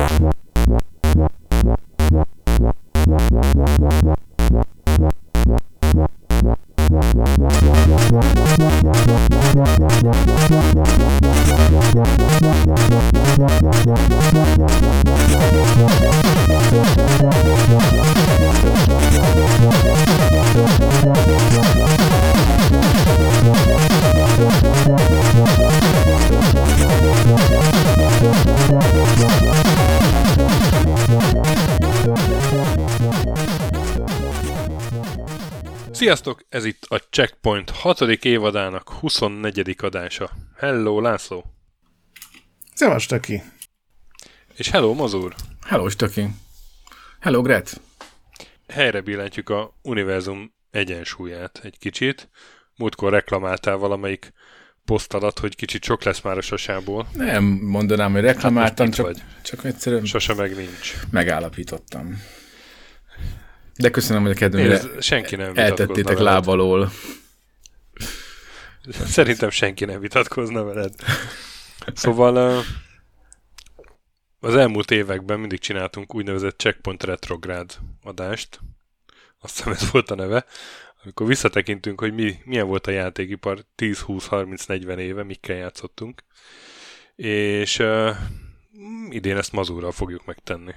Sziasztok! Ez itt a Checkpoint 6. évadának 24. adása. Hello, László! Szevasz, Töki! És hello, Mazur! Hello, Töki! Hello, Gret! Helyre billentjük a univerzum egyensúlyát egy kicsit. Múltkor reklamáltál valamelyik poszt alatt, hogy kicsit sok lesz már a sasából. Nem mondanám, hogy reklamáltam, hát csak egyszerűen sose meg nincs. Megállapítottam. De köszönöm, hogy a kedvemre eltettétek láb alól. Szerintem senki nem vitatkozna veled. Szóval az elmúlt években mindig csináltunk úgynevezett Checkpoint retrográd adást. Azt hiszem ez volt a neve. Amikor visszatekintünk, hogy milyen volt a játékipar 10-20-30-40 éve, mikkel játszottunk. És idén ezt Mazurral fogjuk megtenni.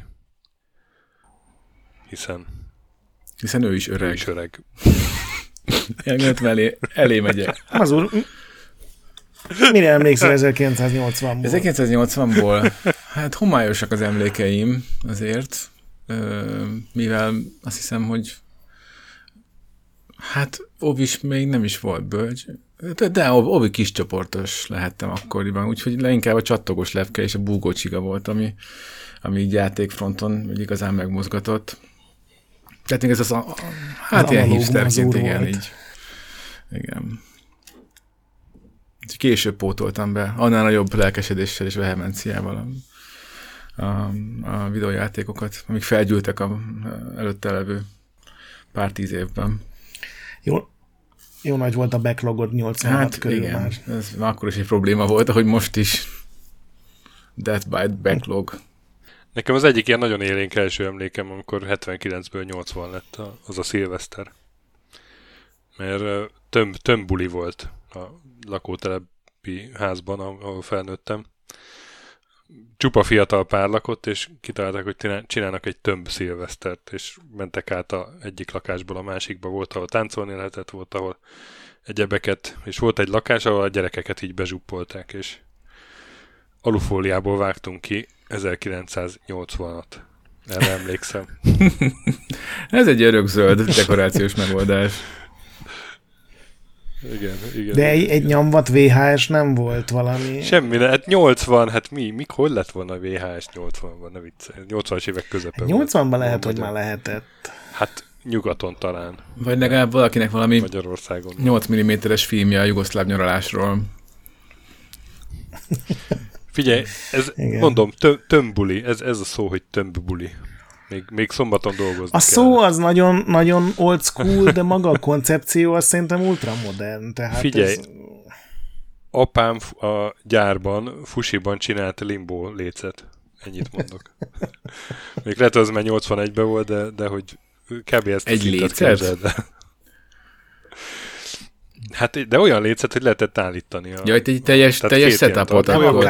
Hiszen ő is öreg. Elé megyek. Mazur, mire emlékszel 1980-ból? 1980-ból? Hát homályosak az emlékeim azért, mivel azt hiszem, hogy hát Ovis még nem is volt bölcs, de Ovi kiscsoportos lehettem akkoriban, úgyhogy leginkább a csattogós lepke és a búgó csiga volt, ami így játékfronton igazán megmozgatott. Tehát még ez az hát ilyen hipsterként, igen, így. Igen. Később pótoltam be, annál nagyobb lelkesedéssel és vehemenciával a videójátékokat, amik felgyűltek előtte levő pár 10 évben. Jó nagy volt a backlogod 86 körül igen, már. Ez akkor is egy probléma volt, ahogy most is. Death by Backlog. Nekem az egyik ilyen nagyon élénk első emlékem, amikor 79-ből 80 lett az a szilveszter. Mert tömbuli volt a lakótelepi házban, ahol felnőttem. Csupa fiatal pár lakott, és kitalálták, hogy csinálnak egy tömb szilvesztert, és mentek át egyik lakásból a másikba. Volt, ahol táncolni lehetett, volt, ahol egyebeket, és volt egy lakás, ahol a gyerekeket így bezsuppolták, és alufóliából vágtunk ki 1980-at. Erre emlékszem. Ez egy örökzöld dekorációs megoldás. Igen. De egy nyomvat VHS nem volt valami... Semmi, hát 80, hát hol lett volna VHS 80-ban, ne viccelj. 80-as évek közepén. 80-ban lehet, hogy már lehetett. Hát nyugaton talán. Vagy legalább valakinek valami Magyarországon. 8 mm-es filmje a jugoszláv nyaralásról. Figyelj, ez, mondom, tömbuli, ez a szó, hogy tömbuli. Még szombaton dolgozni a szó az nagyon, nagyon old school, de maga a koncepció az szerintem ultramodern. Tehát figyelj, apám a gyárban, Fusiban csinált limbo lécet. Ennyit mondok. Még lehet, az már 81-ben volt, de hogy kb. Ezt egy lécet? Hát, de olyan lécet, hogy lehetett állítani. Egy teljes setupot.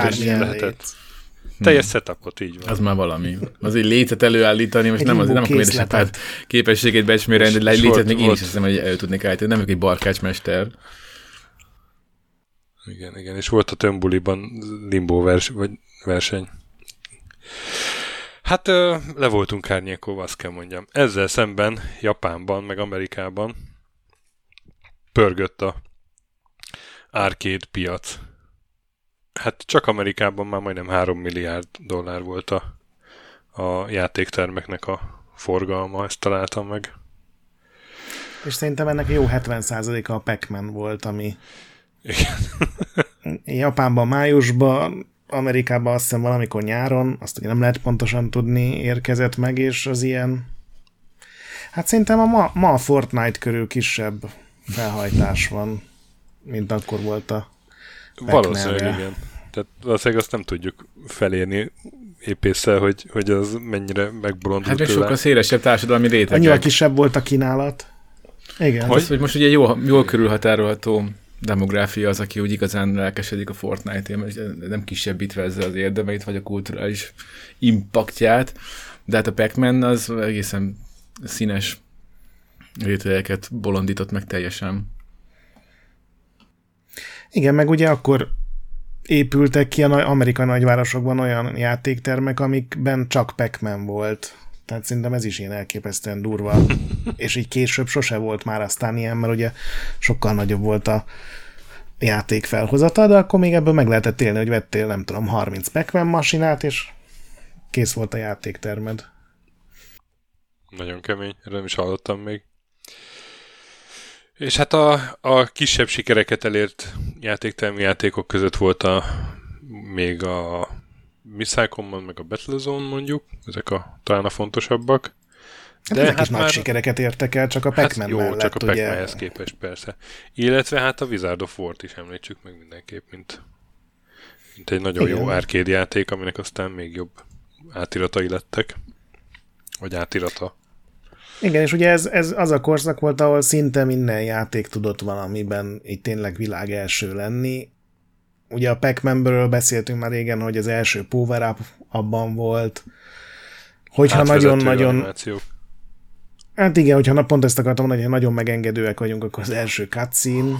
Teljes setupot, így van. Az már valami. Az egy lécet előállítani, most nem akarom édesapád képességét becsmérelni, de lécet még én is hiszem, hogy elő tudnék állítani. Nem egy barkácsmester. Igen, és volt a tömbuliban limbo verseny. Hát le voltunk árnyékolva, azt kell mondjam. Ezzel szemben Japánban, meg Amerikában pörgött a arcade piac. Hát csak Amerikában már majdnem $3 milliárd volt a játéktermeknek a forgalma, ezt találtam meg. És szerintem ennek jó 70%-a a Pac-Man volt, ami igen. Japánban májusban, Amerikában azt hiszem valamikor nyáron, azt ugye nem lehet pontosan tudni, érkezett meg, és az ilyen... Hát szerintem ma a Fortnite körül kisebb felhajtás van, mint akkor volt a Valószínűleg igen. Tehát valószínűleg azt nem tudjuk felérni épésszel, hogy az mennyire megbolondult Hát még tőle. sokkal szélesebb társadalmi rétegek. Annyival kisebb volt a kínálat. Igen. Hát az, hogy most ugye jól körülhatárolható demográfia az, aki úgy igazán lelkesedik a Fortnite-ért, mert nem kisebbítve ezzel az érdemeit, vagy a kulturális impaktját, de hát a Pac-Man az egészen színes rétegeket bolondított meg teljesen. Igen, meg ugye akkor épültek ki a amerikai nagyvárosokban olyan játéktermek, amikben csak Pac-Man volt. Tehát szerintem ez is ilyen elképesztően durva. És így később sose volt már aztán ilyen, mert ugye sokkal nagyobb volt a játék felhozata, de akkor még ebből meg lehetett élni, hogy vettél, nem tudom, 30 Pac-Man masinát, és kész volt a játéktermed. Nagyon kemény, erről nem is hallottam még. És hát a kisebb sikereket elért játéktermi játékok között volt még a Missile Command, meg a Battlezone mondjuk, ezek talán a fontosabbak. De ezek is nagy sikereket értek el, csak a Pac-Man jó, mellett, csak a ugye. Pac-Manhez képest persze. Illetve hát a Wizard of War-t is említsük meg mindenképp, mint egy nagyon jó arcade játék, aminek aztán még jobb átiratai lettek. Vagy átirata. Igen, és ugye ez az a korszak volt, ahol szinte minden játék tudott valamiben így tényleg világ első lenni. Ugye a Pac-Manből beszéltünk már régen, hogy az első Power Up abban volt. Hogyha nagyon-nagyon... Hát igen, hogyha pont ezt akartam mondani, hogy nagyon megengedőek vagyunk, akkor az első cutscene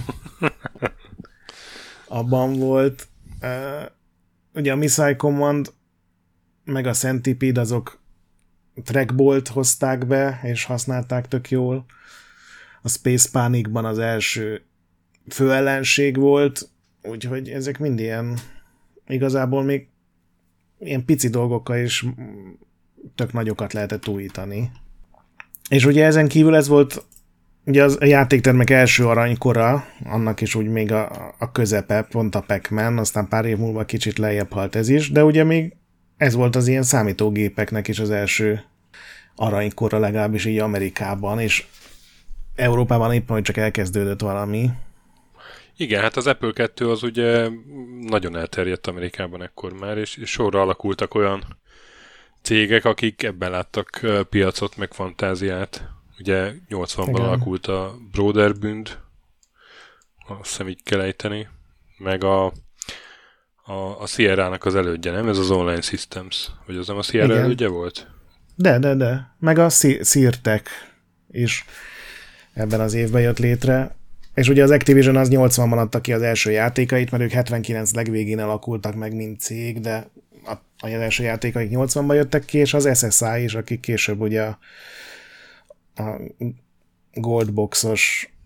abban volt. Ugye a Missile Command meg a Centipede azok trackbolt hozták be, és használták tök jól. A Space Panicban az első főellenség volt, úgyhogy ezek mind ilyen, igazából még ilyen pici dolgokkal is tök nagyokat lehetett újítani. És ugye ezen kívül ez volt ugye a játéktermek első aranykora, annak is úgy még a közepe, pont a Pac-Man, aztán pár év múlva kicsit lejjebb halt ez is, de ugye még ez volt az ilyen számítógépeknek is az első aranykora, legalábbis így Amerikában, és Európában éppen, hogy csak elkezdődött valami. Igen, hát az Apple 2 az ugye nagyon elterjedt Amerikában ekkor már, és sorra alakultak olyan cégek, akik ebben láttak piacot, meg fantáziát. Ugye 80-ban alakult a Broderbund, azt hiszem így kell ejteni, meg a Sierra-nak az elődje, nem? Ez az Online Systems. Vagy az nem a Sierra elődje volt? De. Meg a Sirtec is ebben az évben jött létre. És ugye az Activision az 80-ban adta ki az első játékait, mert ők 79 legvégén alakultak meg, mint cég, de az első játékaik 80-ban jöttek ki, és az SSI is, akik később ugye a Goldboxos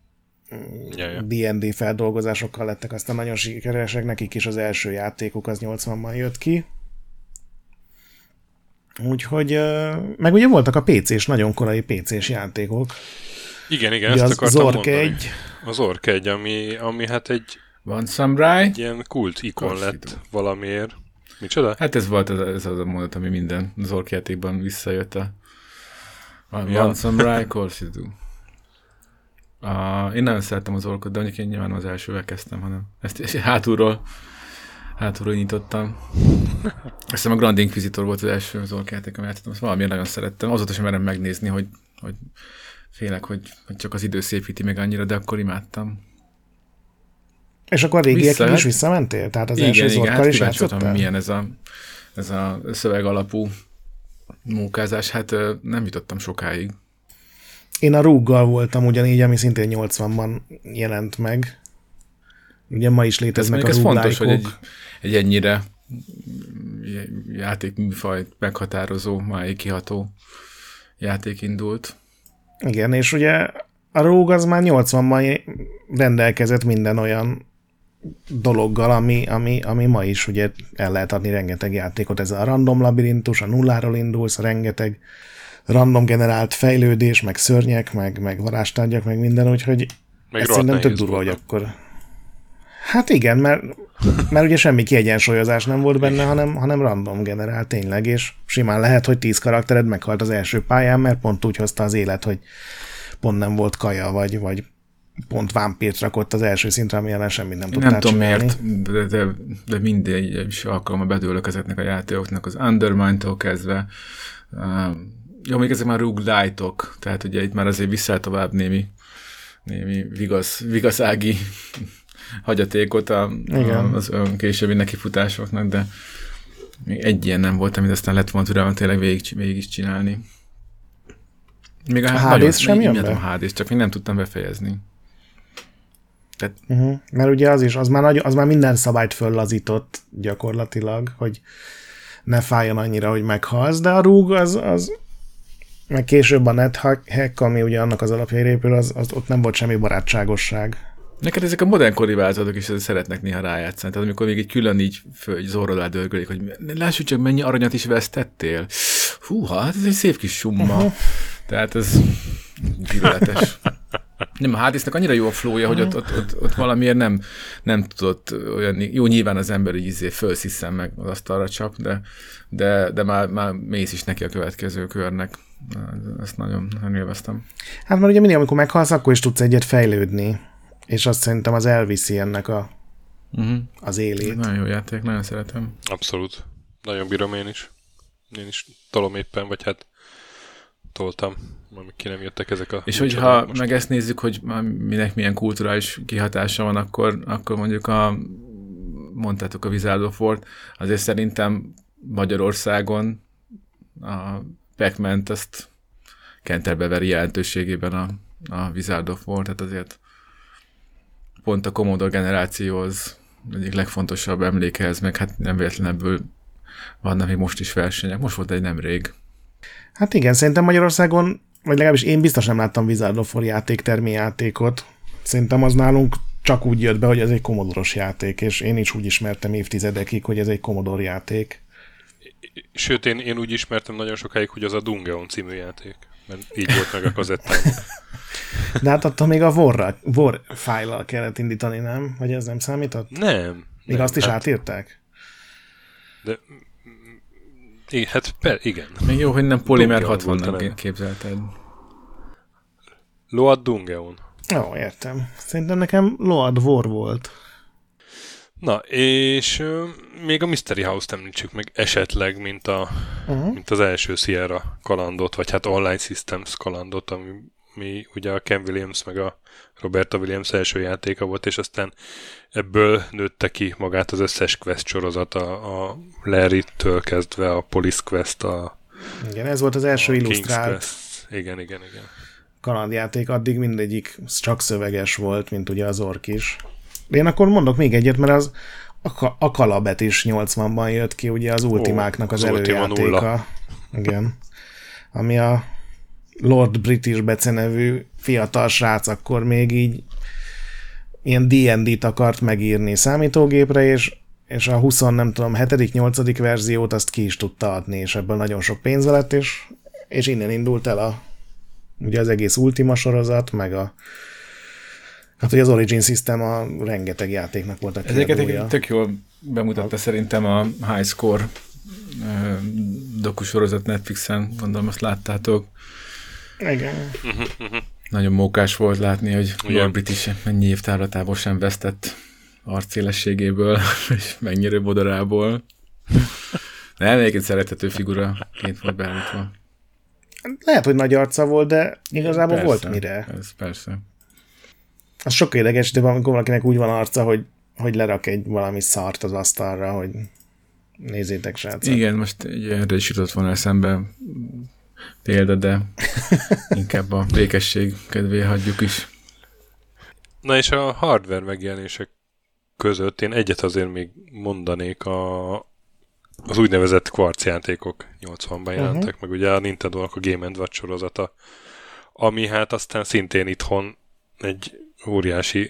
D&D feldolgozásokkal lettek, aztán nagyon sikeresek, nekik is az első játékuk az 80-ban jött ki. Úgyhogy, meg ugye voltak a PC-s, nagyon korai PC-s játékok. Igen, ezt akartam mondani. 1. Az Ork 1, ami hát egy ilyen kult ikon lett valamiért. Micsoda? Hát ez volt ez az a mondat, ami minden az Ork játékban visszajött One Samurai, of course you do. Én nagyon szerettem az Orkot, de mondjuk én nyilván az elsővel kezdtem, hanem ezt hátulról nyitottam. Aztán a Grand Inquisitor volt az első az Ork játék, amit játszottam, azt valamiért nagyon szerettem. Azóta sem merem megnézni, hogy félek, hogy csak az idő szépíti meg annyira, de akkor imádtam. És akkor a régiekig is visszamentél? Tehát az első Zorkkal is játszottál? Milyen ez a szöveg alapú mókázás, hát nem jutottam sokáig. Én a Rogue-gal voltam ugyanígy, ami szintén 80-ban jelent meg. Ugye ma is léteznek a roguelike-ok. Ez fontos, hogy egy ennyire játékműfajt meghatározó, máig kiható játék indult. Igen, és ugye a Rogue az már 80-ban rendelkezett minden olyan dologgal, ami ma is ugye el lehet adni rengeteg játékot. Ez a random labirintus, a nulláról indulsz, rengeteg random generált fejlődés, meg szörnyek, meg varázstárgyak, meg minden, úgyhogy ez szerintem tök durva, hogy akkor... Hát igen, mert ugye semmi kiegyensúlyozás nem volt benne, hanem random generált tényleg, és simán lehet, hogy 10 karaktered meghalt az első pályán, mert pont úgy hozta az élet, hogy pont nem volt kaja, vagy pont vámpírt rakott az első szintre, ami ellen semmit nem tudtál csinálni. Nem tudom miért, de mindegy is alkalommal bedőlök ezeknek a játékoknak, az Undermine-tól kezdve. Jó, még ezek már roguelite-ok, tehát ugye itt már azért vissza tovább némi vigaszági hagyatékot az későbbi nekifutásoknak, de még egy ilyen nem volt, amit aztán lett volna türelme tényleg végig is csinálni. Még a Hades sem jön be? A Hades, csak még nem tudtam befejezni. Tehát... Mert ugye az már minden szabályt föllazított gyakorlatilag, hogy ne fájjon annyira, hogy meghalsz, de a rúg az meg később a NetHack, ami ugye annak az alapjaira épül, az ott nem volt semmi barátságosság. Neked ezek a modern változatok is szeretnek néha rájátszani. Tehát amikor még egy külön így zorról eldörgölik, hogy lássuk csak mennyi aranyat is vesztettél. Húha, hát ez egy szép kis summa. Tehát ez gyűlöletes. Nem, a Hadesnek annyira jó a flowja, hogy ott valamiért nem tudott olyan, jó, nyilván az ember így fölsziszen meg az asztalra csap, de már mész is neki a következő körnek. Ezt nagyon élveztem. Hát mert ugye mindig, amikor meghalsz, akkor is tudsz egyet fejlődni, és azt szerintem az elviszi ennek az élét. Nagyon jó játék, nagyon szeretem. Abszolút. Nagyon bírom én is. Én is tolom éppen, vagy hát toltam, amíg ki nem jöttek ezek a... És hogyha meg ezt nézzük, hogy minek milyen kulturális kihatása van, akkor mondjuk mondtátok a Wizard of War-t, azért szerintem Magyarországon a Pac-Man-t azt kenterbe veri jelentőségében a Wizard of War, tehát azért pont a Commodore generációhoz egyik legfontosabb emlékehez, meg hát nem véletlenebből vannak még most is versenyek. Most volt egy nemrég. Hát igen, szerintem Magyarországon, vagy legalábbis én biztos nem láttam Wizard of War játéktermi játékot. Szerintem az nálunk csak úgy jött be, hogy ez egy Commodore-os játék, és én is úgy ismertem évtizedekig, hogy ez egy Commodore játék. Sőt, én úgy ismertem nagyon sokáig, hogy az a Dungeon című játék, mert így volt meg a kazettán. De hát attól még a War file-al kellett indítani, nem? Vagy ez nem számított? Nem. Még azt is átírták? De... igen. Még jó, hogy nem Polymer 60-nak képzelted. Load Dungeon. Ó, értem. Szerintem nekem Load War volt. Na, és még a Mystery House-t említsük meg esetleg, mint az első Sierra kalandot, vagy hát Online Systems kalandot, ami ugye a Ken Williams meg a Roberta Williams első játéka volt, és aztán ebből nőtte ki magát az összes Quest sorozat, a Larry-től kezdve a Police Quest, igen, ez volt az első illusztrált igen. kalandjáték, addig mindegyik csak szöveges volt, mint ugye az Ork is. De én akkor mondok még egyet, mert az a Kalabet is 80-ban jött ki, ugye az Ultimáknak az előjátéka. Igen. Ami a Lord British becenevű fiatal srác akkor még így ilyen D&D-t akart megírni számítógépre, és a 7. verziót azt ki is tudta adni, és ebből nagyon sok pénze lett, és innen indult el ugye az egész Ultima sorozat, meg hát ugye az Origin System a rengeteg játéknak volt a kiadója. Ezeket tök jól bemutatta szerintem a High Score dokusorozat Netflixen, gondolom azt láttátok. Igen. Nagyon mókás volt látni, hogy Lord British mennyi évtávlatából sem vesztett arcélességéből, és megnyerő bodarából. Nem, egyébként szerethető figuraként volt beállítva. Lehet, hogy nagy arca volt, de igazából persze, volt mire. Persze. Az sok érdekes, de amikor valakinek úgy van arca, hogy lerak egy valami szart az asztalra, hogy nézzétek, srácok. Igen, most erre is jutott volna eszembe példa, de inkább a békesség kedvéért hagyjuk is. Na és a hardware megjelenések között én egyet azért még mondanék, az úgynevezett Quartz játékok 80-ban jelentek, meg ugye a Nintendo-nak a Game & Watch sorozata, ami hát aztán szintén itthon egy óriási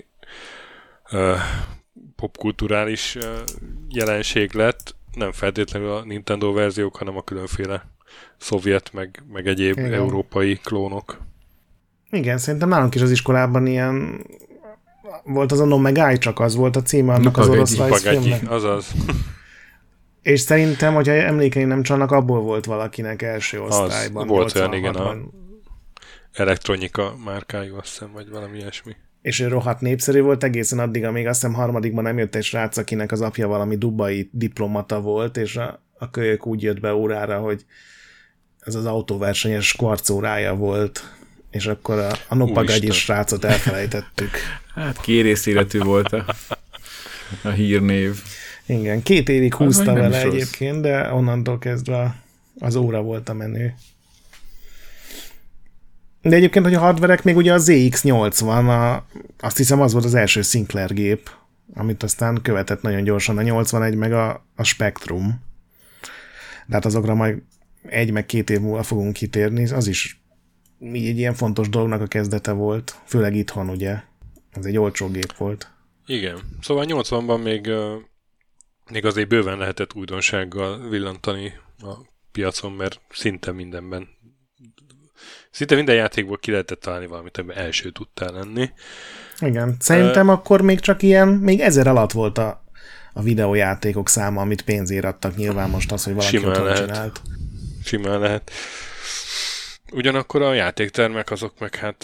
popkulturális jelenség lett, nem feltétlenül a Nintendo verziók, hanem a különféle szovjet, meg egyéb európai klónok. Igen, szerintem nálunk is az iskolában ilyen volt az a No Megai, csak az volt a címe annak az orosz rajzfilmnek. Azaz. És szerintem, hogyha emlékeim nem csalnak, abból volt valakinek első osztályban. Volt olyan, igen, a Elektronika márkájú, azt hiszem, vagy valami ilyesmi. és ő rohadt népszerű volt egészen addig, amíg azt hiszem harmadikban nem jött egy srác, akinek az apja valami dubai diplomata volt, és a kölyök úgy jött be órára, hogy ez az autóversenyes kvarcórája volt, és akkor a Nopagagyi srácot elfelejtettük. Hát kérész életű volt a hírnév. Igen, 2 évig húzta vele egyébként, de onnantól kezdve az óra volt a menő. De egyébként, hogy a hardverek még ugye a ZX80, azt hiszem az volt az első Sinclair gép, amit aztán követett nagyon gyorsan a 81 meg a Spectrum. De hát azokra majd 1 meg 2 év múlva fogunk kitérni, az is így egy ilyen fontos dolognak a kezdete volt, főleg itthon ugye, ez egy olcsó gép volt. Igen, szóval 80-ban még azért bőven lehetett újdonsággal villantani a piacon, mert szinte mindenben, szinte minden játékból ki lehetett találni valamit, amiben első tudtál lenni. Igen, szerintem akkor még csak ilyen, még 1000 alatt volt a videójátékok száma, amit pénzért adtak, nyilván most az, hogy valaki otthon csinált. Simán lehet. Ugyanakkor a játéktermek azok meg hát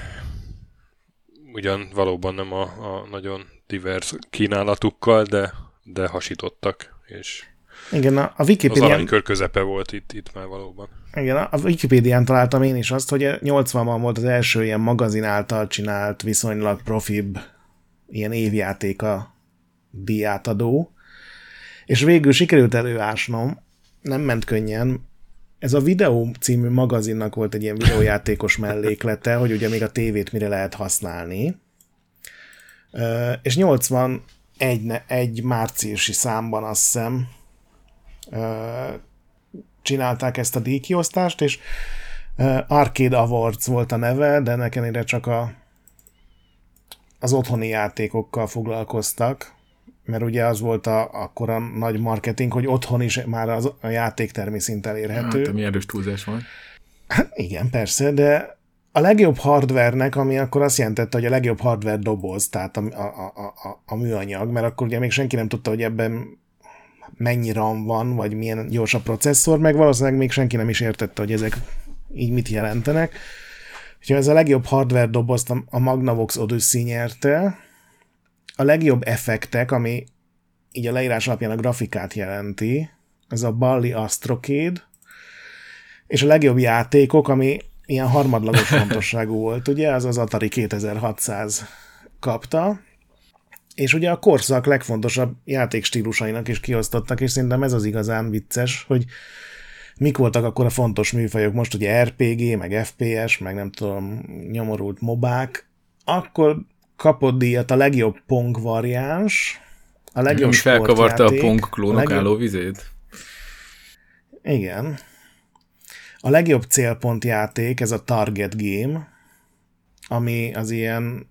ugyan valóban nem a nagyon divers kínálatukkal, de hasítottak, és igen, a Wikipédián... az aranykör közepe volt itt már valóban. Igen, a Wikipédián találtam én is azt, hogy 80-ban volt az első ilyen magazin által csinált, viszonylag profibb ilyen évjátéka díjátadó, és végül sikerült előásnom, nem ment könnyen. Ez a Videó című magazinnak volt egy ilyen videójátékos melléklete, hogy ugye még a tévét mire lehet használni. És 81 márciusi számban azt hiszem csinálták ezt a díjkiosztást, és Arcade Awards volt a neve, de ennek ellenére csak az otthoni játékokkal foglalkoztak, mert ugye az volt akkor a nagy marketing, hogy otthon is már a játéktermi szint elérhető. Hát, mi erős túlzás van. Hát igen, persze, de a legjobb hardvernek, ami akkor azt jelentette, hogy a legjobb hardware doboz, tehát a műanyag, mert akkor ugye még senki nem tudta, hogy ebben mennyi RAM van, vagy milyen gyors a processzor, meg valószínűleg még senki nem is értette, hogy ezek így mit jelentenek. Úgyhogy ez a legjobb hardware dobozt a Magnavox Odyssey nyerte, a legjobb effektek, ami így a leírás alapján a grafikát jelenti, ez a Bally Astrocade, és a legjobb játékok, ami ilyen harmadlagos fontosságú volt, ugye, az az Atari 2600 kapta, és ugye a korszak legfontosabb játékstílusainak is kiosztottak, és szerintem ez az igazán vicces, hogy mik voltak akkor a fontos műfajok, most ugye RPG, meg FPS, meg nem tudom, nyomorult mobák, akkor kapott díjat a legjobb Pong variáns, a legjobb sportjáték. Felkavarta a Pong klónok álló vizét? Igen. A legjobb célpontjáték, ez a Target Game, ami az ilyen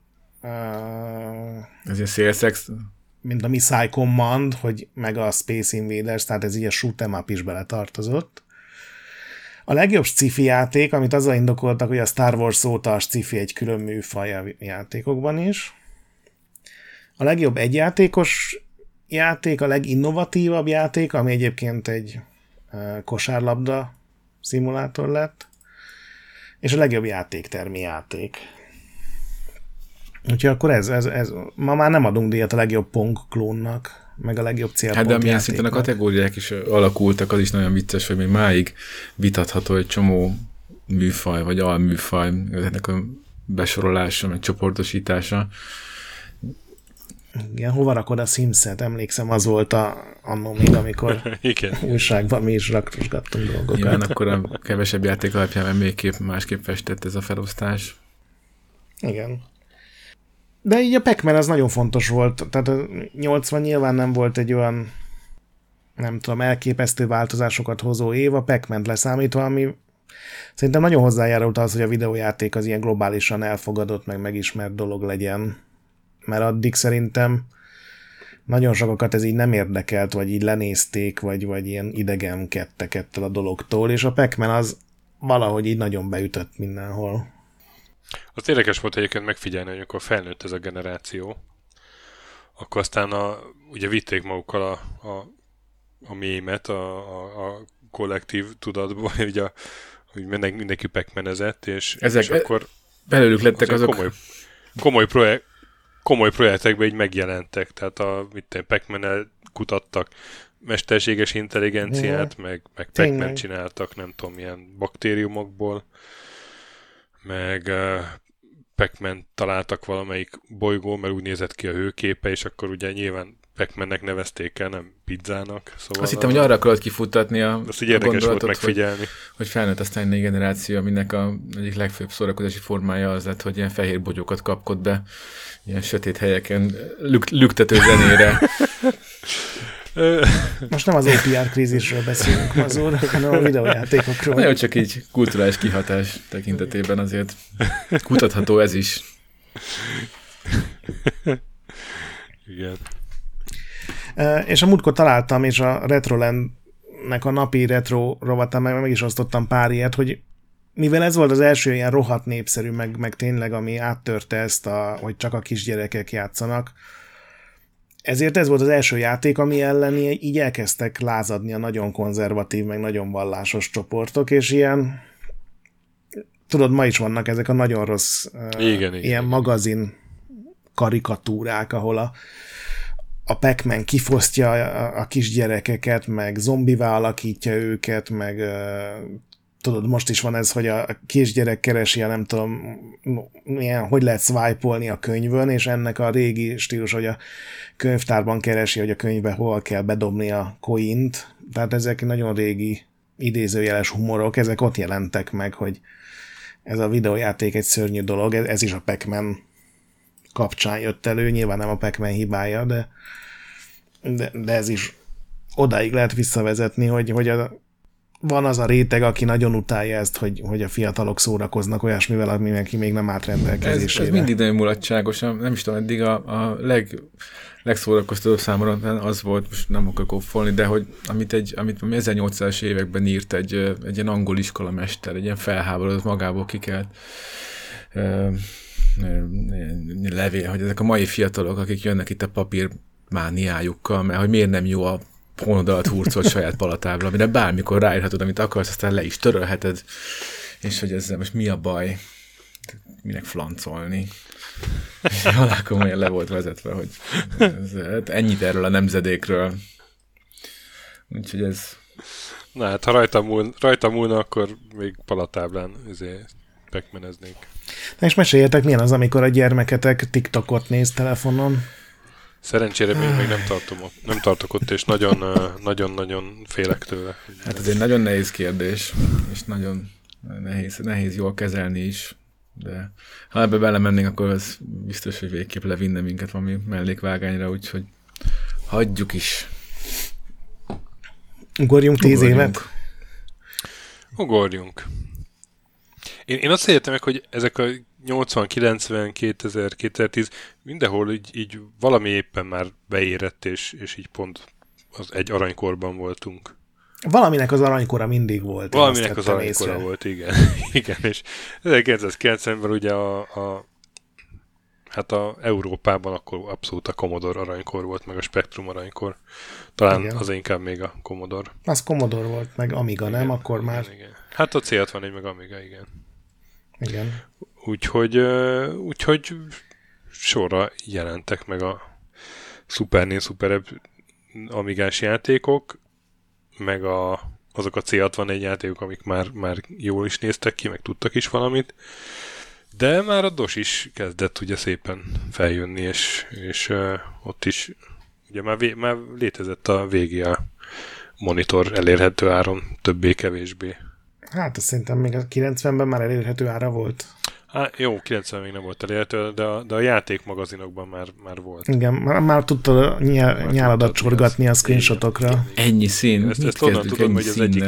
ez ilyen szélszex? Mint a Missile Command, hogy meg a Space Invaders, tehát ez így a shoot'em up is beletartozott. A legjobb sci-fi játék, amit azzal indokoltak, hogy a Star Wars óta a sci-fi egy külön műfaj a játékokban is. A legjobb egyjátékos játék, a leginnovatívabb játék, ami egyébként egy kosárlabda szimulátor lett, és a legjobb játéktermi játék. Úgyhogy akkor ez ma már nem adunk díjat a legjobb Pong klónnak, meg a legjobb célpont. Hát de milyen szinten a kategóriák is alakultak, az is nagyon vicces, hogy még máig vitatható egy csomó műfaj, vagy alműfaj, ezeknek a besorolása, meg csoportosítása. Igen, hova rakod a Sims-et? Emlékszem, az volt annó még, amikor újságban mi is rakosgattunk dolgokat. Igen, akkor a kevesebb játék alapján mégképp másképp festett ez a felosztás. Igen. De így a Pac-Man az nagyon fontos volt. Tehát a 80 nyilván nem volt egy olyan, nem tudom, elképesztő változásokat hozó év, a Pac-Man leszámítva, ami szerintem nagyon hozzájárult az, hogy a videójáték az ilyen globálisan elfogadott, meg megismert dolog legyen. Mert addig szerintem nagyon sokakat ez így nem érdekelt, vagy így lenézték, vagy ilyen idegenkedtek ettől a dologtól, és a Pac-Man az valahogy így nagyon beütött mindenhol. Az érdekes volt egyébként megfigyelni, hogy amikor felnőtt ez a generáció, akkor aztán ugye vitték magukkal a mémet a kollektív tudatba, hogy mindenki Pac-manezett, és ezek és akkor belőlük lettek azok... komoly projektekben így megjelentek, tehát Pac-Man-el kutattak mesterséges intelligenciát, meg Pac-Man csináltak, nem tudom, milyen baktériumokból, meg Pac-Man találtak valamelyik bolygón, mert úgy nézett ki a hőképe, és akkor ugye nyilván Pac-Mannek nevezték el, nem pizzának. Szóval azt hittem, hogy arra akarod kifuttatni azt így érdekes volt megfigyelni. Hogy felnőtt aztán egy generáció, aminek egyik legfőbb szórakozási formája az lett, hogy ilyen fehér bogyókat kapkod be, ilyen sötét helyeken, lüktető zenére. Most nem az OPR krízisről beszélünk, Mazur, hanem a videójátékokról. Nagyon csak így kulturális kihatás tekintetében azért kutatható ez is. Igen. És a múltkor találtam, és a Retrolandnek a napi retro rovatán meg is osztottam pár ilyet, hogy mivel ez volt az első ilyen rohadt népszerű, meg tényleg, ami áttörte ezt, hogy csak a kisgyerekek játszanak, ezért ez volt az első játék, ami ellen így elkezdtek lázadni a nagyon konzervatív, meg nagyon vallásos csoportok, és ilyen, tudod, ma is vannak ezek a nagyon rossz ilyen magazin karikatúrák, ahol a Pac-Man kifosztja a kisgyerekeket, meg zombivá alakítja őket, meg tudod, most is van ez, hogy a kisgyerek keresi nem tudom, hogy lehet swipe-olni a könyvön, és ennek a régi stílus, hogy a könyvtárban keresi, hogy a könyvbe hol kell bedobni a coint. Tehát ezek nagyon régi idézőjeles humorok, ezek ott jelentek meg, hogy ez a videójáték egy szörnyű dolog, ez is a Pac-Man kapcsán jött elő, nyilván nem a Pac-Man hibája, de ez is odáig lehet visszavezetni, hogy van az a réteg, aki nagyon utálja ezt, hogy a fiatalok szórakoznak olyasmivel, ami neki még nem állt rendelkezésére. Ez mindig nagyon mulatságos, nem is tudom, eddig a legszórakoztatóbb számomra az volt, most nem akarok kófolni, de hogy amit 1800-as években írt egy ilyen angol iskolamester, egy ilyen felháborodott magából kikelt levél, hogy ezek a mai fiatalok, akik jönnek itt a papírmániájukkal, mert hogy miért nem jó a hónodalat hurcolt saját palatábla, amire bármikor ráírhatod, amit akarsz, aztán le is törölheted, és hogy ezzel most mi a baj, minek flancolni. És alá komolyan le volt vezetve, hogy ennyit erről a nemzedékről. Úgyhogy ez... Na hát, ha rajta múlna, akkor még palatáblán Pac-maneznék. Na és meséljetek, milyen az, amikor a gyermeketek TikTokot néz telefonon? Szerencsére még nem tartok ott, és nagyon-nagyon félek tőle. Hát ez egy nagyon nehéz kérdés, és nagyon nehéz jól kezelni is, de ha ebbe belemennénk, akkor az biztos, hogy végképp levinne minket valami mellékvágányra, úgyhogy hagyjuk is. Ugorjunk 10 évet? Ugorjunk. Én azt értem meg, hogy ezek a 80, 90, 2000, 2010 mindenhol így valami éppen már beérett, és így pont egy aranykorban voltunk. Valaminek az aranykora mindig volt. Valaminek az aranykora volt, igen. Igen, és 1990-ben ugye hát a Európában akkor abszolút a Commodore aranykor volt, meg a Spectrum aranykor. Talán igen. Az inkább még a Commodore. Az Commodore volt, meg Amiga, igen, nem? Akkor igen, már... Igen. Hát a C64 meg Amiga, igen. Igen. Úgyhogy sorra jelentek meg a Super Amigás játékok, meg azok a C64 játékok, amik már jól is néztek ki, meg tudtak is valamit, de már a DOS is kezdett ugye szépen feljönni, és ott is ugye már létezett a VGA monitor elérhető áron, többé-kevésbé. Hát azt szerintem még a 90-ben már elérhető ára volt. Hát jó, 90 még nem volt elérhető, de a játékmagazinokban már volt. Igen, már tudtad nyáladat csorgatni a screenshotokra. Ennyi szín. Ezt onnan tudom, hogy az egyik...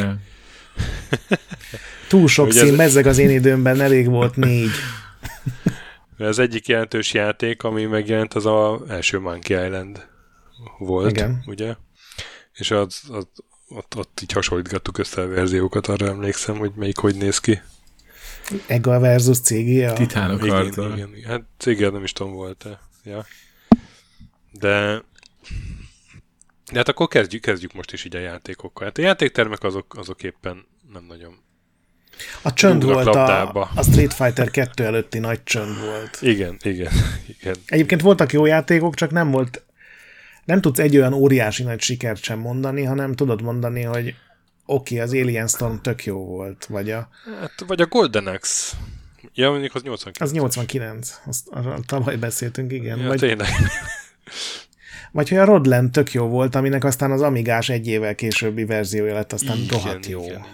Túl sok szín, mezzeg az én időmben, elég volt 4. Az egyik jelentős játék, ami megjelent, az az első Monkey Island volt, igen. Ugye? És ott így hasonlítgattuk össze a verziókat, arra emlékszem, hogy melyik hogy néz ki. Ega versus CGA? Titánok harca. Igen. Hát CGA nem is tudom volt-e. Ja. De hát akkor kezdjük most is így a játékokkal. Hát a játéktermek azok éppen nem nagyon A csönd Rúgnak volt labdába. a Street Fighter 2 előtti nagy csönd volt. Igen. Egyébként voltak jó játékok, csak nem tudsz egy olyan óriási nagy sikert sem mondani, hanem tudod mondani, hogy oké, az Alien Storm tök jó volt, vagy a Golden Axe. Ja, mondjuk az 89. Az 89. Azt tavaly beszéltünk, igen. Ja, tényleg. Vagy hogy a Rodland tök jó volt, aminek aztán az Amigás egy évvel későbbi verziója lett, aztán rohadt jó. Igen.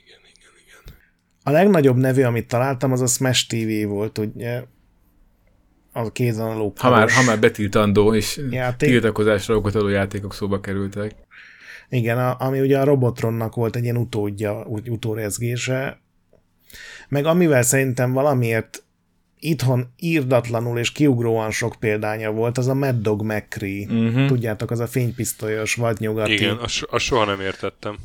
A legnagyobb nevű, amit találtam, az a Smash TV volt, ugye, a kézvonalú ha már betiltandó és játék. Tiltakozásra okot adó játékok szóba kerültek. Igen, ami ugye a Robotronnak volt egy ilyen utórezgése, meg amivel szerintem valamiért itthon írdatlanul és kiugróan sok példánya volt, az a Mad Dog McCree. Tudjátok, az a fénypisztolyos vadnyugati. Igen, azt soha nem értettem.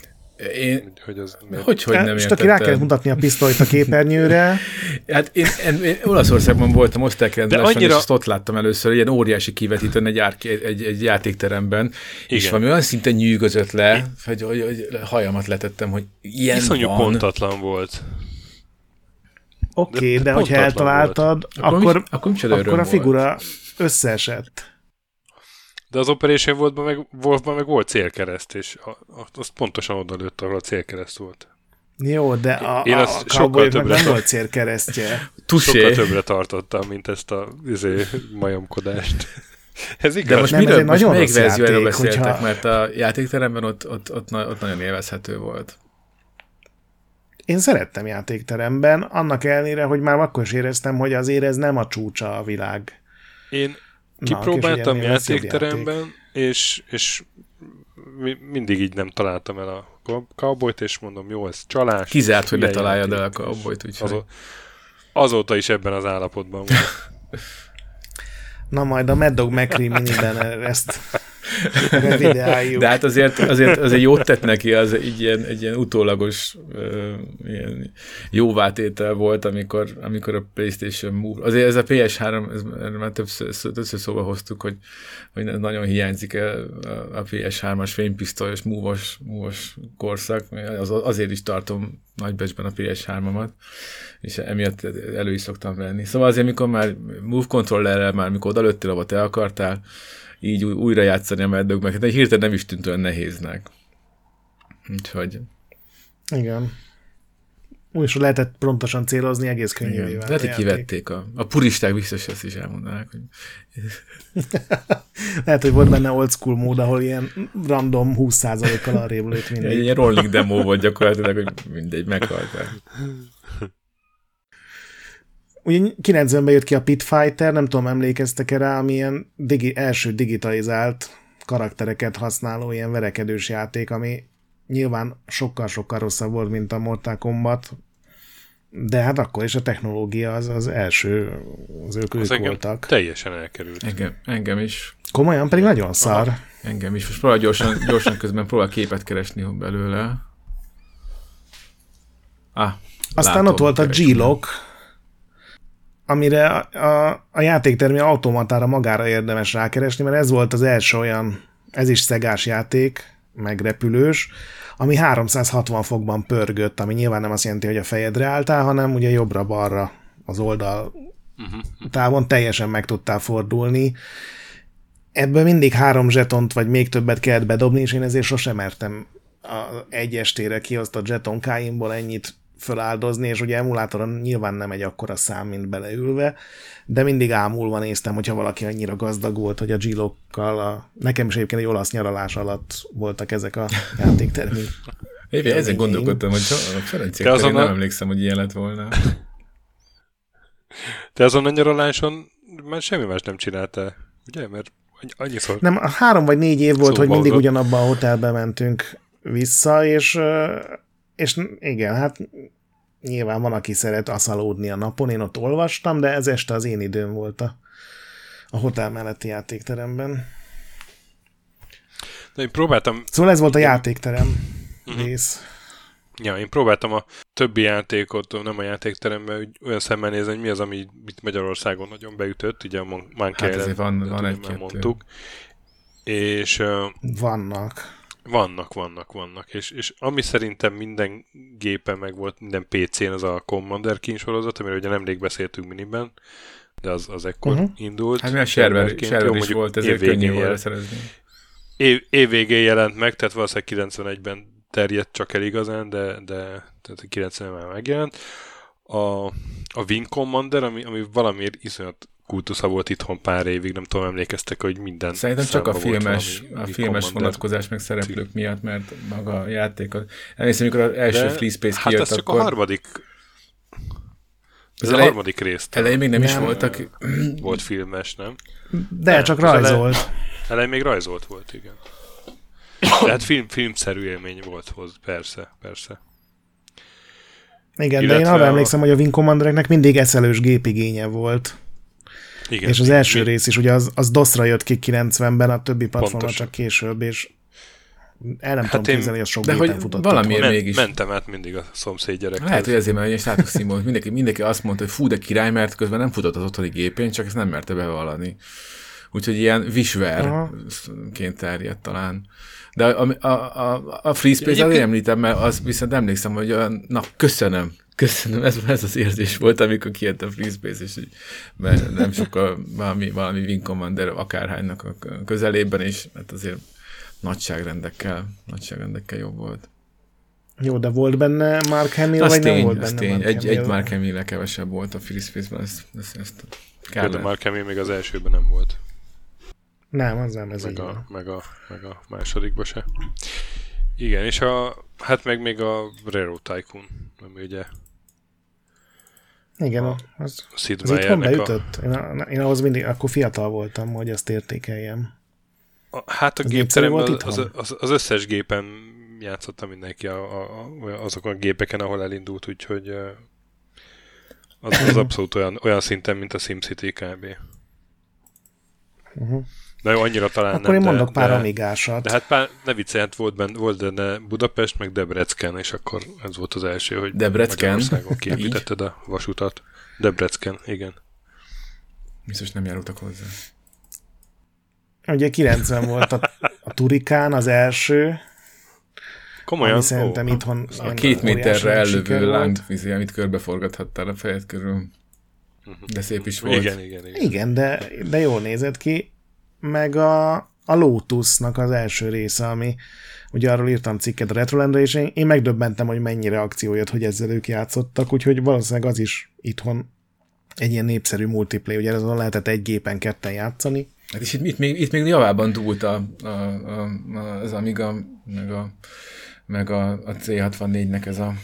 Hogy nem értettem. És aki rá kellett mutatni a pisztolyt a képernyőre. Hát én Olaszországban voltam osztálykirendelésen, és azt ott láttam először, ilyen óriási kivetítőn egy játékteremben, és valami olyan szinten nyűgözött le, hogy hajamat letettem, hogy ilyen iszonyú van. pontatlan volt. Oké, de hogyha eltaláltad, akkor a figura összeesett. De az Operation Wolfban meg volt célkereszt, és azt pontosan oda lőtt, ahol a célkereszt volt. Jó, de a cowboyoknak nem volt célkeresztje. Sokkal többre tartottam, mint ezt a majomkodást. Ez igaz. De most miről melyik verzióról beszéltek, hogyha... mert a játékteremben ott nagyon élvezhető volt. Én szerettem játékteremben, annak ellenére, hogy már akkor is éreztem, hogy azért ez nem a csúcsa a világ. Én kipróbáltam játékteremben, és mindig így nem találtam el a cowboyt, és mondom, jó, ez csalás. Kizárt, hogy ne találjad el a cowboyt, úgyhogy. Azóta is ebben az állapotban van. Na majd a Mad Dog McCree miniben ezt revideáljuk. De hát azért jót tett neki, az egy ilyen utólagos ilyen jóvátétel volt, amikor a PlayStation Move, azért ez a PS3, ez már többször szóba hoztuk, hogy nagyon hiányzik a PS3-as fénypisztolyos move-os korszak, azért is tartom nagybecsben a PS3-amat, és emiatt elő is szoktam venni. Szóval azért, mikor már Move Controllerrel, már mikor odalőttél, ahol te akartál, így újra játszani a Mad Dog, meg de hirtelen nem is tűnt olyan nehéznek. Úgyhogy... Igen. Úgyis lehetett pontosan célozni, egész könnyűvé vált. Lehet, hogy kivették a puristák, biztos ezt is elmondanák. Hogy... Lehet, hogy volt benne old school mód, ahol ilyen random 20%-kal arrébb lőtt mindig. Egy ilyen rolling demo volt gyakorlatilag, hogy mindegy, meghaltál. Ugye 90-ben jött ki a Pit Fighter, nem tudom, emlékeztek-e rá, ami ilyen első digitalizált karaktereket használó ilyen verekedős játék, ami nyilván sokkal-sokkal rosszabb volt, mint a Mortal Kombat, de hát akkor is a technológia az első, ők voltak. Teljesen elkerült. Engem is. Komolyan, pedig nagyon szar. Aha. Engem is. Most próbál gyorsan közben próbál képet keresni belőle. Aztán ott volt a G-Lock, amire a játéktermi automatára magára érdemes rákeresni, mert ez volt az első olyan, ez is szegás játék, meg repülős, ami 360 fokban pörgött, ami nyilván nem azt jelenti, hogy a fejedre álltál, hanem ugye jobbra-balra az oldal távon teljesen meg tudtál fordulni. Ebből mindig 3 zsetont, vagy még többet kellett bedobni, és én ezért sosem mertem egy estére kiosztott zsetonkáimból ennyit föláldozni, és ugye emulátoron nyilván nem egy akkora szám, mint beleülve, de mindig ámulva néztem, hogyha valaki annyira gazdag volt, hogy a G-Lokkal, nekem is egyébként egy olasz nyaralás alatt voltak ezek a játéktermi. Ezen gondolkodtam, hogy Ferenciek nem emlékszem, hogy ilyen lett volna. Te azon a nyaraláson már semmi más nem csináltál, ugye? Mert annyiszor... Nem, 3 vagy 4 év volt, hogy mindig ugyanabban a hotelbe mentünk vissza, és igen, hát nyilván van, aki szeret aszalódni a napon, én ott olvastam, de ez este az én időm volt a hotel melletti játékteremben. De én próbáltam... Szóval ez volt a játékterem rész. Ja, én próbáltam a többi játékot, nem a játékteremben, olyan szemmel nézni, hogy mi az, ami Magyarországon nagyon beütött, ugye a Monkey Island, van egy-kettő. mondtuk. És... Vannak. Vannak. És ami szerintem minden gépen meg volt, minden PC-n, az a Commander Keen sorozat, amiről ugye nemrég beszéltünk miniben, de az ekkor indult. Hát mi a server is volt, ezért könnyű volt szerezni. Év végén jelent meg, tehát valószínűleg 91-ben terjedt csak el igazán, de tehát 90-ben már megjelent. A Wing Commander, ami valamiért iszonyat kultusza volt itthon pár évig, nem tudom, emlékeztek, hogy minden szerintem csak a filmes vonatkozás meg szereplők miatt, mert maga a játék... Emlékszem, amikor az első Free Space kijött, hát ez csak akkor... a harmadik... Ez a harmadik részt. Elején még nem is voltak... Volt filmes, nem? De nem, csak rajzolt. Elején még rajzolt volt, igen. De hát filmszerű élmény volt hoz, persze. Igen, illetve de én arra emlékszem, hogy a Wing Commandereknek mindig eszelős gépigénye volt. Igen, és az első rész is, ugye az DOS-ra jött ki 90-ben, a többi platformra csak később, és el nem tudom képzelni, hogy az sok gépen futott. Valamiért mégis. Mentem át mindig a szomszéd gyerekhez. Lehet, hogy ezért, mert egy státuszszimbólum, mindenki azt mondta, hogy fú, de király, mert közben nem futott az otthoni gépén, csak ezt nem merte bevallani. Úgyhogy ilyen wishware-ként terjedt talán. De a Free Space azért említem, mert az viszont emlékszem, hogy köszönöm, ez az érzés volt, amikor kijött a Free Space, és mert nem sokkal valami Wing Commander akárhánynak a közelében, és hát azért nagyságrendekkel jobb volt. Jó, de volt benne Mark Hamill, vagy nem volt benne Mark Hamill? Egy Mark Hamill kevesebb volt a Free Space-ben, ezt de Mark Hamill még az elsőben nem volt. Nem, az nem, ez meg a másodikban se. Igen, és hát meg még a Railroad Tycoon, ami ugye igen, az itthon beütött. Én ahhoz mindig, akkor fiatal voltam, hogy azt értékeljem. Hát a gépteremben az összes gépen játszotta mindenki azokon a gépeken, ahol elindult, úgyhogy az abszolút olyan szinten, mint a SimCity kb. De jó, annyira talán akkor nem. Akkor én mondok pár amigásat. De hát ne viccelj, hát volt benne Budapest, meg Debrecen, és akkor ez volt az első, hogy Magyarországon kiépítetted a vasutat. Debrecen, igen. Biztos nem járultak hozzá. Ugye 90 volt a Turikán az első. Komolyan? Ami szerintem itthon... A 2 méterre ellövő lángvízi, amit körbeforgathattál a fejed körül. De szép is volt. Igen. Igen, de jól nézett ki. Meg a Lotusnak az első része, ami ugye arról írtam cikket a Retrolendre, és én megdöbbentem, hogy mennyi reakció jött, hogy ezzel ők játszottak, úgyhogy valószínűleg az is itthon egy ilyen népszerű multiplayer, ugye azon lehetett egy gépen ketten játszani. Hát és itt még javában dúlt az Amiga, meg a C64-nek ez a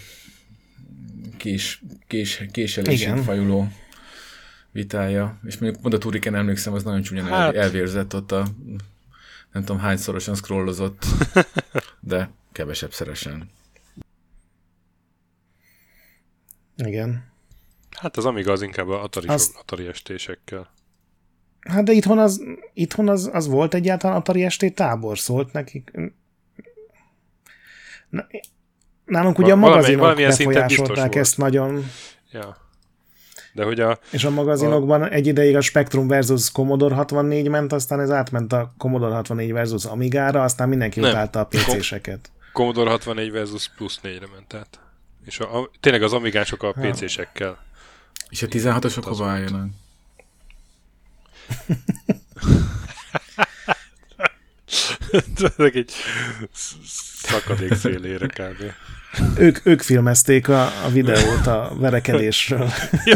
késelésig fajuló vitája. És mondjuk pont a Turrican emlékszem, az nagyon csúnyan elvérzett ott nem tudom hányszorosan scrollozott, de kevesebb szeresen. Igen. Hát az Amiga az inkább a Atari estésekkel. Hát de itthon az volt egyáltalán Atari ST tábor, szólt nekik. Nálunk ugye a magazinok befolyásolták ezt nagyon. Ja. De hogy és a magazinokban egy ideig a Spectrum versus Commodore 64 ment, aztán ez átment a Commodore 64 versus Amigára, aztán mindenki utálta a PC-seket. Commodore 64 versus Plus 4-re ment át. És tényleg az Amigások a PC-sekkel. És a 16-osok hova álljanak? Ezek egy szakadék szélére kb. Ők filmezték a videót a verekedésről.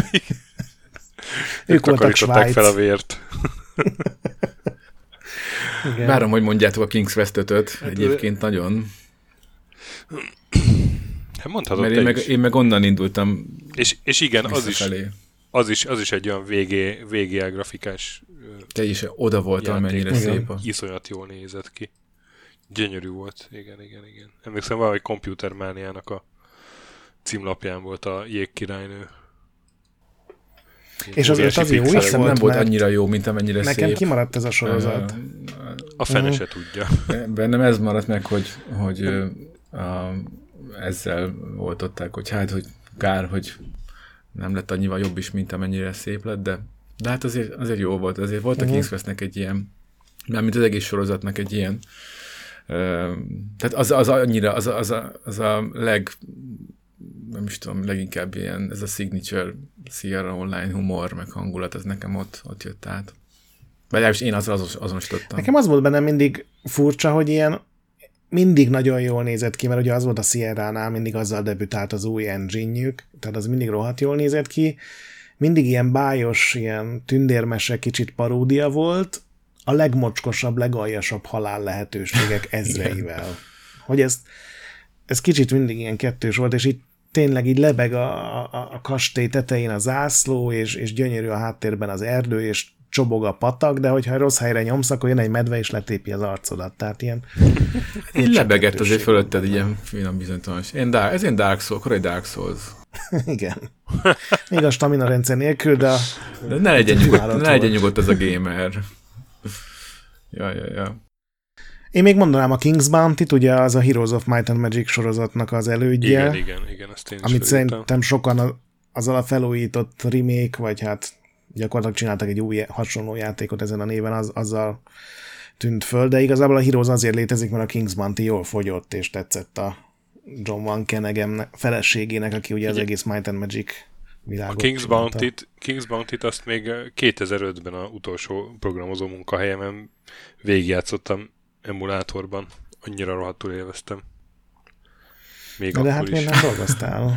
Ők voltak Svájc. Fel a vért. Várom, hogy mondjátok a King's Quest 5-öt. Egyébként nagyon. Hát mondhatod mert én meg onnan indultam. És igen, az is egy olyan VGA grafikás te is oda voltam, mennyire szép. Iszonyat jól nézett ki. Gyönyörű volt, igen. Emlékszem, valahogy Computer Mániának a címlapján volt a Jégkirálynő. És az jó is volt, nem volt annyira jó, mint amennyire nekem szép. Nekem kimaradt ez a sorozat. A fene se tudja. Bennem ez maradt meg, hogy ezzel voltották, hogy hogy kár, hogy nem lett annyival jobb is, mint amennyire szép lett, de hát azért jó volt. Azért volt a King's Questnek egy ilyen, mármint az egész sorozatnak egy ilyen Tehát az annyira, az a nem is tudom, leginkább ilyen, ez a signature Sierra Online humor, meg hangulat, ez nekem ott jött át. Vagy én azonosítottam. Nekem az volt bennem mindig furcsa, hogy ilyen mindig nagyon jól nézett ki, mert ugye az volt a Sierra-nál, mindig azzal debütált az új engine-jük, tehát az mindig rohadt jól nézett ki. Mindig ilyen bájos, ilyen tündérmese, kicsit paródia volt, a legmocskosabb, legaljasabb halál lehetőségek ezreivel. Hogy ez kicsit mindig ilyen kettős volt, és itt tényleg így lebeg a kastély tetején a zászló, és gyönyörű a háttérben az erdő, és csobog a patak, de hogyha rossz helyre nyomsz, akkor jön egy medve, és letépi az arcodat. Tehát ilyen... Így lebegett azért fölötted ilyen finom bizonytalanság. Ez ilyen Dark Souls, korai Dark Souls. Igen. Még a stamina rendszer nélkül, de ne legyen nyugodt ez a gamer. Ja. Én még mondanám a King's Bounty-t, ugye az a Heroes of Might and Magic sorozatnak az elődje. Igen, azt én is amit felírtam. szerintem sokan azzal a felújított remake, vagy hát gyakorlatilag csináltak egy új hasonló játékot ezen a néven, azzal tűnt föl, de igazából a Heroes azért létezik, mert a King's Bounty jól fogyott, és tetszett a John Van Kenegem feleségének, aki ugye az egész Might and Magic világot. A King's Bounty-t azt még 2005-ben a utolsó programozó munkahelyemen végigjátszottam emulátorban. Annyira rohadtul élveztem. Még de akkor hát is. miért nem dolgoztál?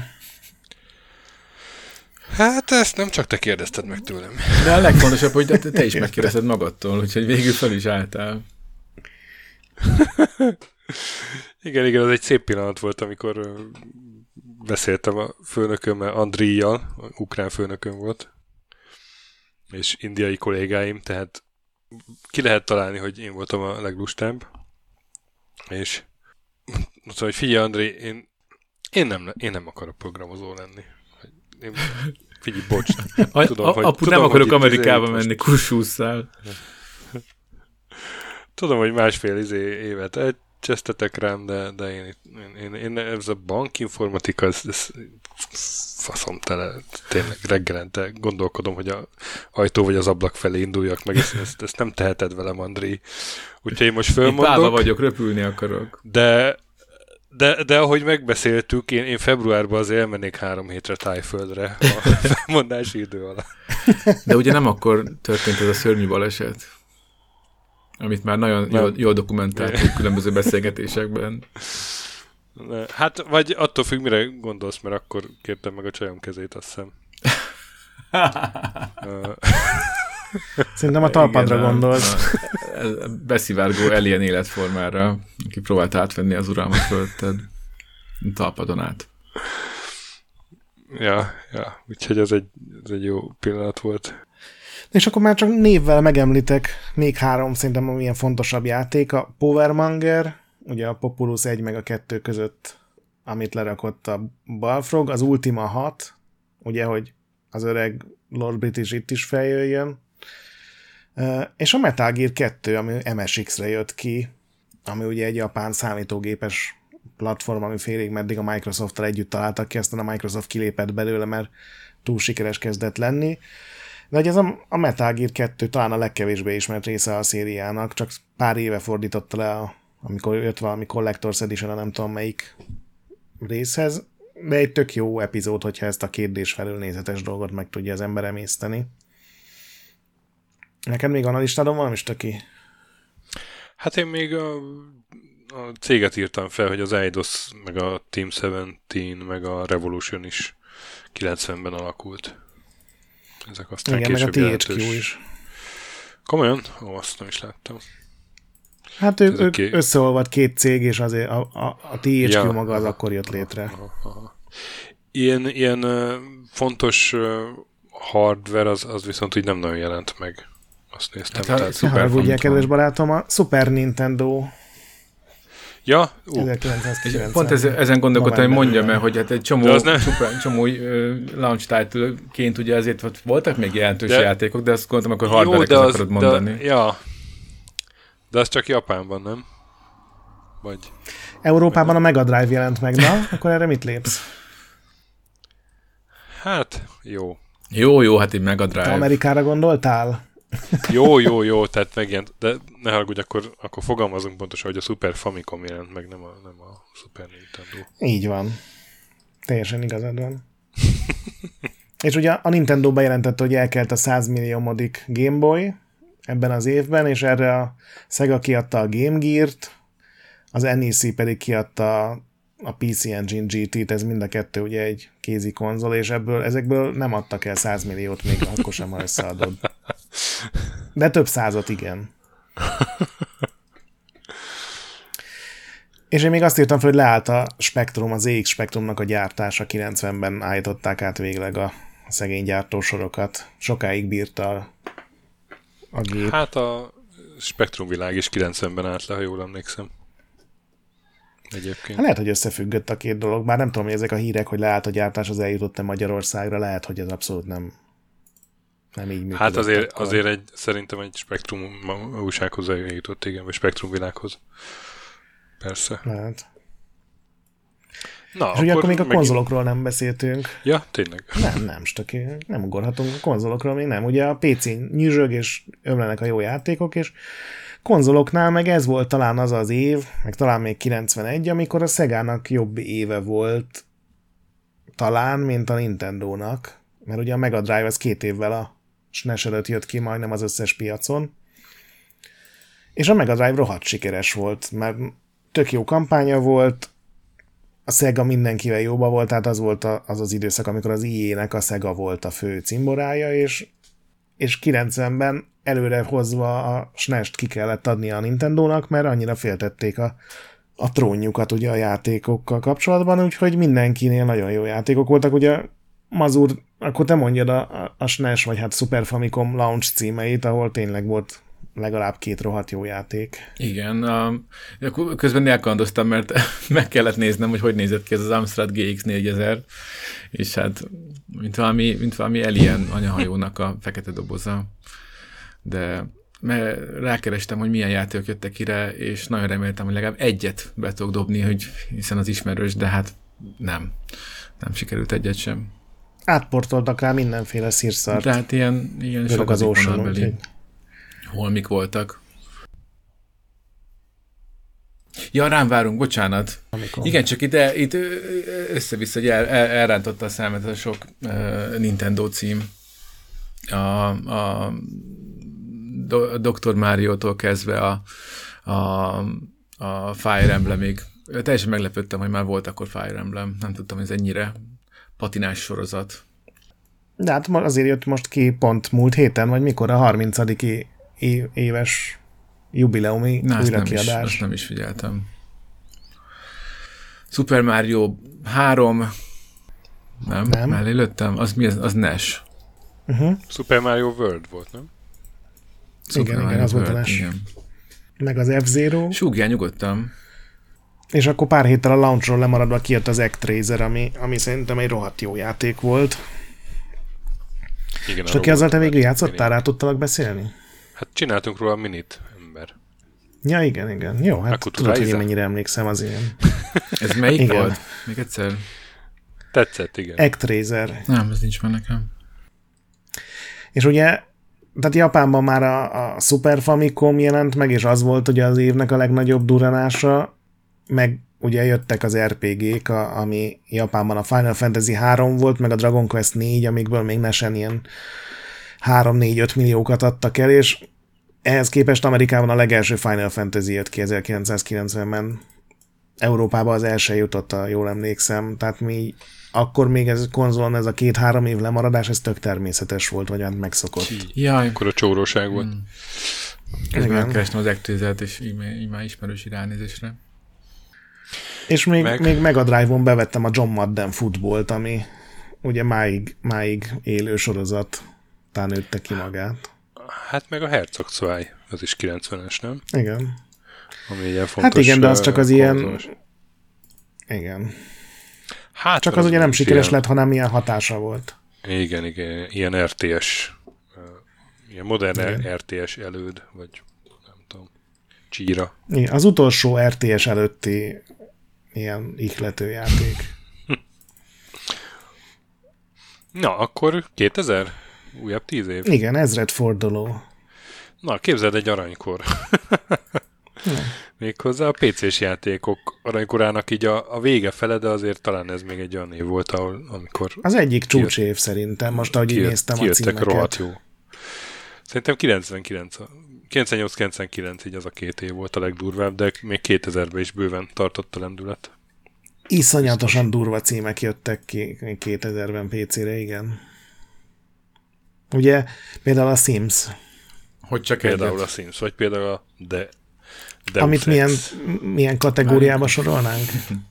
Hát ezt nem csak te kérdezted meg tőlem. De a legfontosabb, hogy te is megkérdezted magadtól, úgyhogy végül fel is álltál. Igen, az egy szép pillanat volt, amikor beszéltem a főnökömmel, Andrijjal, ukrán főnököm volt, és indiai kollégáim, tehát ki lehet találni, hogy én voltam a leglustább, és mondtam, hogy figyelj, Andri, én nem akarok programozó lenni. Figyelj, bocs. Apu, nem akarok Amerikába menni, kussússzál. Tudom, hogy másfél évet elcsesztetek rám, de én ez a bankinformatika, ez faszom tele. Tényleg reggelente gondolkodom, hogy az ajtó vagy az ablak felé induljak meg, ezt nem teheted velem, Andri. Úgyhogy én most fölmondok. Itt bába vagyok, röpülni akarok. De ahogy megbeszéltük, én februárban azért elmennék 3 hétre Tájföldre a felmondási idő alatt. De ugye nem akkor történt ez a szörnyű baleset, amit már nagyon jól dokumentáltuk különböző beszélgetésekben. Hát, vagy attól függ, mire gondolsz, mert akkor kértem meg a csajom kezét, azt hiszem. Szerintem a talpadra gondolsz. Beszivárgó alien életformára, aki próbált átvenni az uralmat fölötted talpadon át. Ja, úgyhogy ez egy jó pillanat volt. És akkor már csak névvel megemlítek még 3 szerintem amilyen fontosabb játék, a Powermonger, ugye a Populous 1 meg a 2 között, amit lerakott a Balfrog, az Ultima 6, ugye, hogy az öreg Lord British itt is feljöjjön, és a Metal Gear 2, ami MSX-re jött ki, ami ugye egy japán számítógépes platform, ami félig meddig a Microsoft-tal együtt találtak ki, aztán a Microsoft kilépett belőle, mert túl sikeres kezdett lenni. De hogy ez a Metal Gear 2 talán a legkevésbé ismert része a szériának, csak pár éve fordította le, amikor jött valami Collector's Edition, nem tudom melyik részhez, de egy tök jó epizód, hogyha ezt a 2D-s felülnézetes dolgot meg tudja az ember emészteni. Neked még van a listádon valami stöki? Hát én még a céget írtam fel, hogy az Eidos, meg a Team 17, meg a Revolution is 90-ben alakult. Ezek aztán igen, később meg a THQ is. Komolyan? Ó, azt nem is láttam. Hát ők összeolvadt 2 cég, és azért a THQ maga az akkor jött létre. Ilyen fontos hardware az viszont így nem nagyon jelent meg. Azt néztem. Hát, haragudjál, kedves barátom, a Super Nintendo. Ja? 1990. Pont ezen gondolkodtam, hogy mondjam el, hogy hát egy csomó launch title-ként ugye ezért voltak még jelentős játékok, de azt gondoltam, akkor hardware-eket akarod mondani. De az csak Japánban, nem? Vagy... Európában a Mega Drive jelent meg, na? Akkor erre mit lépsz? Hát, jó. Jó, hát egy Mega Drive. Te Amerikára gondoltál? Jó, tehát megjelent, de ne haragudj, akkor fogalmazunk pontosan, hogy a Super Famicom jelent meg, nem a Super Nintendo. Így van. Teljesen igazad van. És ugye a Nintendo bejelentette, hogy elkelt a 100 milliómodik Game Boy ebben az évben, és erre a Sega kiadta a Game Gear-t, az NEC pedig kiadta a PC Engine GT-t, ez mind a kettő ugye egy kézi konzol, és ezekből nem adtak el 100 milliót, még akkor sem, ha összeadod. De több százat, igen. És én még azt írtam fel, hogy leállt a Spectrum, az ZX Spectrumnak a gyártása, 90-ben állították át végleg a szegény gyártósorokat. Sokáig bírta a gép. Hát a Spektrum világ is 90-ben állt le, ha jól emlékszem. Egyébként. Lehet, hogy összefüggött a két dolog, bár nem tudom, hogy ezek a hírek, hogy leállt a gyártás, az eljutott-e Magyarországra, lehet, hogy ez abszolút nem így működött. Hát azért szerintem egy Spektrum újsághoz eljutott, igen, vagy Spektrum világhoz. Persze. Lehet. Na, és ugye akkor még a konzolokról nem beszéltünk. Ja, tényleg. Nem, stöki, nem ugorhatunk a konzolokról, még nem. Ugye a PC nyüzsög, és ömlenek a jó játékok, és konzoloknál meg ez volt talán az az év, meg talán még 91, amikor a Segának jobb éve volt talán, mint a Nintendónak, mert ugye a Mega Drive az 2 évvel a SNES előtt jött ki majdnem az összes piacon, és a Mega Drive rohadt sikeres volt, mert tök jó kampánya volt, a Sega mindenkivel jóba volt, tehát az volt az időszak, amikor az EA-nek a Sega volt a fő cimborája, és 90-ben előre hozva a SNES-t ki kellett adni a Nintendónak, mert annyira féltették a trónjukat ugye a játékokkal kapcsolatban, úgyhogy mindenkinél nagyon jó játékok voltak. Ugye Mazur, akkor te mondjad a SNES, vagy hát Super Famicom launch címeit, ahol tényleg volt legalább 2 rohadt jó játék. Igen, közben elkalandoztam, mert meg kellett néznem, hogy nézett ki ez az Amstrad GX4000, és hát mint valami Alien anyahajónak a fekete doboza. De rákerestem, hogy milyen játékok jöttek ki rá, és nagyon reméltem, hogy legalább egyet be tudok dobni, hiszen az ismerős, de hát nem sikerült egyet sem. Átportoltak rá mindenféle szírszart. De hát ilyen sok az vonalbeli holmik voltak. Ja, rám várunk, bocsánat. Amikor? Igen, csak itt össze-vissza, hogy elrántotta a számet a sok Nintendo cím. A Dr. Mario-tól kezdve a Fire Emblemig. Teljesen meglepődtem, hogy már volt akkor Fire Emblem. Nem tudtam, hogy ez ennyire patinás sorozat. De hát azért jött most ki pont múlt héten, vagy mikor a 30. éves jubileumi újrakiadás. Azt nem is figyeltem. Super Mario 3 nem. Mellé lőttem? Az mi? Az NES. Super Mario World volt, nem? Igen, az volt a NES. Igen. Meg az F-Zero. Súgjál nyugodtan. És akkor pár héttel a launchról lemaradva kijött az Actraiser, ami szerintem egy rohadt jó játék volt. Igen, és aki azzal te végül játszottál, rá tudtalak beszélni? Hát csináltunk róla minit, ember. Ja, igen. Jó, hát tudod, hogy én mennyire emlékszem az ilyen. Ez melyik volt? Még egyszer? Tetszett, igen. Actraiser. Nem, ez nincs már nekem. És ugye, tehát Japánban már a Super Famicom jelent meg, és az volt ugye az évnek a legnagyobb duranása, meg ugye jöttek az RPG-k, ami Japánban a Final Fantasy 3 volt, meg a Dragon Quest 4, amikből még NES-en ilyen 3-4-5 milliókat adtak el, és ehhez képest Amerikában a legelső Final Fantasy jött ki 1990-ben. Európában az első jutott, jól emlékszem, tehát mi akkor még ez konzolon ez a 2-3 év lemaradás, ez tök természetes volt, vagy hát megszokott. Jaj. Akkor a csóróság volt. Közben elkerestem az Actraiser-t, és így már ismerős ránézésre. És még Mega Drive-on bevettem a John Madden Footballt, ami ugye máig élő sorozat, talán nőtte ki magát. Hát meg a Herzog 2, az is 90-es, nem? Igen. Ami ilyen fontos. Hát igen, de az csak az ilyen... Igen. Hát csak az ugye nem sikeres lett, hanem ilyen hatása volt. Igen, ilyen RTS, ilyen modern RTS előd, vagy nem tudom, csíra. Igen, az utolsó RTS előtti ilyen ihlető játék. Na, akkor 2000? Újabb 10 év? Igen, ezredforduló. Na, képzeld egy aranykor. Méghozzá a PC-s játékok aranykorának így a vége fele, de azért talán ez még egy olyan év volt, amikor... Az egyik csúcsév szerintem, most ahogy így néztem a címeket. Rohadt jó. Szerintem 98-99 így az a 2 év volt a legdurvább, de még 2000-ben is bőven tartott a lendület. Iszonyatosan durva címek jöttek ki 2000-ben PC-re, igen. Ugye például a Sims. Hogy csak például a Sims, vagy például a Deus amit milyen kategóriába sorolnánk?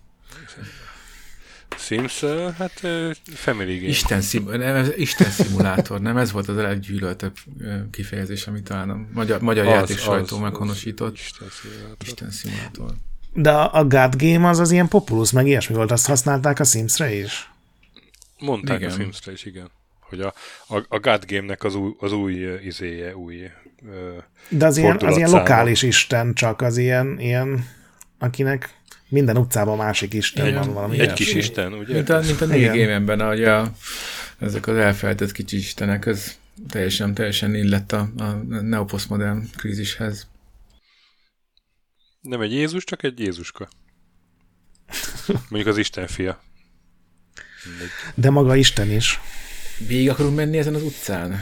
Sims, hát Family Game. Isten szimulátor, nem? Ez volt az a leggyűlöltebb kifejezés, amit talán a magyar játék sajtó meghonosított. Isten szimulátor. De a God Game az ilyen Populus, meg ilyesmi volt, azt használták a Simsre is? Mondták igen. A Simsre is, igen. Hogy a God Game-nek az új izéje, de az ilyen lokális isten, csak az ilyen akinek minden utcában másik isten van valami. Egy kis isten, ugye? Mint a Neil Gaimanben, ahogy ezek az elfelejtett kicsi istenek, ez teljesen illett a neoposztmodern krízishez. Nem egy Jézus, csak egy Jézuska. Mondjuk az Isten fia. De maga Isten is. Végig akarunk menni ezen az utcán?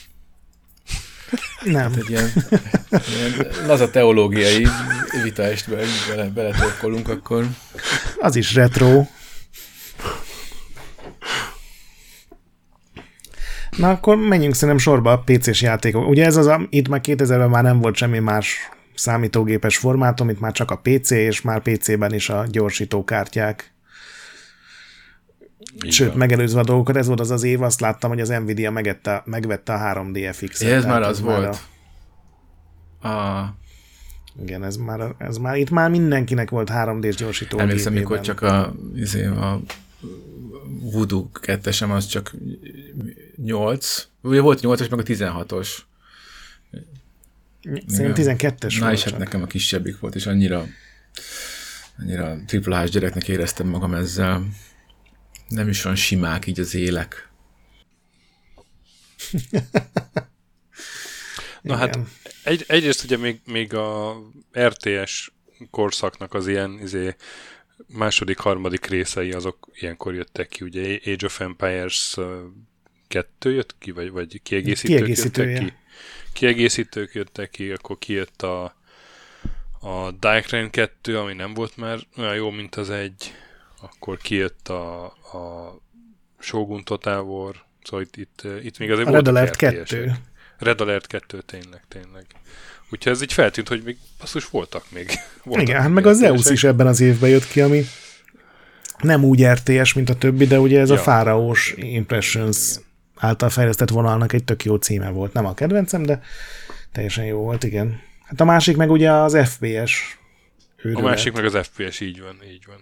Nem. Hát egy ilyen laza teológiai vitaestbe beletorkolunk, akkor... Az is retro. Na akkor menjünk szerintem sorba a PC-s játékok. Ugye ez itt már 2000-ben már nem volt semmi más számítógépes formátum, itt már csak a PC, és már PC-ben is a gyorsítókártyák. Sőt, megelőzve a dolgokat, ez volt az év, azt láttam, hogy az Nvidia megvette a 3DFX-et. Ez már az volt. Igen, ez már itt már mindenkinek volt 3D-s gyorsító. Emlékszem, mikor csak a Voodoo 2-esem az csak 8, ugye volt 8-as, meg a 16-os. Szerintem 12-es volt. Na és hát nekem a kisebbik volt, és annyira triple H gyereknek éreztem magam ezzel. Nem is olyan simák így az élek. Na hát egyrészt ugye még a RTS korszaknak az ilyen második, harmadik részei azok ilyenkor jöttek ki. Ugye Age of Empires 2 jött ki, vagy kiegészítők jöttek ki. Kiegészítők jöttek ki, akkor kijött a Diachrane 2, ami nem volt már olyan jó, mint az egy. Akkor kijött a Shogun Total War, szóval itt még azért a volt Red Alert 2. Red Alert 2, tényleg. Úgyhogy ez így feltűnt, hogy még basszus voltak még. Igen, hát meg a Zeus is ebben az évben jött ki, ami nem úgy RTS, mint a többi, de ugye ez a Pharaohs Impressions által fejlesztett vonalnak egy tök jó címe volt. Nem a kedvencem, de teljesen jó volt, igen. Hát a másik meg ugye az FPS. A másik meg az FPS, így van.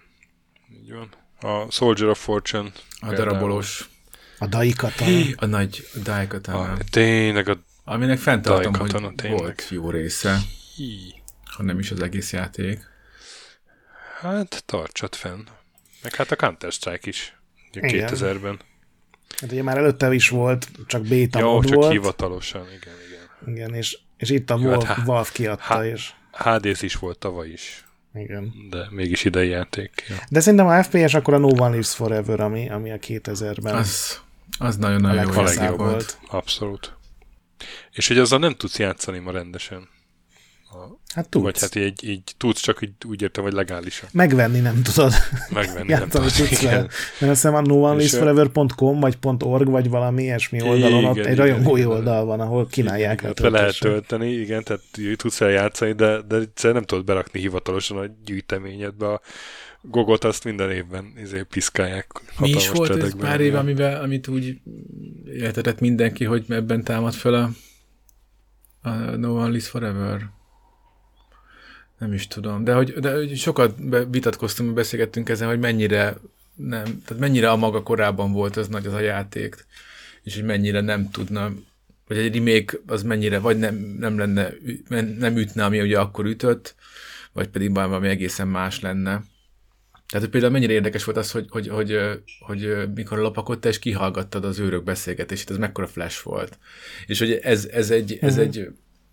A Soldier of Fortune. A darabolós. A Daikatana. A nagy Daikatana. Tényleg aminek fenntartom, hogy volt jó része. Ha nem is az egész játék. Hát tartsad fenn. Meg hát a Counter-Strike is. 2000-ben. Hát ugye már előtte is volt, csak beta jó, mod csak volt. hivatalosan, igen. És itt a Valve kiadta. És... Hades is volt tavaly is. Igen. De mégis idei játék. Ja. De szerintem a FPS akkor a No One Lives Forever, ami a 2000-ben az nagyon-nagyon jó volt. Abszolút. És hogy azzal nem tudsz játszani ma rendesen. Hát tudsz. Vagy hát így tudsz, csak úgy értem, hogy legálisan. Megvenni nem tudod. Megvenni nem tudod. Mert azt hiszem a noonelivesforever.com vagy .org vagy valami ilyesmi oldalon, ott egy rajongói oldal van, ahol kínálják le töltésre. Lehet tölteni, igen, tehát tudsz eljátszani, de nem tudod berakni hivatalosan a gyűjteményedbe. A Gogot azt minden évben piszkálják. Mi is volt ez pár év, amit úgy értetett mindenki, hogy ebben támad fel a No One Lives Forever? Nem is tudom. De hogy sokat vitatkoztunk, beszélgettünk ezen, hogy mennyire a maga korában volt az nagy az a játék, és hogy mennyire nem tudna, vagy egy remake az mennyire, vagy nem lenne, nem ütne, ami ugye akkor ütött, vagy pedig valami egészen más lenne. Tehát például mennyire érdekes volt az, hogy mikor lopakodtál, és kihallgattad az őrök beszélgetését, ez mekkora flash volt. És hogy ez egy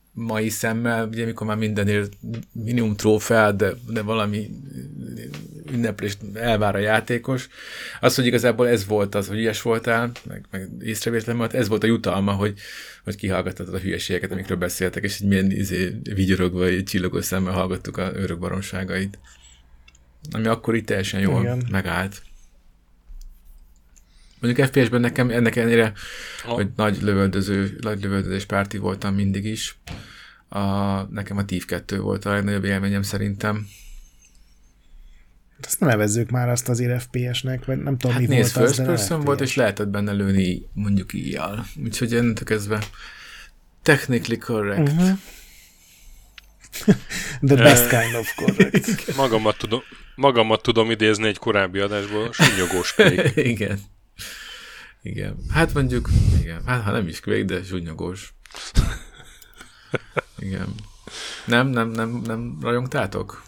mai szemmel, ugye mikor már mindenért minimum trófeát, de valami ünneplést elvár a játékos. Az, hogy igazából ez volt az, hogy ügyes voltál, meg észrevétlen volt, ez volt a jutalma, hogy kihallgattad a hülyeségeket, amikről beszéltek, és így milyen vigyorogva, vagy csillogó szemmel hallgattuk a őrök baromságait. Ami akkor itt teljesen jól megállt. Mondjuk FPS-ben nekem ennek ellenére, hogy nagy lövöldözés párti voltam mindig is. Nekem a Thief 2 volt a legnagyobb élményem szerintem. Ezt nevezzük már azt azért FPS-nek, vagy nem tudom, mi volt az, first person volt, és lehetett benne lőni mondjuk íjjal. Úgyhogy ennentől kezdve technically correct. The best kind of correct. Magamat tudom idézni egy korábbi adásból, sunnyogós Quake. Igen. Hát mondjuk, igen. Hát ha nem is Quake, de sunnyogós. Igen. Nem rajongtátok?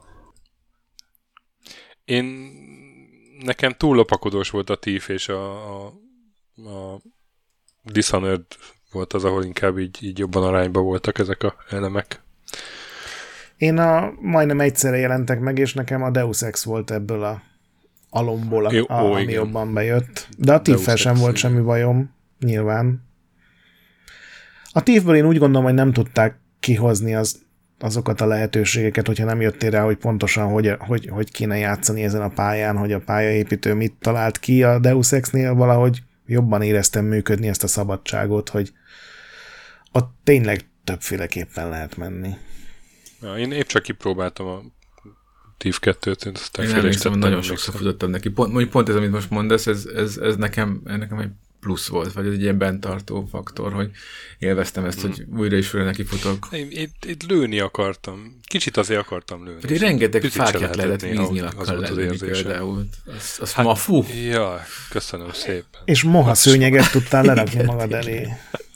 Nekem túl lopakodós volt a Thief, és a Dishonored volt az, ahol inkább így jobban arányban voltak ezek a elemek. Én majdnem egyszerre jelentek meg, és nekem a Deus Ex volt ebből a alomból, ami jobban bejött. De a Thief-fel sem volt semmi bajom, nyilván. A Thiefből én úgy gondolom, hogy nem tudták kihozni azokat a lehetőségeket, hogyha nem jöttél rá, hogy pontosan hogy kéne játszani ezen a pályán, hogy a pályaépítő mit talált ki. A Deus Ex-nél valahogy jobban éreztem működni ezt a szabadságot, hogy ott tényleg többféleképpen lehet menni. Ja, én épp csak kipróbáltam a Thief 2-t, aztán én emlékszem, nagyon sokszor futottam neki. Pont ez, amit most mondasz, ez nekem egy plusz volt, vagy ez egy ilyen bentartó faktor, hogy élveztem ezt, hogy újra és újra neki futok. Itt lőni akartam. Kicsit azért akartam lőni. Pedig rengeteg fákját lehetett víznyilakkal lelőni például. Az mafu? Ja, köszönöm szépen. És moha szőnyeget tudtál lerakni magad elé.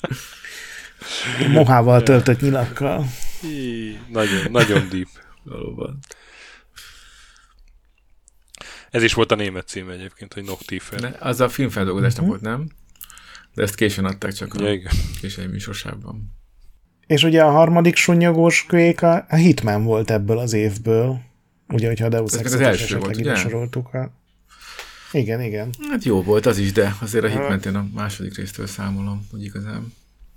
Mohával töltött nyilakkal. Nagyon deep. Valóban. Ez is volt a német cím egyébként, hogy Noctifer. Az a filmfeldolgozásnak volt, nem? De ezt későn adták csak a késői műsorsában. És ugye a harmadik sunnyogós Quake a Hitman volt ebből az évből. Ugye, hogyha a Deus Ex-et esetleg ide soroltuk. Igen. Hát jó volt az is, de azért a Hitman-t én a második résztől számolom, hogy igazán.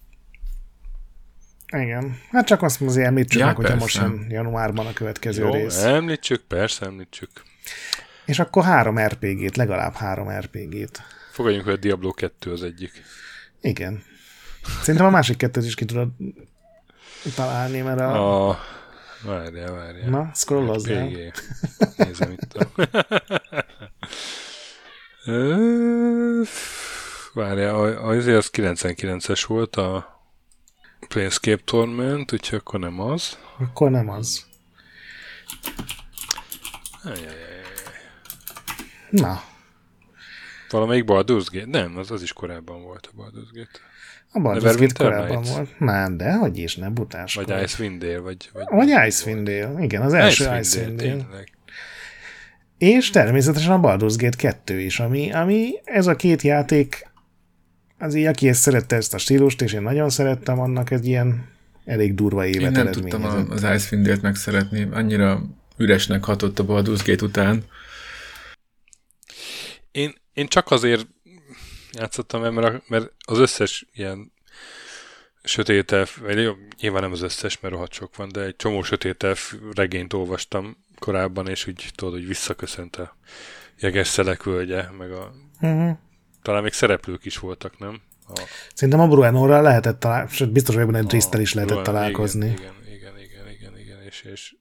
Igen. Hát csak azt azért említsük meg, hogyha most jön januárban a következő rész. Említsük. És akkor 3 RPG-t, legalább 3 RPG-t. Fogadjunk, hogy a Diablo 2 az egyik. Igen. Szerintem a másik 2-t is ki tudod találni, mert Várjál. Na, scrollozzál. Nézem itt. Várjál, az 99-es volt a Planescape Torment, úgyhogy akkor nem az. Akkor nem az. Na. Valamelyik Baldur's Gate? Nem, az is korábban volt a Baldur's Gate. A Baldur's Gate korábban volt. Nem, de hogy is, ne butáskodj. Vagy Icewind Dale, vagy Icewind Dale. Igen, az első Icewind Dale. És természetesen a Baldur's Gate 2 is, ami ez a két játék, az így, aki ezt szerette ezt a stílust, és én nagyon szerettem, annak egy ilyen elég durva évet eredményezett. Én nem tudtam az Icewind Dale-t megszeretni, annyira üresnek hatott a Baldur's Gate után. Én csak azért játszottam, mert az összes ilyen sötét elf, vagy jó, nyilván nem az összes, mert rohadt sok van, de egy csomó sötét elf regényt olvastam korábban, és úgy tudod, hogy visszaköszönt a Jeges-szelek völgye, meg talán még szereplők is voltak, nem? Szerintem a Bruenóra lehetett találkozni, sőt, biztos vagyok benne, hogy Dristel is lehetett találkozni. Igen,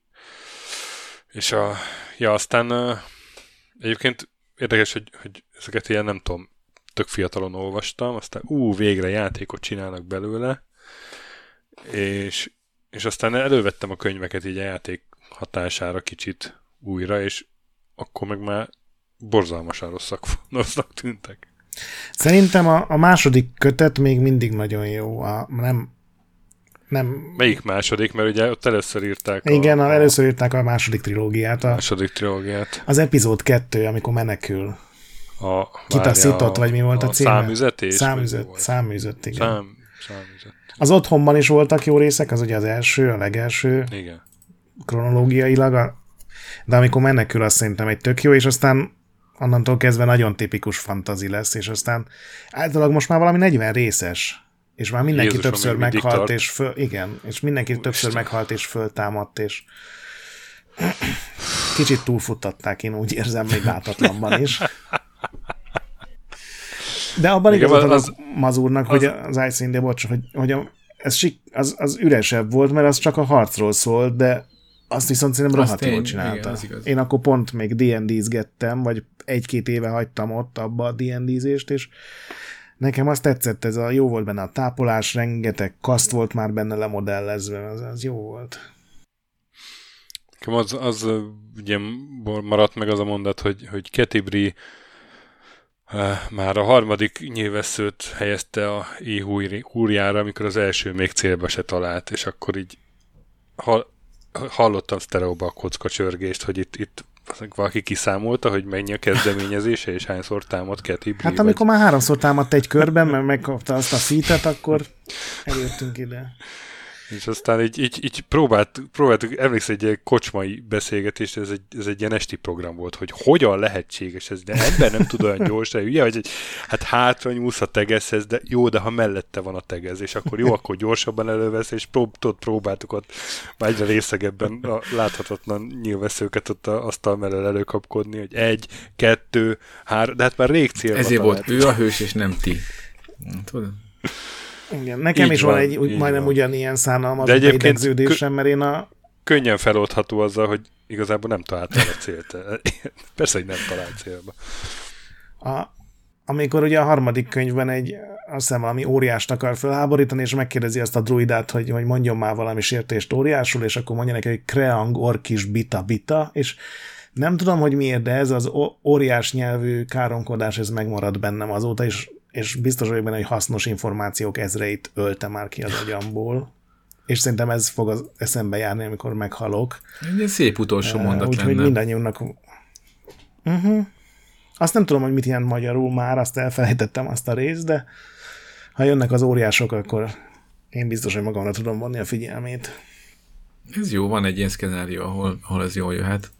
és aztán egyébként érdekes, hogy ezeket ilyen nem tudom, tök fiatalon olvastam, aztán végre játékot csinálnak belőle, és aztán elővettem a könyveket így a játék hatására kicsit újra, és akkor meg már borzalmasan rosszak tűntek. Szerintem a második kötet még mindig nagyon jó. Nem. Melyik második? Mert ugye ott először írták először írták a második trilógiát. Az epizód 2, amikor menekül. Kitaszított, vagy mi volt a címe? Számüzetés? Száműzött, igen. számított. Az otthonban is voltak jó részek, az ugye az első, a legelső. Igen. Kronológiailag, de amikor menekül, azt szerintem egy tök jó, és aztán onnantól kezdve nagyon tipikus fantasy lesz, és aztán általában most már valami 40 részes, és már mindenki Jézusom, többször még mindig meghalt, tart. és igen, és mindenki többször meghalt, és föltámadt, és kicsit túlfuttatták, én úgy érzem, még látatlanban is. De abban igazad az Mazurnak, hogy az Ice India, bocs, hogy az üresebb volt, mert az csak a harcról szólt, de azt viszont szerintem rohadt jól csinálta. Igen, én akkor pont még D&D-zgettem, vagy 1-2 éve hagytam ott abba a D&D-zést, és nekem azt tetszett, ez a jó volt benne a tápolás, rengeteg kaszt volt már benne lemodellezve, az jó volt. Nekem az ugye maradt meg az a mondat, hogy Ketibri már a harmadik nyilvesszőt helyezte a éhúrjára, amikor az első még célba se talált, és akkor így hallottam sztereóba a kockacsörgést, hogy itt valaki kiszámolta, hogy mennyi a kezdeményezése, és hányszor támad Ketibri. Hát amikor már 3-szor támadt egy körben, mert megkapta azt a featet, akkor eljöttünk ide. És aztán így próbáltuk, emlékszel, egy kocsmai beszélgetést, ez egy ilyen esti program volt, hogy hogyan lehetséges ez, de ember nem tud olyan gyors, de ugye, hogy hát hátra nyúlsz a tegezhez, de jó, de ha mellette van a tegez, és akkor jó, akkor gyorsabban elővesz, és próbáltuk ott már egyre részegebben a láthatatlan nyilvesszőket ott az asztal mellől előkapkodni, hogy 1, 2, 3, de hát már rég célba ezért talált. Volt ő a hős, és nem ti. Tudod? Igen, nekem így is van egy majdnem ugyanilyen szánalmas beidegződésem, mert én könnyen feloldható azzal, hogy igazából nem találtál a célt. Persze, hogy nem talált célba. Amikor ugye a harmadik könyvben azt hiszem valami óriást akar felháborítani, és megkérdezi azt a druidát, hogy mondjon már valami sértést óriásul, és akkor mondja neki, hogy Kreang Orkis Bita Bita, és nem tudom, hogy miért, de ez az óriás nyelvű káromkodás, ez megmaradt bennem azóta, és biztos vagyok benne, hogy hasznos információk ezreit ölte már ki az agyamból. És szerintem ez fog az eszembe járni, amikor meghalok. Egy szép utolsó mondat úgyhogy lenne. Mindannyiunknak... Azt nem tudom, hogy mit jelent magyarul már, azt elfelejtettem azt a részt, de ha jönnek az óriások, akkor én biztos, hogy magamra tudom vonni a figyelmét. Ez jó, van egy ilyen szkenárió, ahol ez jól jöhet.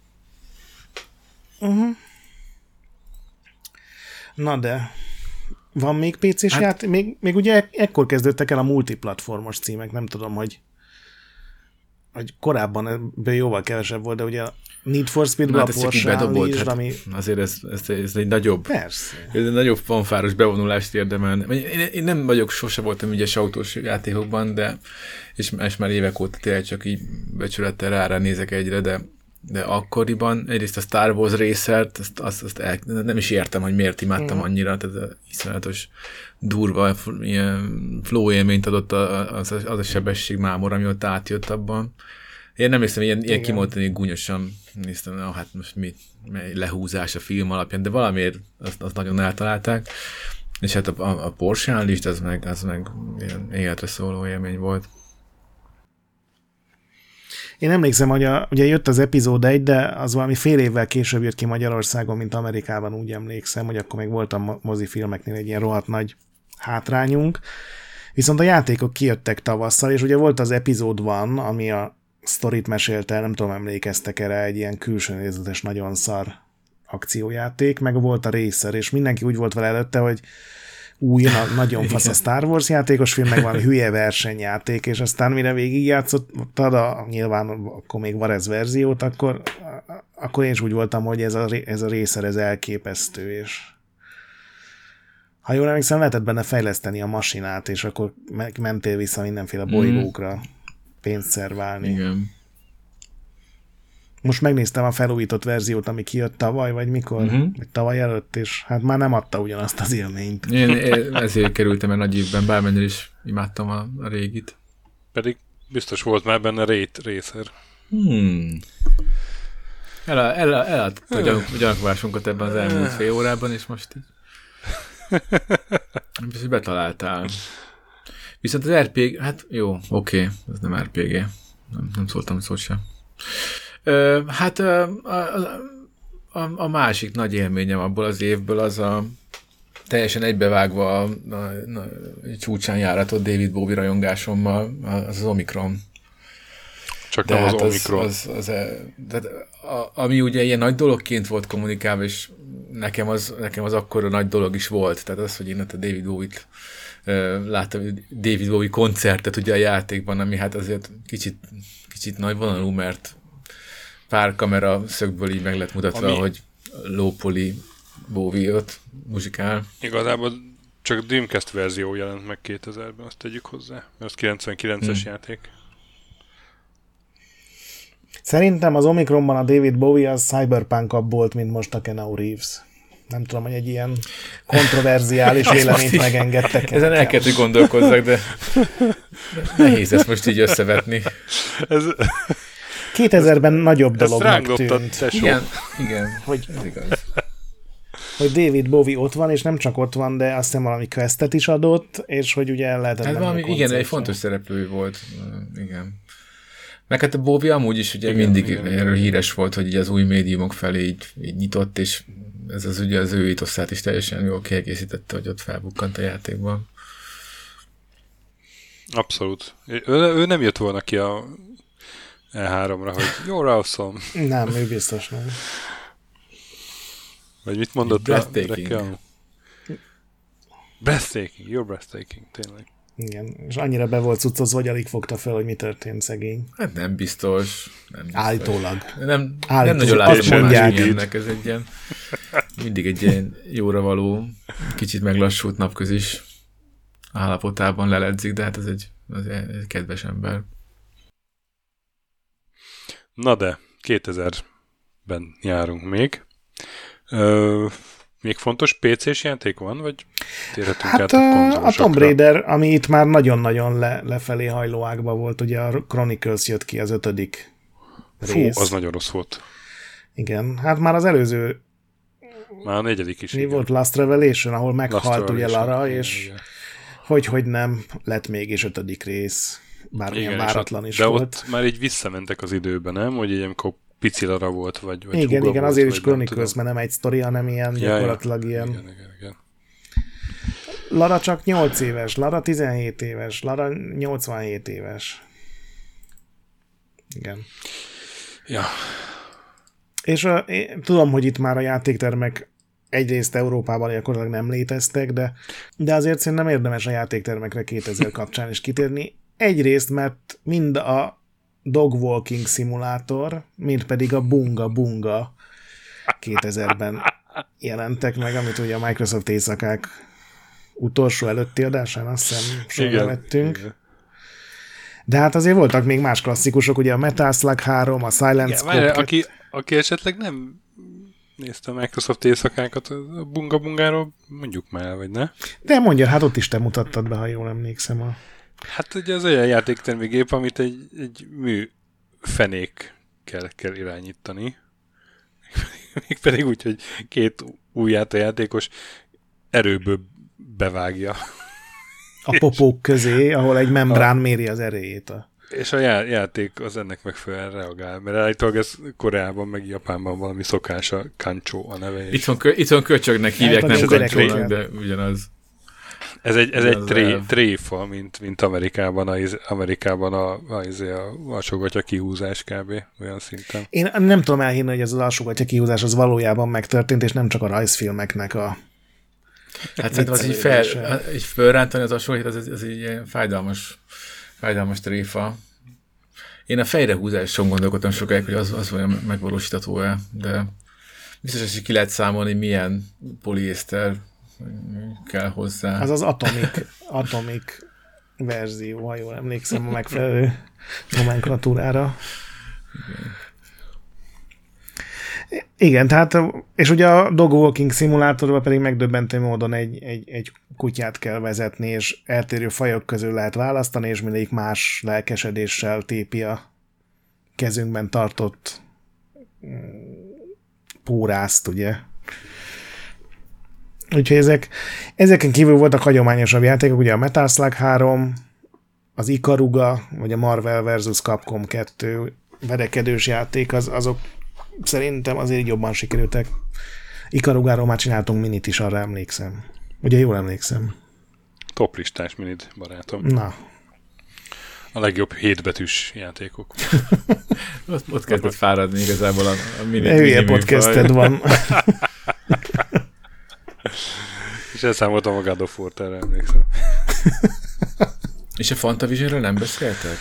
Na de... Van még PC-s játék? Még ugye ekkor kezdődtek el a multiplatformos címek, nem tudom, hogy korábban ebből jóval kevesebb volt, de ugye a Need for Speed-ből a Porsche Unleashed, ami... Azért ez egy nagyobb... Persze. Ez egy nagyobb fanfáros bevonulást érdemelne. Én nem vagyok, sose voltam ügyes autós játékokban, és már évek óta tényleg csak így becsülettel rá nézek egyre, de akkoriban egyrészt a Star Wars Racert, nem is értem, hogy miért imádtam annyira, tehát iszonyatos durva ilyen flow élményt adott az a sebességmámor, ami ott átjött abban. Én nem hiszem, ilyen kimondani gúnyosan néztem, hát most mi lehúzás a film alapján, de valamiért azt nagyon eltalálták. És hát a Porsche Unleashed, az meg ilyen életre szóló élmény volt. Én emlékszem, hogy ugye jött az epizód 1, de az valami fél évvel később jött ki Magyarországon, mint Amerikában, úgy emlékszem, hogy akkor még volt a mozifilmeknél egy ilyen rohadt nagy hátrányunk. Viszont a játékok kijöttek tavasszal, és ugye volt az epizód 1, ami a sztorit mesélte, nem tudom, emlékeztek erre, egy ilyen külső nézetes, nagyon szar akciójáték, meg volt a Racer, és mindenki úgy volt vele előtte, hogy új, nagyon fasz a Star Wars játékos film, meg valami hülye versenyjáték, és aztán mire végigjátszottad nyilván akkor még Varez verziót, akkor én is úgy voltam, hogy ez a Racer, ez elképesztő, és ha jól emlékszem, lehetett benne fejleszteni a masinát, és akkor mentél vissza mindenféle bolygókra pénzt szerválni. Igen. Most megnéztem a felújított verziót, ami kijött tavaly, vagy mikor, vagy tavaly előtt, és hát már nem adta ugyanazt az élményt. Én ezért kerültem el nagy évben, bármennyire is imádtam a régit. Pedig biztos volt már benne Racer. Eladta a gyanakvásunkat ebben az elmúlt fél órában, és most így biztos, betaláltál. Viszont az RPG, hát jó, oké, ez nem RPG. Nem szóltam szót sem. Hát a másik nagy élményem abból az évből az teljesen egybevágva a csúcsán járatott David Bowie rajongásommal, az Omikron. Csak de nem hát az Omikron. Ami ugye ilyen nagy dologként volt kommunikálva, és nekem az akkora nagy dolog is volt. Tehát az, hogy én ott a David Bowie-t láttam, David Bowie koncertet ugye a játékban, ami hát azért kicsit nagyvonalú, mert pár kamera szögből így meg lett mutatva, hogy low poly Bowie-ot muzsikál. Igazából csak Dreamcast verzió jelent meg 2000-ben, azt tegyük hozzá, mert az 99-es játék. Szerintem az Omikronban a David Bowie az cyberpunk-abb volt, mint most a Keanu Reeves. Nem tudom, hogy egy ilyen kontroverziális véleményt megengedtek. Ezen el kell, hogy gondolkozzak, de nehéz ezt most így összevetni. 2000-ben nagyobb dolognak tűnt. Igen, hogy, ez igaz. Hogy David Bowie ott van, és nem csak ott van, de azt hiszem valami questet is adott, és hogy ugye el lehetett menni a koncertre. Igen, egy fontos szereplő volt. Igen. Meg hát a Bowie amúgy is ugye mindig erről híres volt, hogy így az új médiumok felé így nyitott, és ez az ugye az ő itoszát is teljesen jól kiegészítette, hogy ott felbukkant a játékban. Abszolút. Ő nem jött volna ki a E3-ra, hogy you're awesome. Nem, ő biztos nem. Vagy mit mondott breathtaking. Breathtaking, you're breathtaking, tényleg. Igen, és annyira be volt cuccozva, hogy alig fogta fel, hogy mi történt szegény. Hát nem biztos. Állítólag. Nem nagyon látom ennek, ez egy ilyen, mindig egy ilyen jóra való, kicsit meglassult napközis állapotában leledzik, de hát ez egy kedves ember. Na de, 2000-ben járunk még. Még fontos PC-s játék van, vagy térhetünk át a konzolosokra? A Tomb Raider, ami itt már nagyon-nagyon lefelé hajló ágba volt, ugye a Chronicles jött ki az 5. rész. Az nagyon rossz volt. Igen, hát már az előző már a 4. is. Mi volt? Last Revelation, ahol meghalt ugye Lara, és hogy nem, lett mégis 5. rész. Bármilyen váratlan is de volt. ott már így visszamentek az időben, nem? Hogy így amikor pici Lara volt, vagy igen, volt, azért is Chronicles, mert nem egy sztori, hanem ilyen gyakorlatilag ilyen. Igen. Lara csak 8 éves, Lara 17 éves, Lara 87 éves. Igen. Ja. És én tudom, hogy itt már a játéktermek egyrészt Európában gyakorlatilag nem léteztek, de azért szerintem érdemes a játéktermekre 2000 kapcsán is kitérni. Egyrészt, mert mind a Dog Walking Simulator, mint pedig a Bunga Bunga 2000-ben jelentek meg, amit ugye a Microsoft éjszakák utolsó előtti adásán azt hiszem sorra vettünk. Igen. De hát azért voltak még más klasszikusok, ugye a Metal Slug 3, a Silent Scope. Aki esetleg nem nézte a Microsoft éjszakákat a Bunga Bungáról, mondjuk már, vagy ne? De mondja, hát ott is te mutattad be, ha jól emlékszem. Hát ugye az olyan játéktermégép, amit egy műfenék kell irányítani. Mégpedig úgy, hogy 2 új játékos erőből bevágja. A popók közé, ahol egy membrán méri az erejét. És a játék az ennek megfelelően reagál, mert állítólag ez Koreában meg Japánban valami szokás, a kancsó a neve. Itthon köcsögnek hívják, nem kancsónak, de ugyanaz. Ez egy tréfa, mint Amerikában a alsógatya kihúzás kb. Olyan szinten. Én nem tudom elhinni, hogy ez az alsógatya kihúzás az valójában megtörtént, és nem csak a rajzfilmeknek a... Hát szerintem az így fölrántani az alsógatyát, az egy ilyen fájdalmas tréfa. Én a fejrehúzáson gondolkodtam sokáig, hogy az olyan megvalósítható-e, de biztos, hogy ki lehet számolni, milyen poliészter kell hozzá. Az Atomic verzió, ha jól emlékszem a megfelelő nomenklatúrára. Igen, tehát, és ugye a Dog Walking Simulatorban pedig megdöbbentő módon egy kutyát kell vezetni, és eltérő fajok közül lehet választani, és mindegyik más lelkesedéssel tépi a kezünkben tartott pórázt, ugye. Úgyhogy ezeken kívül voltak hagyományosabb játékok, ugye a Metal Slug 3, az Ikaruga, vagy a Marvel vs. Capcom 2 verekedős játék, azok szerintem azért jobban sikerültek. Ikarugáról már csináltunk minit is, arra emlékszem. Ugye jól emlékszem. Toplistás minid, barátom. Na. A legjobb 7 betűs játékok. Ott kezdett fáradni igazából a mini hülye podcasted van. És elszámoltam a God of War-t, erre emlékszem. És a Fantavisionről nem beszéltek?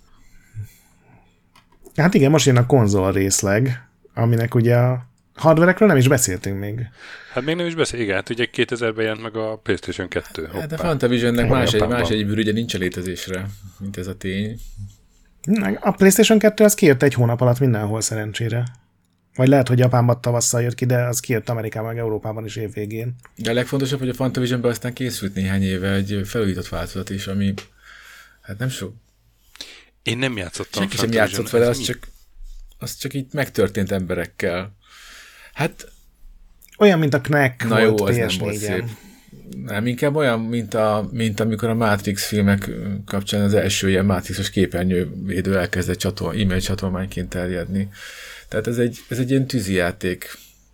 Hát igen, most jön a konzol részleg, aminek ugye a hardverekről nem is beszéltünk még. Hát még nem is beszél, igen, hát ugye 2000-ben jelent meg a PlayStation 2. Hoppá. Hát a Fantavisionnek más egy bűrügye nincs a létezésre, mint ez a tény. A PlayStation 2 az kijött egy hónap alatt mindenhol szerencsére. Vagy lehet, hogy Japánban tavasszal jött ki, de az kijött Amerikában, meg Európában is évvégén. De a legfontosabb, hogy a Fantavisionben aztán készült néhány éve egy felújított változat is, ami hát nem sok. Én nem játszottam. Senki sem játszott vele, az csak így megtörtént emberekkel. Hát olyan, mint a Knack na volt jó, az nem volt PS4-en. szép. Nem, inkább olyan, mint amikor a Matrix filmek kapcsán az első ilyen Matrixos képernyővédő elkezdett e-mail csatolmányként terjedni. Tehát ez egy ilyen tűzijáték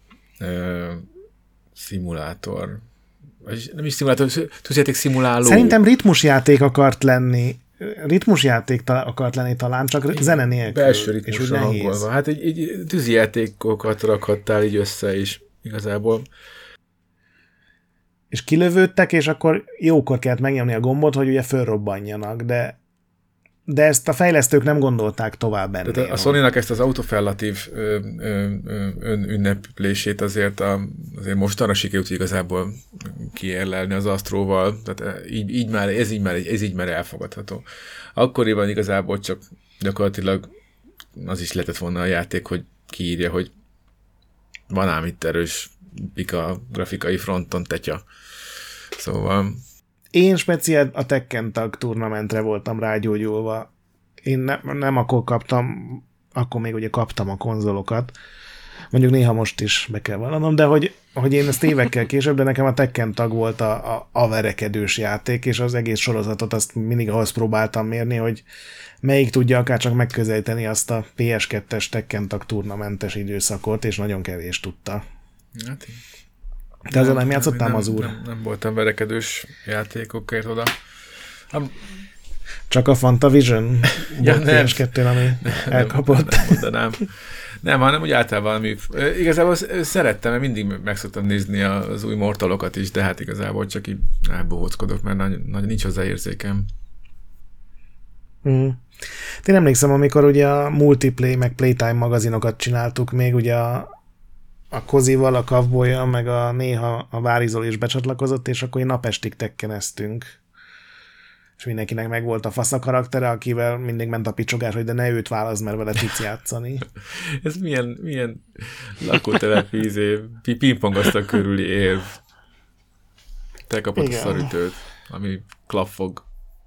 szimulátor. Vagy nem is szimulátor, tűzijáték szimuláló. Szerintem ritmusjáték akart lenni talán, csak zene nélkül. Belső ritmusra hangolva. Hát egy tűzijátékokat rakhattál így össze is igazából. És kilövődtek, és akkor jókor kellett megnyomni a gombot, hogy ugye fölrobbanjanak, de ezt a fejlesztők nem gondolták tovább ennél. Tehát a Sony-nak ezt az autofellatív ünneplését azért mostanra sikerült igazából kiérlelni az Astróval, tehát ez így már elfogadható. Akkoriban igazából csak gyakorlatilag az is lehetett volna a játék, hogy kiírja, hogy van ám itt erős pika grafikai fronton tetya. Szóval... Én speciál a Tekken Tag Tournamentre voltam rágyógyulva. Én nem akkor kaptam, akkor még ugye kaptam a konzolokat. Mondjuk néha most is be kell vallanom, de hogy én ezt évekkel később, de nekem a Tekken Tag volt a verekedős játék, és az egész sorozatot azt mindig ahhoz próbáltam mérni, hogy melyik tudja akár csak megközelíteni azt a PS2-es Tekken Tag Tournamentes időszakot, és nagyon kevés tudta. Hát te azon nem játszottál, az úr? Nem voltam verekedős játékokért oda. Csak a Fantavision ja, PS2-n, ami elkapott. Nem mondanám. Nem, hanem úgy általában, ami... Igazából szerettem, mert mindig meg szoktam nézni az új Mortalokat is, de hát igazából csak így elbohóckodok, mert nagyon nincs hozzá érzékem. Én emlékszem, amikor ugye a Multiplay meg Playtime magazinokat csináltuk, még ugye a Kozival, a Cowboy-jal, meg néha a Várizol is becsatlakozott, és akkor napestig tekkeneztünk. És mindenkinek meg volt a fasz a karaktere, akivel mindig ment a picsogás, hogy de ne őt válaszd, mert vele tudsz játszani. Ez milyen lakótelepi pingpongasztal körüli érv. Te kapod a szarütőt, ami klappfog.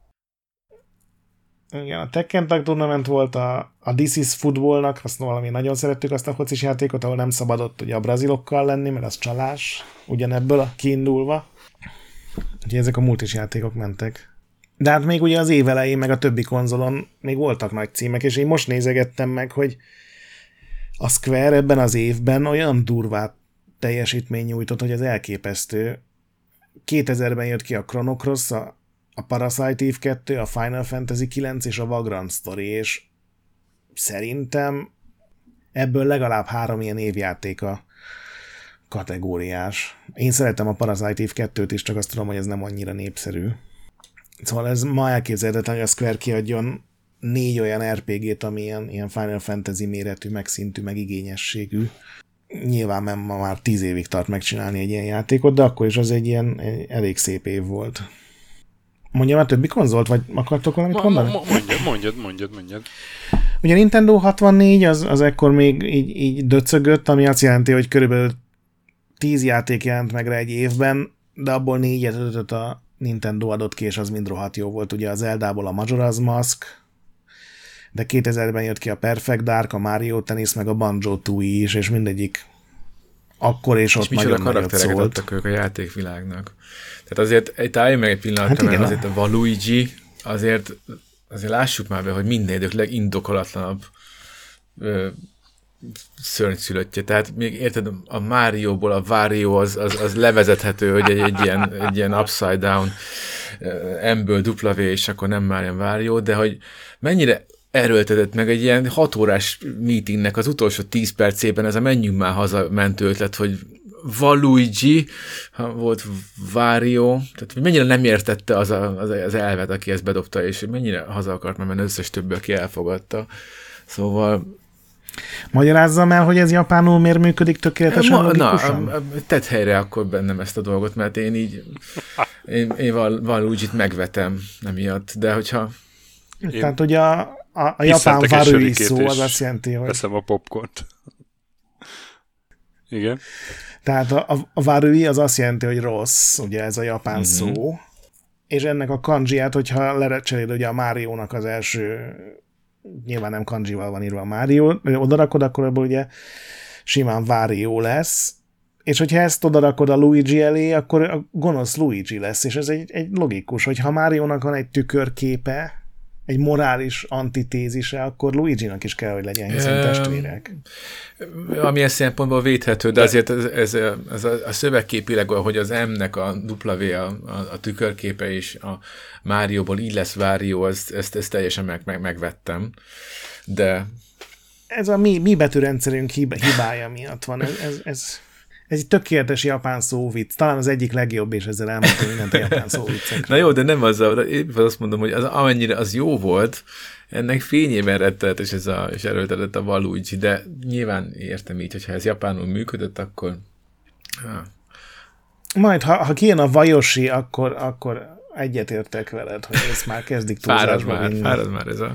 Igen, a Tekken Tag Tournament volt a This is Footballnak, azt valami nagyon szerettük azt a focis játékot, ahol nem szabadott ugye a brazilokkal lenni, mert az csalás, ugyanebből a kiindulva. Úgyhogy ezek a multis játékok mentek. De hát még ugye az év elején, meg a többi konzolon még voltak nagy címek, és én most nézegettem meg, hogy a Square ebben az évben olyan durvát teljesítmény nyújtott, hogy az elképesztő. 2000-ben jött ki a Chrono Cross, a Parasite Eve 2, a Final Fantasy 9 és a Vagrant Story, és szerintem ebből legalább 3 ilyen évjátéka kategóriás. Én szeretem a Parasite Eve 2-t is, csak azt tudom, hogy ez nem annyira népszerű. Szóval ez ma elképzelhetetlen, hogy a Square kiadjon 4 olyan RPG-t, ami ilyen Final Fantasy méretű, meg szintű, meg igényességű. Nyilván ma már 10 évig tart megcsinálni egy ilyen játékot, de akkor is az egy elég szép év volt. Mondjam a többi konzolt, vagy akartok valamit mondani? Mondjad. Ugye a Nintendo 64 az ekkor még így döcögött, ami azt jelenti, hogy körülbelül 10 játék jelent meg rá egy évben, de abból 4-5 a Nintendo adott ki, és az mind rohadt jó volt. Ugye az Zeldából a Majora's Mask, de 2000-ben jött ki a Perfect Dark, a Mario Tennis, meg a Banjo-Tooie is, és mindegyik akkor és ott nagyon nagyot szólt. Adtak ők a játékvilágnak. Tehát azért itt álljunk meg egy pillanatra, hát mert azért a Waluigi, azért lássuk már be, hogy minden idők legindokolatlanabb szörnyszülöttje. Tehát még érted, a Márióból a Wario az levezethető, hogy egy ilyen upside down M-ből W, és akkor nem már ilyen Wario, de hogy mennyire erőltetett meg egy ilyen 6 órás meetingnek az utolsó 10 percében ez a menjünk már haza mentő ötlet, hogy Waluigi, volt Wario, tehát mennyire nem értette az elvet, aki ezt bedobta, és mennyire haza akart menni összes többi, aki elfogadta. Szóval... Magyarázzam el, hogy ez japánul miért működik tökéletesen logikusan? Tedd helyre akkor bennem ezt a dolgot, mert én így én Waluigi-t megvetem emiatt, de hogyha... Tehát ugye a japán Warui szó az azt jelenti, hogy... Veszem a popcornt. Igen. Tehát a Warui az azt jelenti, hogy rossz, ugye ez a japán szó, és ennek a kanjiát, hogyha lerecseléd ugye a Máriónak az első, nyilván nem kanjival van írva a Mário, odarakod, akkor abból ugye simán Wario lesz, és hogyha ezt odarakod a Luigi elé, akkor a gonosz Luigi lesz, és ez egy logikus, hogy ha Máriónak van egy tükörképe, egy morális antitézise, akkor Luigi-nak is kell, hogy legyen, hiszen testvérek. Amilyen szempontból védhető, de azért ez a szövegképileg, hogy az M-nek a W a tükörképe, és a Márióból így lesz Wario, ezt teljesen megvettem. De... Ez a mi betűrendszerünk hibája miatt van. Ez egy tökéletes japán szóvic. Talán az egyik legjobb, és ezzel elmondtam mindent a japán szóvicekre. Na jó, de nem én azt mondom, hogy amennyire az jó volt, ennek fényében rettenet, és erőltetett a Waluigi, de nyilván értem így, hogyha ez japánul működött, akkor... Majd, ha kijön a Vajosi, akkor egyetértek veled, hogy ez már kezdik túlzásba vinni. Fárad már ez a...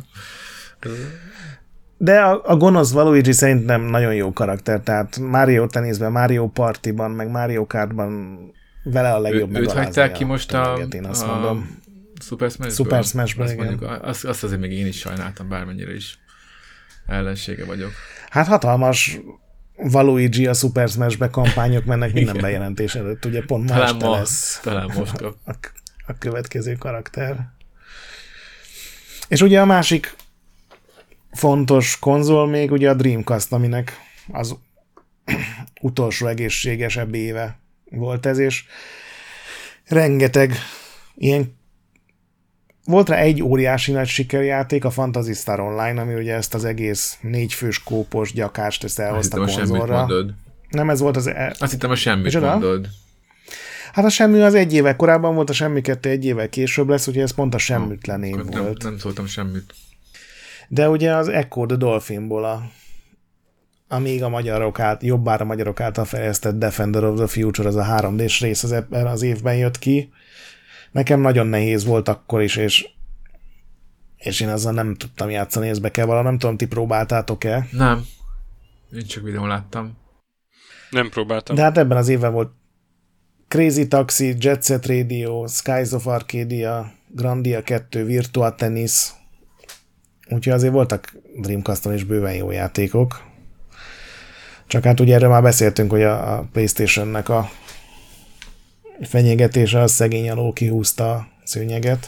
De a gonosz Waluigi szerintem nagyon jó karakter, tehát Mario Tennisben, Mario Partyban, meg Mario Kartban vele a legjobb megalázni. Őt hagyták ki most én azt mondom. Super Smash-ből? Super Smash-ből, igen. Mondjuk, azt azért még én is sajnáltam, bármennyire is ellensége vagyok. Hát hatalmas Waluigi a Super Smash-be kampányok mennek minden bejelentés előtt, ugye pont ma este lesz talán most a következő karakter. És ugye a másik fontos konzol még ugye a Dreamcast, aminek az utolsó egészségesebb éve volt ez, és rengeteg ilyen volt rá egy óriási nagy sikerjáték, a Phantasy Star Online, ami ugye ezt az egész 4 fős kópos gyakást ezt elhozta konzolra. Nem, ez volt az... Azt hittem, a semmit mondod. Hát a semmi az 1 éve korábban volt, a semmi 2 1 évvel később lesz, ugye ez pont a semmitlen év volt. Nem szóltam semmit. De ugye az Echo the Dolphinból amíg a magyarok jobbára magyarok által fejlesztett Defender of the Future, az a 3D-s rész ebben az évben jött ki. Nekem nagyon nehéz volt akkor is, és én azzal nem tudtam játszani, ezt be kell valahogy. Nem tudom, ti próbáltátok-e? Nem. Én csak videón láttam. Nem próbáltam. De hát ebben az évben volt Crazy Taxi, Jet Set Radio, Skies of Arcadia, Grandia 2, Virtua Tennis. Úgyhogy azért voltak Dreamcaston is bőven jó játékok. Csak hát ugye erről már beszéltünk, hogy a PlayStation-nek a fenyegetése az szegény alól kihúzta a szőnyeget.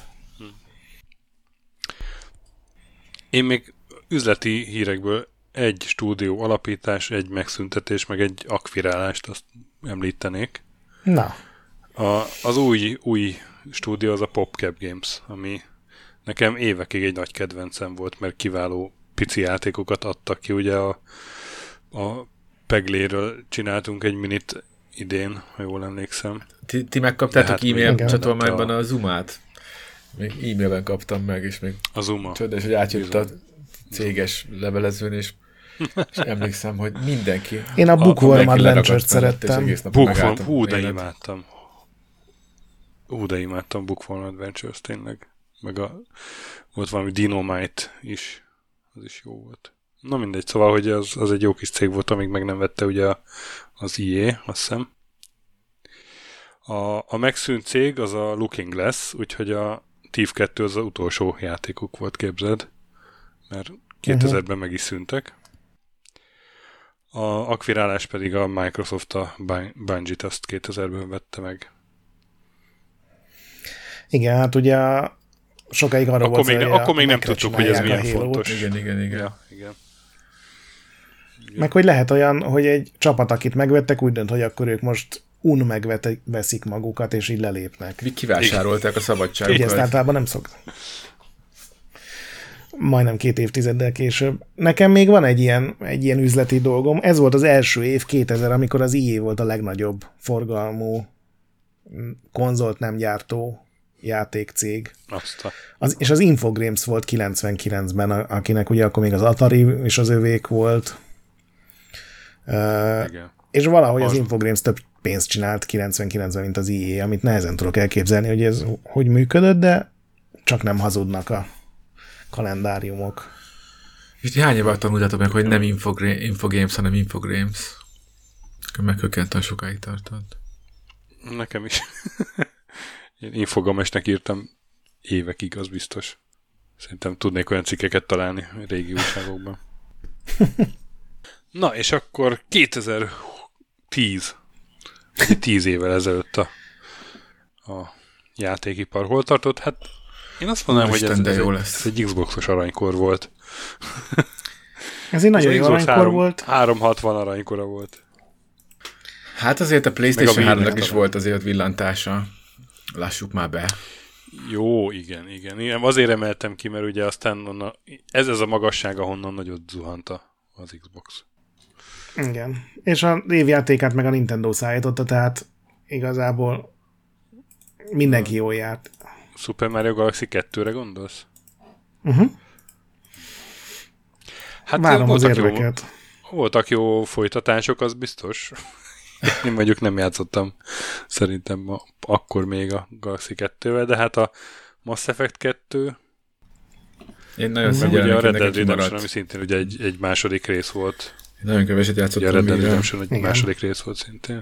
Én még üzleti hírekből egy stúdió alapítás, egy megszüntetés, meg egy akvirálást azt említenék. Na. Az új stúdió az a PopCap Games, ami nekem évekig egy nagy kedvencem volt, mert kiváló pici játékokat adtak ki. Ugye a Pegléről csináltunk egy minit idén, ha jól emlékszem. Ti megkaptátok e-mail csatolmányban a Zumát? Még e-mailben kaptam meg, és még a Zuma. Csodás, hogy átjött a céges levelezőn, és emlékszem, hogy mindenki... Én a Bookworm Adventure-t szerettem. Bookworm, de imádtam Bookworm Adventures tényleg. Meg volt valami Dynamite is, az is jó volt. Na mindegy, szóval, hogy az egy jó kis cég volt, amíg meg nem vette ugye az EA, azt hiszem. A megszűnt cég az a Looking Glass, úgyhogy a Thief 2 az utolsó játékuk volt, képzeld, mert 2000-ben meg is szűntek. A akvirálás pedig a Microsoft a Bungie-t azt 2000-ben vette meg. Igen, hát ugye sokáig arra akkor volt, akkor még nem tudtuk, hogy ez milyen fontos. Igen. Igen. Meg hogy lehet olyan, hogy egy csapat, akit megvettek, úgy dönt, hogy akkor ők most megveszik magukat, és így lelépnek. Mi kivásárolták a szabadságukat. Ugye ezt általában nem szoktak. Majdnem 2 évtizeddel később. Nekem még van egy ilyen üzleti dolgom. Ez volt az első év, 2000, amikor az EA volt a legnagyobb forgalmú konzolt nem gyártó játékcég. És az Infogrames volt 99-ben, akinek ugye akkor még az Atari és az övék volt. És valahogy az Infogrames több pénzt csinált 99-ben, mint az EA, amit nehezen tudok elképzelni, hogy ez hogy működött, de csak nem hazudnak a kalendáriumok. És hány évet tanultatok meg, hogy nem Infogames, hanem Infogrames? Meghökkentően sokáig tartott. Nekem is. Én Infogamesnek írtam évekig, az biztos. Szerintem tudnék olyan cikkeket találni régi újságokban. Na, és akkor 2010. 10 évvel ezelőtt a játékipar hol tartott? Hát én azt mondanám, hogy ez egy Xbox-os aranykor volt. Ez egy nagyon jó aranykor volt. 360 aranykora volt. Hát azért a PlayStation 3-nak is volt azért villantása. Lássuk már be. Jó, igen. Azért emeltem ki, mert ugye aztán ez a magasság, ahonnan nagyot zuhant az Xbox. Igen. És a évjátékát meg a Nintendo szállította, tehát igazából mindenki jól járt. Super Mario Galaxy 2-re gondolsz? Hát várom az érveket. Voltak jó folytatások, az biztos. Én mondjuk nem játszottam szerintem akkor még a Galaxy 2-vel, de hát a Mass Effect 2 én nagyon ugye a Red Dead Redemption, ami szintén ugye egy második rész volt. Én nagyon keveset játszottam. A Red Dead Redemption egy második rész volt szintén.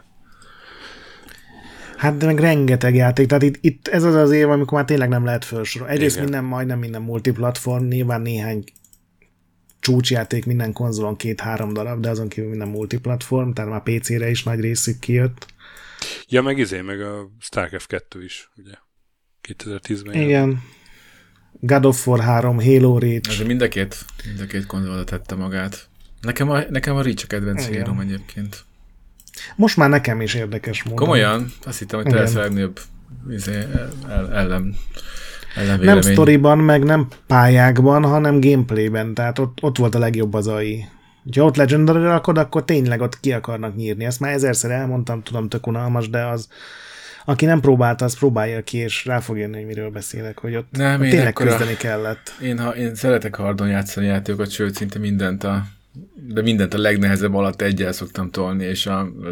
Hát de meg rengeteg játék, tehát itt ez az év, amikor már tényleg nem lehet felsorolni. Egyrészt majdnem minden multiplatform, nyilván néhány csúcsjáték minden konzolon 2-3 darab, de azon kívül minden multiplatform, tehát már PC-re is nagy részük kijött. Ja, meg a StarCraft 2 is, ugye, 2010-ben. Igen. God of War 3, Halo Reach. Ez mind a két konzolra tette magát. Nekem a Reach a kedvenc hírom egyébként. Most már nekem is érdekes módon. Komolyan? Azt hittem, hogy te lesz a legnagyobb ellen nem sztoriban, meg nem pályákban, hanem gameplayben, tehát ott volt a legjobb az AI. Ha ott Legendary rakod, akkor tényleg ott ki akarnak nyírni. Ezt már 1000-szer elmondtam, tudom, tök unalmas, de az, aki nem próbálta, az próbálja ki, és rá fog jönni, hogy miről beszélek, hogy ott tényleg küzdeni kellett. Én szeretek hardon játszani játékokat, sőt, szinte mindent a legnehezebb alatt egyel szoktam tolni, és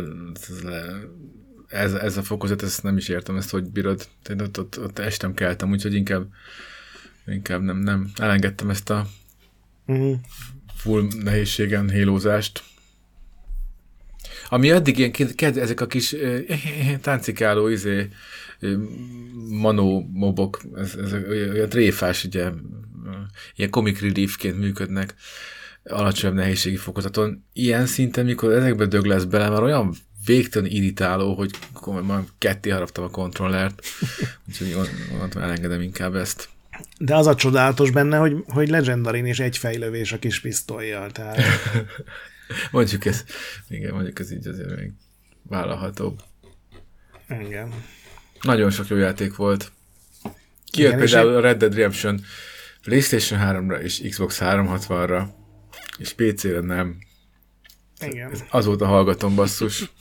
ez a fokozat, ezt nem is értem, ezt hogy bírod. Ott estem keltem, úgyhogy inkább nem elengedtem ezt a full nehézségen hélózást. Ami addig ilyen ezek a kis táncikáló manó mobok, ez olyan tréfás, ugye, ilyen comic reliefként működnek alacsonyabb nehézségi fokozaton. Ilyen szinten, mikor ezekbe dög lesz bele, már olyan végtelen irritáló, hogy már ketté haraptam a kontrollert, úgyhogy elengedem inkább ezt. De az a csodálatos benne, hogy Legendarin is egy fejlövés a kis pisztollyal, tehát... mondjuk ez így azért még vállalható. Igen. Nagyon sok jó játék volt. Kijött például a Red Dead Redemption PlayStation 3-ra és Xbox 360-ra, és PC-re nem. Igen. Azóta hallgatom, basszus.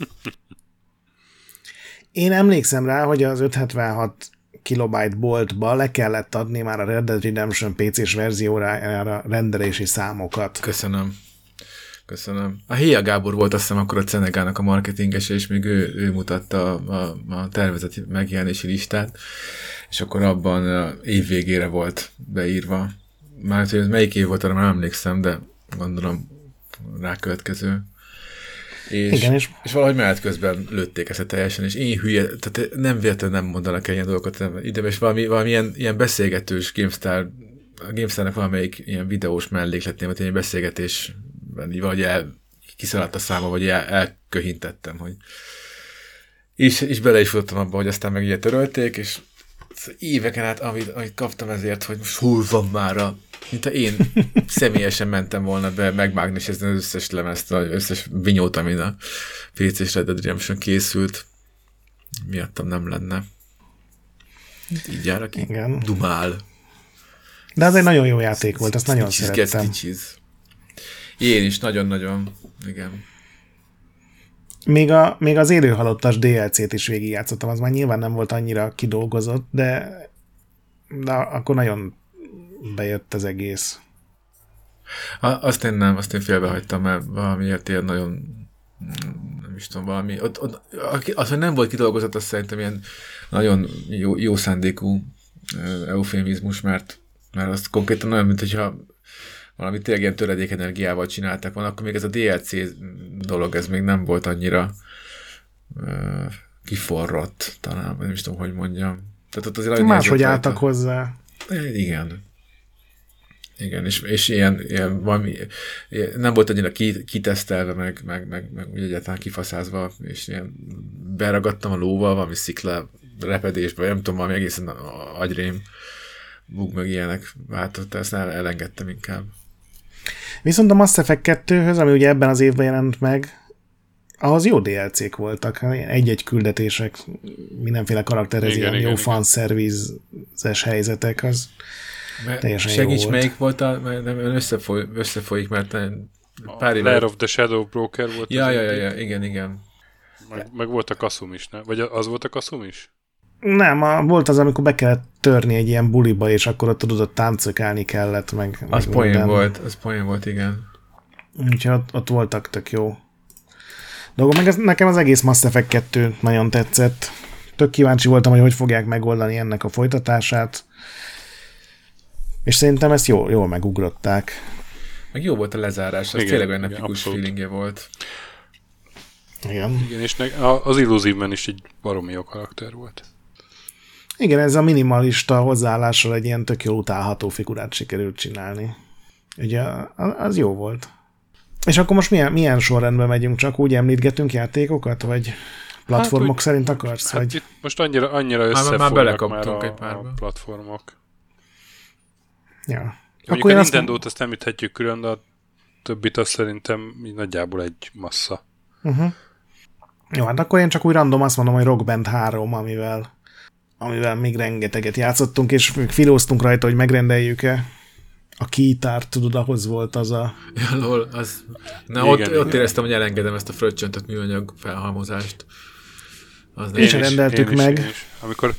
Én emlékszem rá, hogy az 576 kilobyte boltba le kellett adni már a Red Dead Redemption PC-s verzióra rendelési számokat. Köszönöm. A Héja Gábor volt azt hiszem akkor a Cenegának a marketingese, és még ő mutatta a tervezett megjelenési listát, és akkor abban év végére volt beírva. Már hogy melyik év volt, arra már emlékszem, de gondolom rákövetkező. És valahogy menet közben lőtték ezt teljesen, és én hülye, tehát nem véletlenül nem mondanak el ilyen dolgokat, ide, és valamilyen ilyen beszélgetős a GameStar-nak valamelyik ilyen videós mellékletnél, vagy ilyen beszélgetésben így valahogy kiszaladt a száma, vagy elköhintettem, hogy és bele is futottam abba, hogy aztán meg ugye törölték, és éveken át, amit kaptam ezért, hogy most hol van már mint ha én személyesen mentem volna be megmágnesezni az összes lemezt, az összes vinyót, amin a PC-s Red Dead Redemption készült. Miattam nem lenne. Így jár, aki dumál. De ez egy nagyon jó játék volt, azt nagyon szerettem. Én is nagyon-nagyon, igen. Még az élőhalottas DLC-t is végigjátszottam, az már nyilván nem volt annyira kidolgozott, de akkor nagyon bejött az egész. Azt én félbehagytam, mert valamiért ilyen nagyon nem is tudom, valami az, hogy nem volt kidolgozott, az szerintem ilyen nagyon jó szándékú eufémizmus, mert az konkrétan olyan, mint hogyha valami tényleg ilyen töredék energiával csinálták volna, akkor még ez a DLC dolog, ez még nem volt annyira kiforrott, talán, nem is tudom, hogy mondjam. Tehát ott azért máshogy álltak hozzá. Igen, és ilyen valami, nem volt annyira kitesztelve, meg úgy egyáltalán kifaszázva, és ilyen beragadtam a lóval, valami szikla repedésbe, nem tudom, valami egészen agyrém bug meg ilyenek váltott, ezt elengedtem inkább. Viszont a Mass Effect 2-höz, ami ugye ebben az évben jelent meg, ahhoz jó DLC-k voltak, egy-egy küldetések, mindenféle karakterhez ilyen jó fanszervizes helyzetek, az teljesen jó volt. Segíts, melyik volt nem összefolyik, mert pár éve... Lair of the Shadow Broker volt. Ja, igen. Meg volt a Kasum is, ne? Vagy az volt a Kasum is? Nem, volt az, amikor be kellett törni egy ilyen buliba, és akkor ott tudod, táncokálni kellett, meg az poén volt, igen. Úgyhogy ott voltak tök jó dolgok. Meg nekem az egész Mass Effect 2 nagyon tetszett. Tök kíváncsi voltam, hogy fogják megoldani ennek a folytatását. És szerintem ezt jól megugrották. Meg jó volt a lezárás, az tényleg olyan epikus feelingje volt. Igen, és az Illuzívben is egy baromi jó karakter volt. Igen, ez a minimalista hozzáállással egy ilyen tök jól utálható figurát sikerült csinálni. Ugye az jó volt. És akkor most milyen sorrendben megyünk? Csak úgy említgetünk játékokat? Vagy platformok szerint akarsz? Hát vagy? Itt most annyira összefolynak már a platformok. Ja. Akkor a Nintendo-t azt említhetjük külön, de a többit azt szerintem nagyjából egy massza. Uh-huh. Jó, hát akkor én csak úgy random azt mondom, hogy Rock Band 3, amivel még rengeteget játszottunk, és filóztunk rajta, hogy megrendeljük-e. A kitárt, tudod, ahhoz volt az a... Ja, lol, az... Na, igen, ott éreztem, hogy elengedem ezt a fröccsöntött műanyag felhalmozást. És rendeltük meg. Én is. Amikor...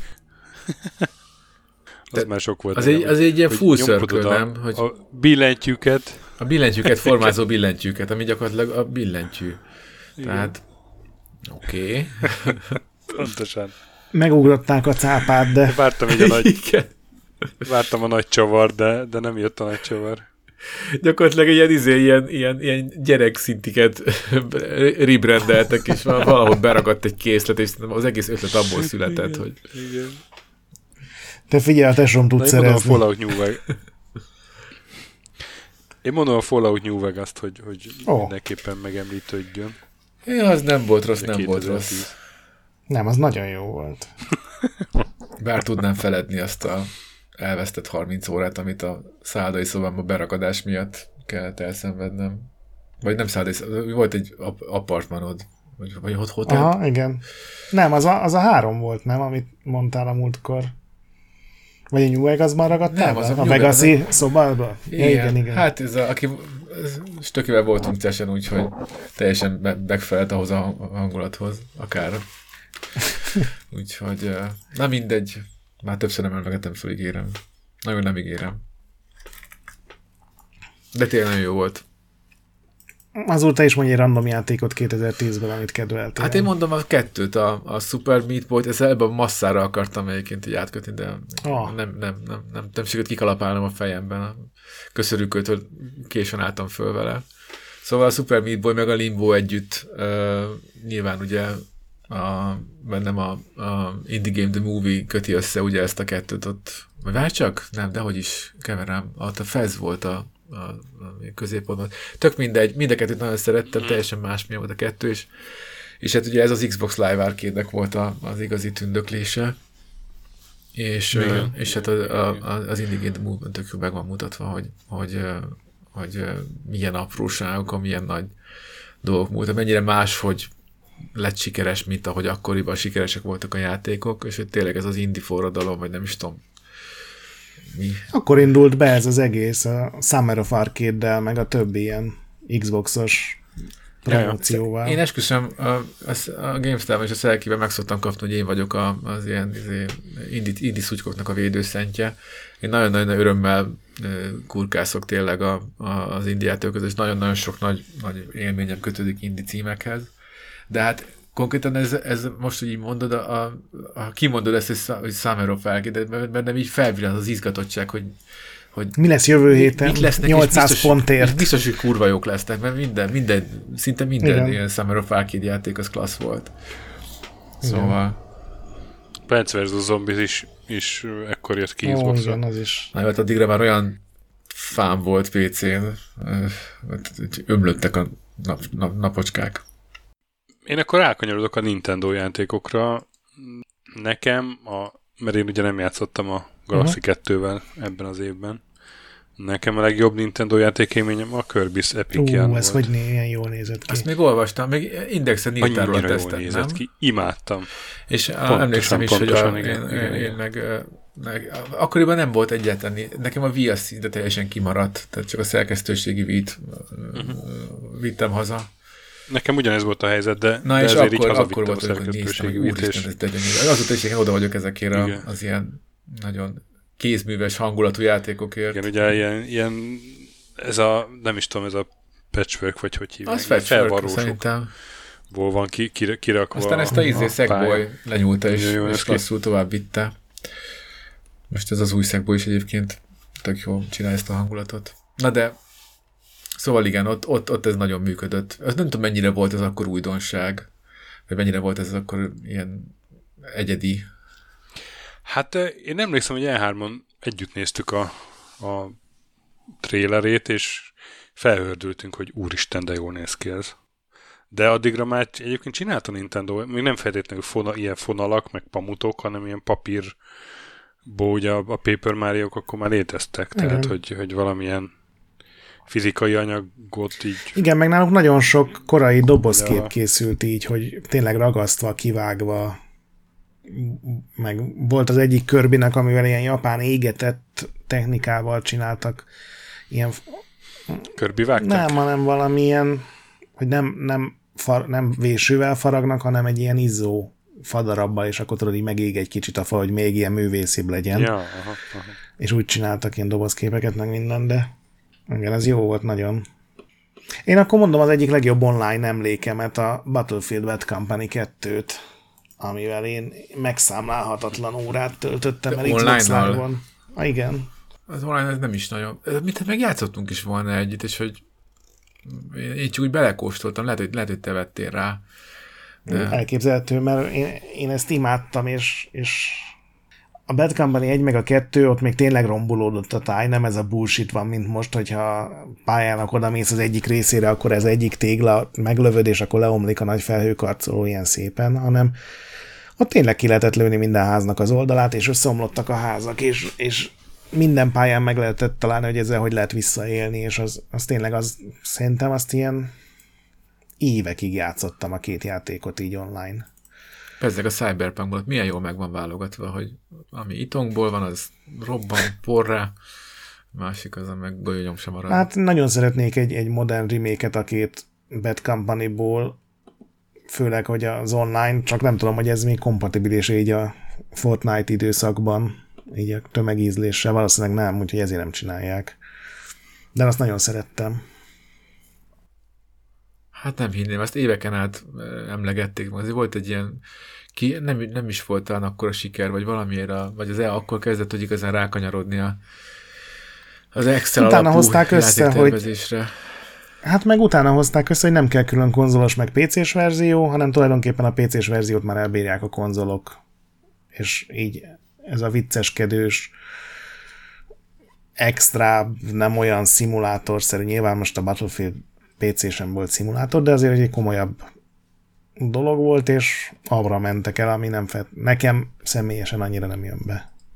az már sok volt. Az egy ilyen full circle, nem? Hogy a billentyűket. A billentyűket, formázó billentyűket, ami gyakorlatilag a billentyű. Igen. Tehát... Oké. Pontosan. Megugrották a cápát, de... Vártam a nagy csavar, de nem jött a nagy csavar. Gyakorlatilag ilyen gyerekszintiket rebrandeltek, és valahol beragadt egy készlet, és az egész ötlet abból született, igen, hogy... Igen. Te figyelj, a tesóm tud szerezni. Én mondom a Fallout New Vegas-t, hogy mindenképpen megemlítődjön. Ja, az nem volt rossz. Nem, az nagyon jó volt. Bár tudnám feledni azt a elvesztett 30 órát, amit a szállodai szobámba berakadás miatt kellett elszenvednem. Vagy nem szállodai, volt egy apartmanod, vagy hotel. Aha, igen. Nem, az a 3 volt, nem, amit mondtál a múltkor. Vagy a New Vegas-ban ragadtál? Nem, a Vegas-i szobában? Igen. Hát aki stökivel voltunk teljesen úgy, hogy teljesen megfelelt ahhoz a hangulathoz, akár. Úgyhogy, na mindegy, már többször nem emlegetem, szóval ígérem. Nagyon nem ígérem. De tényleg nagyon jó volt. Azóta is mondja egy random játékot 2010-ben, amit kedveltél. Hát én mondom a 2-t, a Super Meat Boy-t, ezt ebben a masszára akartam egyébként így átkötni, de nem sikerült kikalapálnom a fejemben. A köszörűkőtől későn álltam föl vele. Szóval a Super Meat Boy meg a Limbo együtt nyilván ugye bennem a Indie Game The Movie köti össze ugye ezt a kettőt ott. Vagy várj csak? Nem, dehogy is keverem. Ott a Fez volt a középpontban. Tök mindegy, mind a kettőt nagyon szerettem, teljesen másmilyen volt a kettő, és hát ugye ez az Xbox Live Arcade-nek volt az igazi tündöklése. és hát az Indie Movement tök meg van mutatva, hogy milyen apróságok, milyen nagy dolgok múltak, mennyire máshogy lett sikeres, mint ahogy akkoriban sikeresek voltak a játékok, és hogy tényleg ez az indie forradalom, vagy nem is tudom, mi. Akkor indult be ez az egész, a Summer of Arcade-del, meg a többi ilyen Xbox-os promócióval. Én esküszöm, a GameStar-ban és a Selkie-ben meg szoktam kapni, hogy én vagyok az ilyen indie szutykoknak a védőszentje. Én nagyon-nagyon örömmel kurkászok tényleg az indie játékokhoz, és nagyon-nagyon sok nagy élményem kötődik indie címekhez. De hát konkrétan ez most, hogy így mondod, kimondod ezt, hogy Summer of Arcade, de bennem így felvillan az izgatottság, hogy mi lesz jövő héten? Lesznek, 800 pontért. Biztos, hogy kurva jók lesznek, mert szinte minden ilyen Summer of Arcade játék az klassz volt. Szóval... Plants vs. Zombies is ekkor jött ki Xbox-ra. Igen, az is. Na, hát addigra már olyan fám volt PC-n, ömlöttek a napocskák. Én akkor rákanyarodok a Nintendo játékokra. Nekem, mert én ugye nem játszottam a Galaxy 2-vel ebben az évben. Nekem a legjobb Nintendo játékélményem a Kirby's Epic Yarn volt. Ez hogy ilyen jól nézett ki. Azt még olvastam, még Indexen írtál róla tesztet, nézett nem? Ki. Imádtam. És emlékszem is, hogy én meg akkoriban nem volt egyáltalán, nekem a Wii szinte teljesen kimaradt, tehát csak a szerkesztőségi Wii-t vittem haza. Nekem ugyanez volt a helyzet, de na és ezért akkor volt, hogy néztem, hogy úristen, azóta is oda vagyok ezekért az ilyen nagyon kézműves hangulatú játékokért. Igen, ugye ilyen ez a, nem is tudom, ez a patchwork, vagy hogy hívják. Az patchwork, szerintem. Van kirakva. Aztán ezt a Sackboy lenyúlta, és klasszul tovább vitte. Most ez az új Sackboy is egyébként tök jól csinál ezt a hangulatot. Na de, szóval igen, ott ez nagyon működött. Azt nem tudom, mennyire volt ez akkor újdonság, vagy mennyire volt ez akkor ilyen egyedi. Hát én emlékszem, hogy E3-on együtt néztük a trailerét, és felhördültünk, hogy úristen, de jól néz ki ez. De addigra már egyébként csinált a Nintendo, még nem feltétlenül ilyen fonalak, meg pamutok, hanem ilyen papírból, ugye a Paper Mario-k akkor már léteztek, tehát hogy valamilyen fizikai anyagot így... Igen, meg náluk nagyon sok korai dobozkép készült így, hogy tényleg ragasztva, kivágva, meg volt az egyik Kirbynek, amivel ilyen japán égetett technikával csináltak ilyen... Kirby vágták? Nem, hanem valamilyen, hogy nem vésővel faragnak, hanem egy ilyen izzó fadarabbal, és akkor tudod, így megég egy kicsit a fa, hogy még ilyen művészibb legyen. Ja, aha. És úgy csináltak ilyen dobozképeket, meg minden, de igen, ez jó volt nagyon. Én akkor mondom az egyik legjobb online emlékemet, a Battlefield Bad Company 2-t, amivel én megszámlálhatatlan órát töltöttem el Xbox Live-on. Igen. Az online ez nem is nagyon... Mit megjátszottunk is volna együtt, és hogy én csak úgy belekóstoltam, lehet, hogy te vettél rá. De... Elképzelhető, mert én ezt imádtam, és a Bad Company 1 meg a 2, ott még tényleg rombolódott a táj, nem ez a bullshit van, mint most, hogyha pályának odamész az egyik részére, akkor ez egyik tégla meglövöd, és akkor leomlik a nagy felhőkarcoló ilyen szépen, hanem ott tényleg ki lehetett lőni minden háznak az oldalát, és összeomlottak a házak, és minden pályán meg lehetett találni, hogy ezzel hogy lehet visszaélni, és az tényleg szerintem azt ilyen évekig játszottam a két játékot így online. Ezek a Cyberpunkból milyen jól meg van válogatva, hogy ami itongból van, az robban porrá, másik az, meg golyonyom sem marad. Hát nagyon szeretnék egy modern remake-et a két Bad Company-ból, főleg, hogy az online, csak nem tudom, hogy ez még kompatibilis így a Fortnite időszakban, így a tömegízléssel, valószínűleg nem, úgyhogy ezért nem csinálják. De azt nagyon szerettem. Hát nem hinném, ezt éveken át emlegették, azért volt egy ilyen, nem is volt talán akkora siker, vagy valamiért, vagy az akkor kezdett, hogy igazán rákanyarodni az Excel utána alapú hozták össze, játéktervezésre. Hát meg utána hozták össze, hogy nem kell külön konzolos meg PC-s verzió, hanem tulajdonképpen a PC-s verziót már elbírják a konzolok. És így ez a vicceskedős extra, nem olyan szimulátorszerű, nyilván most a Battlefield PC sem volt szimulátor, de azért egy komolyabb dolog volt, és arra mentek el, ami nekem személyesen annyira nem jön be.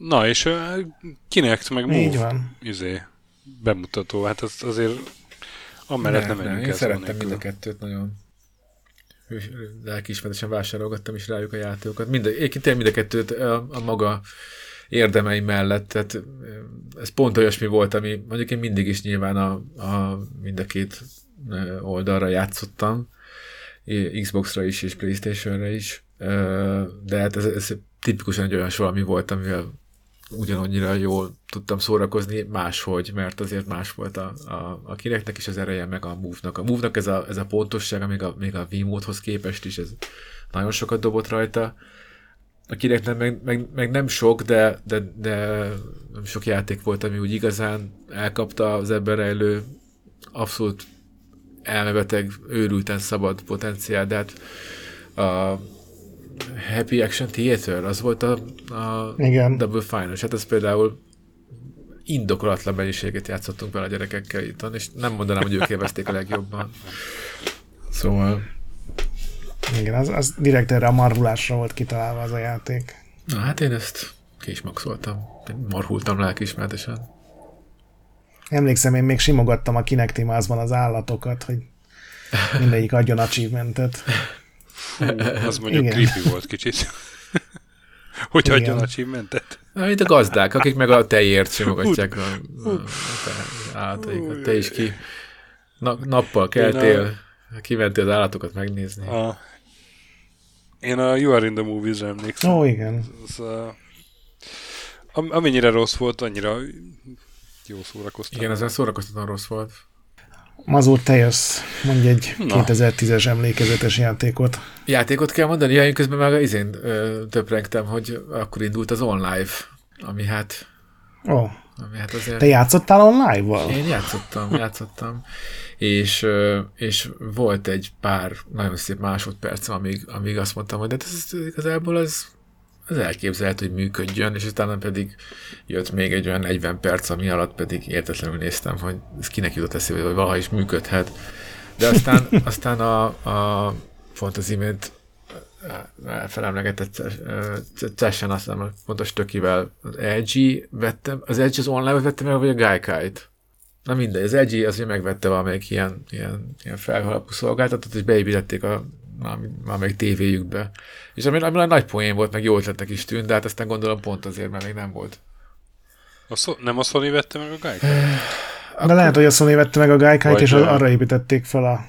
Na, és Kinect meg Így Move van. bemutató, hát az azért amellett nem menjünk én el szerettem mind a kettőt nagyon. Lelkiismertesen vásárolgattam is rájuk a játékokat. Egyébként mind a kettőt a maga érdemei mellett, tehát ez pont olyasmi volt, ami mondjuk én mindig is nyilván a mind a két oldalra játszottam, Xbox-ra is és PlayStation-re is, de hát ez tipikusan egy olyan valami volt, amivel ugyanannyira jól tudtam szórakozni máshogy, mert azért más volt a Kinectnek is az ereje, meg a Move-nak. A Move-nak ez a pontossága, még a Wiimote-hoz képest is, ez nagyon sokat dobott rajta. A Kinectnek meg nem sok, de nem sok játék volt, ami úgy igazán elkapta az ebben rejlő abszolút elmebeteg, őrülten szabad potenciál, de hát a Happy Action Theater, az volt a Double Fine, hát ez például indokolatlan mennyiséget játszottunk vele a gyerekekkel itt, és nem mondanám, hogy ők élvezték a legjobban. Szóval... Igen, az direkt erre a marhulásra volt kitalálva az a játék. Na hát én ezt ki is maxoltam. Marhultam lelkiismertesen. Emlékszem, én még simogattam a Kinectimázban az állatokat, hogy mindegyik adjon achievementet. Fú, az mondjuk creepy volt kicsit. Hogy adjon achievementet? Mint a gazdák, akik meg a tejért simogatják a állataikat. Te is ki nappal keltél, kimentél az állatokat megnézni. Én a You Are in the Movies-re emlékszem. Ó, igen. Amennyire rossz volt, annyira jó szórakoztam. Igen, ezen szórakoztatóan rossz volt. Mazur, te jössz, mondj egy 2010-es emlékezetes játékot. Játékot kell mondani? Ja, én közben meg töprengtem, hogy akkor indult az OnLive, ami hát... Ó, azért... Te játszottál OnLive-val? Én játszottam. És volt egy pár nagyon szép másodpercem, amíg azt mondtam, hogy de ez igazából az elképzelhető, hogy működjön, és utána pedig jött még egy olyan 40 perc, ami alatt pedig értetlenül néztem, hogy ez kinek jutott eszébe, hogy valaha is működhet. De aztán a pont az imént felemlegetett Tessen, aztán pontos tökivel az LG vettem, az LG az online vettem el, vagy a Gaikai-t? Na mindegy, az LG azért megvette valamelyik ilyen felhalapú szolgáltatót, és beépítették valamelyik tévéjükbe. És ami nagy poén volt, meg jó ötletnek is tűnt, de hát aztán gondolom pont azért, mert még nem volt. Nem a Sony vette meg a Gaikai? De lehet, hogy a Sony vette meg a Gaikait, és arra építették fel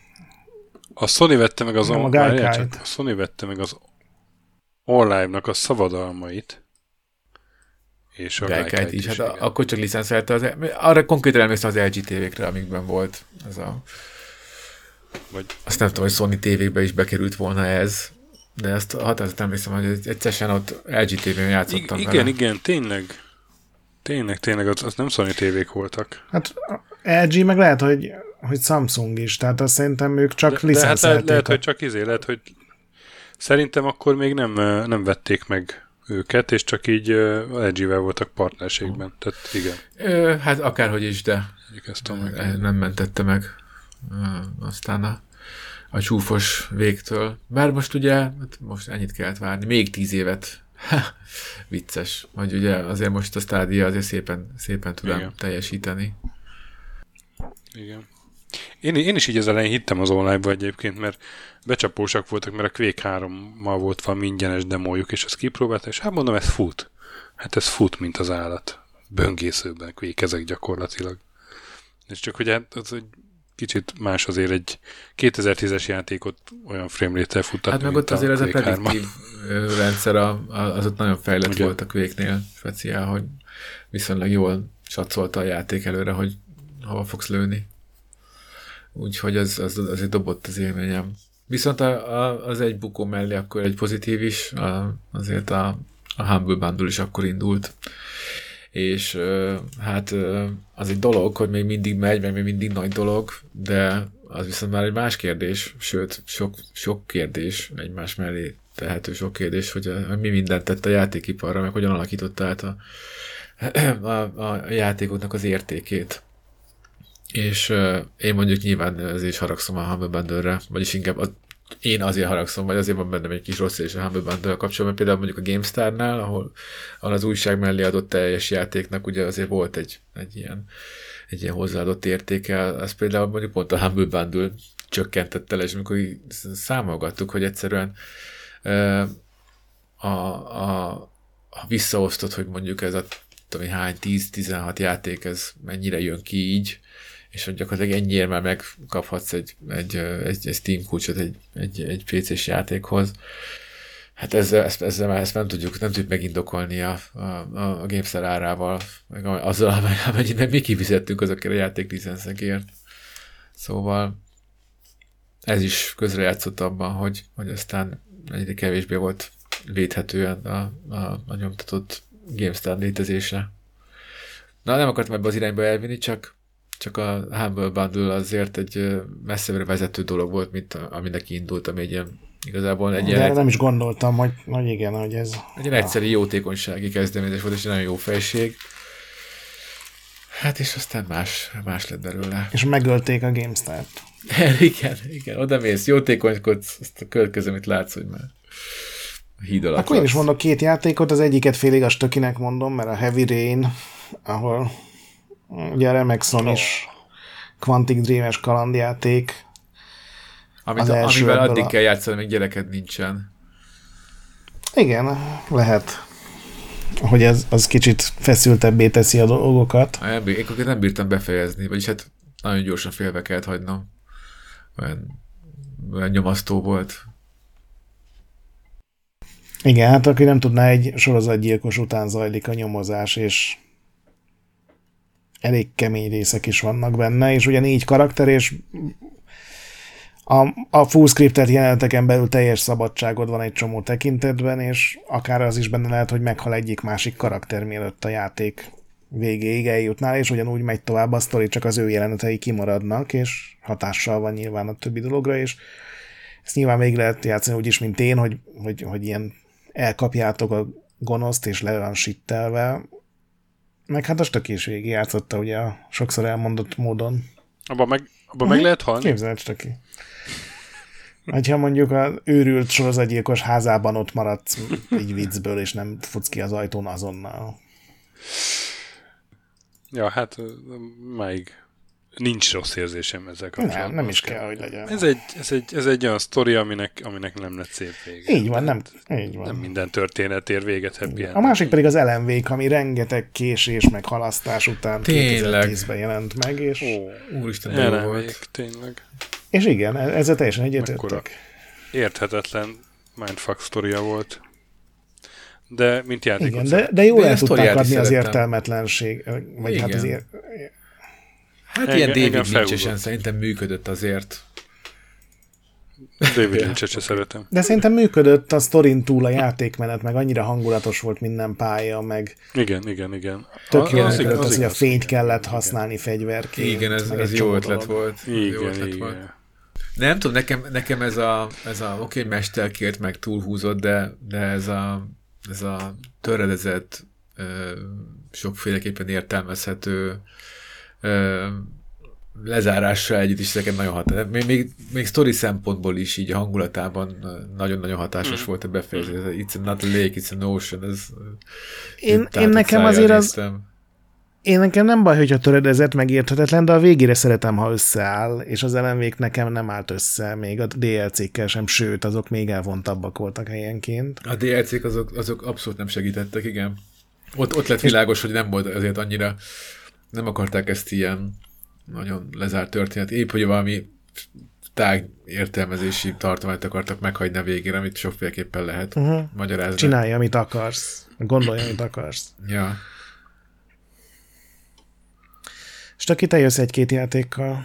a Sony vette meg az a Sony vette meg az OnLive-nak a szabadalmait, és a Gaikait is. Hát akkor csak licenszelte arra konkrétan emlékszem az LG tévékre, amikben volt ez a... Azt nem tudom, hogy Sony tévékbe is bekerült volna ez, de ezt határozottan emlékszem, hogy egyszerűen ott LG tévén játszottam vele. Igen, tényleg, az nem Sony tévék voltak. Hát LG meg lehet, hogy Samsung is, tehát azt szerintem ők csak licenszelték. Hát lehet, hogy csak lehet, hogy szerintem akkor még nem vették meg őket, és csak így LG-vel voltak partnerségben. Tehát igen. Hát akárhogy is, de nem mentette meg aztán a csúfos végtől. Bár most ugye, most ennyit kellett várni, még 10 évet. Vicces. Hogy ugye azért most a Stadia azért szépen tudom teljesíteni. Igen. Én is így az elején hittem az online-ba egyébként, mert becsapósak voltak, mert a Quake 3-mal volt valami ingyenes demójuk, és azt kipróbáltam, és hát mondom, ez fut. Hát ez fut, mint az állat. Böngészőben Quake-ezek gyakorlatilag. És csak hogy hát az egy kicsit más azért egy 2010-es játékot olyan framerate-tel futtatni, hát meg ott azért ez a prediktív rendszer az ott nagyon fejlett ugye? Volt a Quake-nél speciál, hogy viszonylag jól satszolta a játék előre, hogy hova fogsz lőni. Úgyhogy az azért dobott az élményem. Viszont az egy bukó mellé akkor egy pozitív is, azért a Humble Bundle is akkor indult. És hát az egy dolog, hogy még mindig megy, meg még mindig nagy dolog, de az viszont már egy más kérdés, sőt, sok kérdés egymás mellé tehető sok kérdés, hogy mi mindent tett a játékiparra, meg hogyan alakította át a játékoknak az értékét. És én mondjuk nyilván ezért is haragszom a Humble Bundle-re, vagyis inkább én azért haragszom, vagy azért van bennem egy kis rossz és a Humble Bundle kapcsolatban, például mondjuk a GameStar-nál, ahol az újság mellé adott teljes játéknak ugye azért volt egy ilyen hozzáadott értéke, az például mondjuk pont a Humble Bundle csökkentette le, és amikor számolgattuk, hogy egyszerűen ha visszaosztott, hogy mondjuk ez a hány 10-16 játék, ez mennyire jön ki így, és hogy gyakorlatilag ennyiért már megkaphatsz egy Steam kulcsot egy PC-s játékhoz. Hát ezt nem tudjuk megindokolni a GameStar árával, meg azzal, amennyire mi kifizettünk azokért a játéklicenszekért. Szóval ez is közrejátszott abban, hogy aztán egyre kevésbé volt védhetően a nyomtatott GameStar létezése. Na, nem akartam ebbe az irányba elvinni, csak a Humble Bundle azért egy messzebbre vezető dolog volt, mint aminek kiindultam, egy ilyen igazából egy ilyen... nem is gondoltam, hogy igen, hogy ez... Egy ilyen egyszerű jótékonysági kezdeményezés volt, és egy nagyon jó fejség. Hát és aztán más lett belőle. És megölték a GameStar-t. Igen, oda mész, jótékonykodsz, azt a következő, amit látsz, hogy már a híd alatt. Akkor én is mondok 2 játékot, az egyiket félig a stökinek mondom, mert a Heavy Rain, ahol ugye a Remexon is Quantic Dream-es kalandjáték. Amivel addig kell játszani, még gyereked nincsen. Igen, lehet. Hogy az kicsit feszültebbé teszi a dolgokat. Én nem bírtam befejezni, vagyis hát nagyon gyorsan félbe kellett hagynom. Olyan nyomasztó volt. Igen, hát aki nem tudná, egy sorozatgyilkos után zajlik a nyomozás, és elég kemény részek is vannak benne, és ugye 4 karakter, és a full scriptet jeleneteken belül teljes szabadságod van egy csomó tekintetben, és akár az is benne lehet, hogy meghal egyik-másik karakter, mielőtt a játék végéig eljutnál, és ugyanúgy megy tovább a sztori, csak az ő jelenetei kimaradnak, és hatással van nyilván a többi dologra, és ezt nyilván végig lehet játszani úgy is, mint én, hogy ilyen elkapjátok a gonoszt, és le van sittelve, meg hát a stöki is végig játszotta, ugye a sokszor elmondott módon. Abban meg lehet halni? Képzeld, stöki. Ha mondjuk az őrült sorozatgyilkos házában ott maradsz így viccből, és nem futsz ki az ajtón azonnal. Ja, hát máig nincs rossz érzésem ezzel kapcsolatban. Nem is kell, hogy legyen. Ez egy olyan sztori, aminek nem lett szép vége. Így van, így van. Nem minden történet ér véget happy end. A másik pedig az Alan Wake, ami rengeteg késés meg halasztás után 2010-ben jelent meg, és... Úristen, de jó volt. Tényleg. És igen, ezzel teljesen egyetértek. Érthetetlen mindfuck sztoria volt. De mint játékot. Igen, de jól el tudták adni az értelmetlenség. Vagy igen. Hát azért... Hát ilyen David Lynch-esen szerintem működött azért. David Lynch-et se szeretem. De szerintem működött a sztorin túl a játékmenet, meg annyira hangulatos volt minden pálya, meg... Igen. Tök jó működött az, hogy a fényt kellett használni fegyverként. Igen, ez jó ötlet volt. Igen. Nem tudom, nekem ez a oké, mesterkért meg túlhúzott, de ez a töredezett, sokféleképpen értelmezhető lezárással együtt is nekem nagyon hatásos. Még sztori szempontból is így a hangulatában nagyon-nagyon hatásos volt a befejezés. It's not a lake, it's an ocean. Én nekem azért néztem. Én nekem nem baj, hogyha töredezett, megérthetetlen, de a végére szeretem, ha összeáll, és az Alan Wake nekem nem állt össze, még a DLC-kkel sem, sőt, azok még elvontabbak voltak helyenként. A DLC-k azok abszolút nem segítettek, igen. Ott lett világos, hogy nem volt azért annyira, nem akarták ezt ilyen nagyon lezárt történet. Épp, hogy valami tág értelmezési tartományt akartak meghagyni a végére, amit sokféleképpen lehet magyarázni. Csinálj, amit akarsz. Gondolj, amit akarsz. Ja. És te jössz 1-2 játékkal.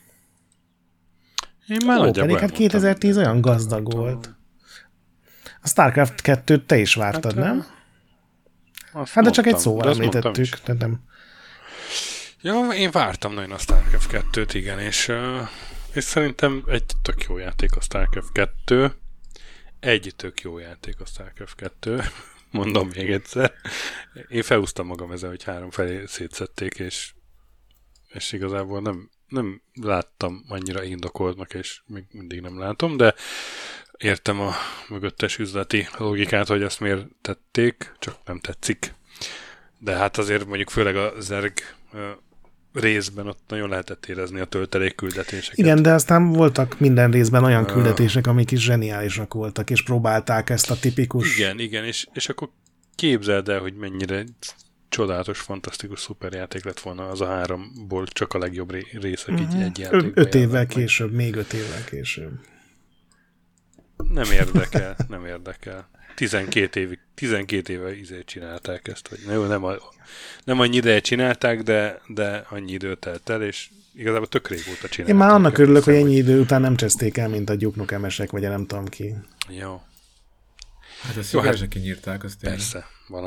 Én már pedig hát 2010 olyan gazdag volt. A StarCraft 2-t te is vártad, nem? Hát de csak egy szóval említettük. Nem. Ja, én vártam nagyon a StarCraft 2-t, igen, és szerintem egy tök jó játék a StarCraft 2. Egy tök jó játék a StarCraft 2. Mondom még egyszer. Én felhúztam magam ezzel, hogy 3 felé szétszették, és igazából nem láttam annyira indokoltnak, és még mindig nem látom, de értem a mögöttes üzleti logikát, hogy ezt miért tették, csak nem tetszik. De hát azért mondjuk főleg a Zerg részben ott nagyon lehetett érezni a töltelék küldetéseket. Igen, de aztán voltak minden részben olyan küldetések, amik is zseniálisak voltak, és próbálták ezt a tipikus... Igen, és akkor képzeld el, hogy mennyire csodálatos, fantasztikus szuperjáték lett volna az a 3-ból csak a legjobb részek így egy játékban. 5 évvel később, még 5 évvel később. Nem érdekel. 12 éve csinálták ezt, vagy jó, nem annyi ideje csinálták, de annyi idő telt el, és igazából tök régóta csinálták. Én már annak örülök, hogy ennyi idő után nem cseszték el, mint a Duke Nukem-esek, vagy nem tudom ki. Jó. Hát ezt szívesen kinyírták, azt tényleg. Persze,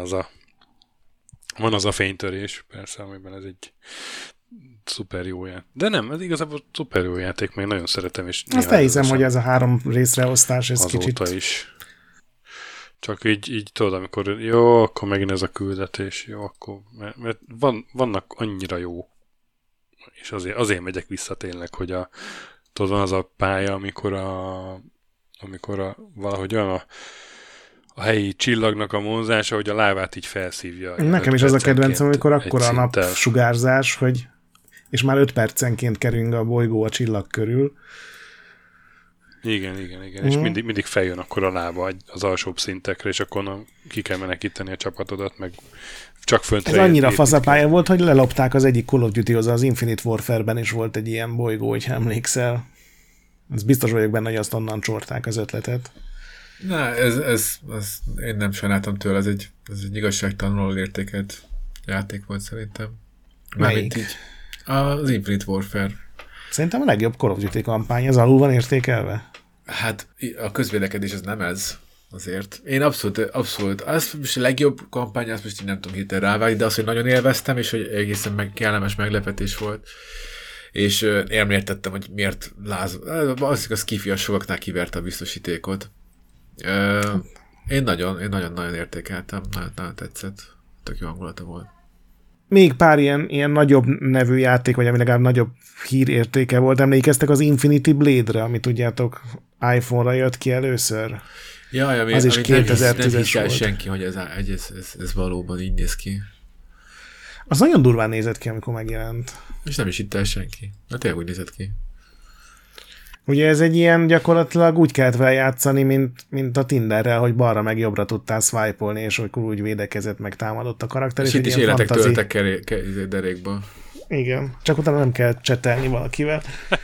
van az a fénytörés, persze, amiben ez egy szuper jó játék. De nem, ez igazából szuper jó játék, meg nagyon szeretem, és azt elhiszem, hogy ez a 3 részreosztás, ez kicsit... Azóta is. Csak így tudod, amikor jó, akkor megint ez a küldetés, jó, akkor... Mert vannak annyira jó, és azért megyek vissza tényleg, hogy tudod, van az a pálya, amikor valahogy olyan a helyi csillagnak a vonzása, hogy a lávát így felszívja. Nekem is az a kedvencem, amikor akkora a napsugárzás, hogy és már 5 percenként kerünk a bolygó a csillag körül. Igen. És mindig feljön akkor a lába az alsóbb szintekre, és akkor ki kell menekíteni a csapatodat, meg csak föntre. Ez annyira faszapálya volt, hogy lelopták az egyik Call of Duty-hoz, az Infinite Warfare-ben is volt egy ilyen bolygó, hogyha emlékszel. Ez biztos vagyok benne, hogy azt onnan csorták az ötletet. Na, ez én nem sajnáltam tőle, ez egy igazságtalanul értékelt játék volt szerintem. Melyik? Így, az Infinite Warfare. Szerintem a legjobb Call of Duty kampány, ez alul van értékelve? Hát a közvélekedés az nem ez azért. Én abszolút, az most a legjobb kampány, azt most így nem tudom hirtelen rávágni, de azt, hogy nagyon élveztem, és hogy egészen kellemes meglepetés volt. És elmértettem, hogy miért az Skifi sokaknál kiverte a biztosítékot. Én nagyon értékeltem, nagyon tetszett. Tök jó hangulata volt. Még pár ilyen nagyobb nevű játék, vagy ami legalább nagyobb hírértéke volt. Emlékeztek az Infinity Blade-re, amit tudjátok, iPhone-ra jött ki először? Jaj, az is 2010-es nem hisz el volt. senki, hogy ez valóban így néz ki. Az nagyon durván nézett ki, amikor megjelent. És nem is hitt el senki. Na tényleg úgy nézett ki. Ugye ez egy ilyen gyakorlatilag úgy kellett vele játszani, mint a Tinderrel, hogy balra meg jobbra tudtál swipe-olni, és hogy úgy védekezett, meg támadott a karakter. És itt is életek töltek derékba. Igen, csak utána nem kell csetelni valakivel.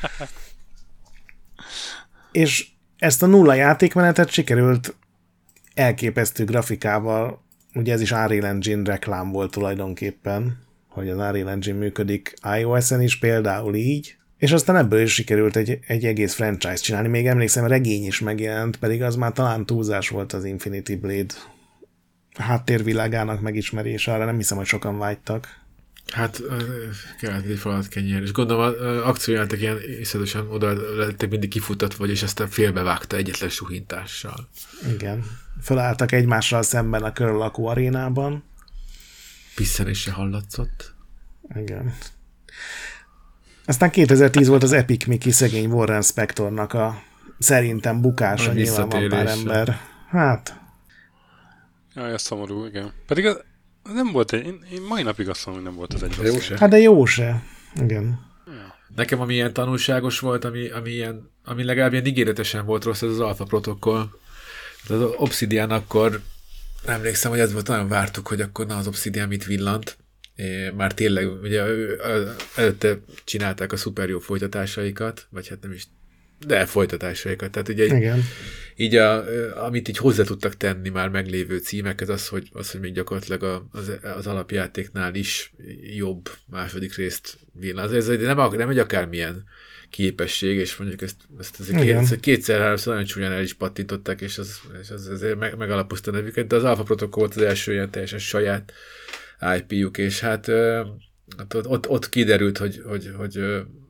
És ezt a nulla játékmenetet sikerült elképesztő grafikával, ugye ez is Unreal Engine reklám volt tulajdonképpen, hogy az Unreal Engine működik iOS-en is például így, és aztán ebből is sikerült egy egész franchise csinálni. Még emlékszem, regény is megjelent, pedig az már talán túlzás volt az Infinity Blade háttérvilágának megismerése, arra nem hiszem, hogy sokan vágytak. Hát kellett egy falat kenyér, és gondolom akciójáték ilyen iszonyatosan oda lettek mindig kifutatva, és aztán félbevágta egyetlen suhintással. Igen. Fölálltak egymással szemben a körülakó arénában. Pisszenés se hallatszott. Igen. Aztán 2010 volt az Epic Mickey szegény Warren Spectornak a szerintem bukása, nyilván van pár ember. Hát. Jaj, ez szomorú, igen. Pedig az nem volt én mai napig azt mondom, hogy nem volt az egy jó se. Hát de jó se. Igen. Ja. Nekem ami ilyen tanulságos volt, ami legalább ilyen ígéretesen volt rossz, ez az Alpha protokoll. Az Obsidian akkor emlékszem, hogy ez volt, nagyon vártuk, hogy akkor az Obsidian mit villant. Már tényleg, ugye előtte csinálták a szuper jó folytatásaikat, vagy hát nem is, de folytatásaikat. Tehát ugye igen. Így amit így hozzá tudtak tenni már meglévő címekhez, az, hogy még gyakorlatilag az alapjátéknál is jobb második részt villan. Ez nem egy akármilyen képesség, és mondjuk ezt kétszer-háromszor nagyon csúnyán el is pattintották, és az megalapozta a nevüket, de az Alpha Protocol volt az első ilyen teljesen saját IP-juk, és hát ott kiderült, hogy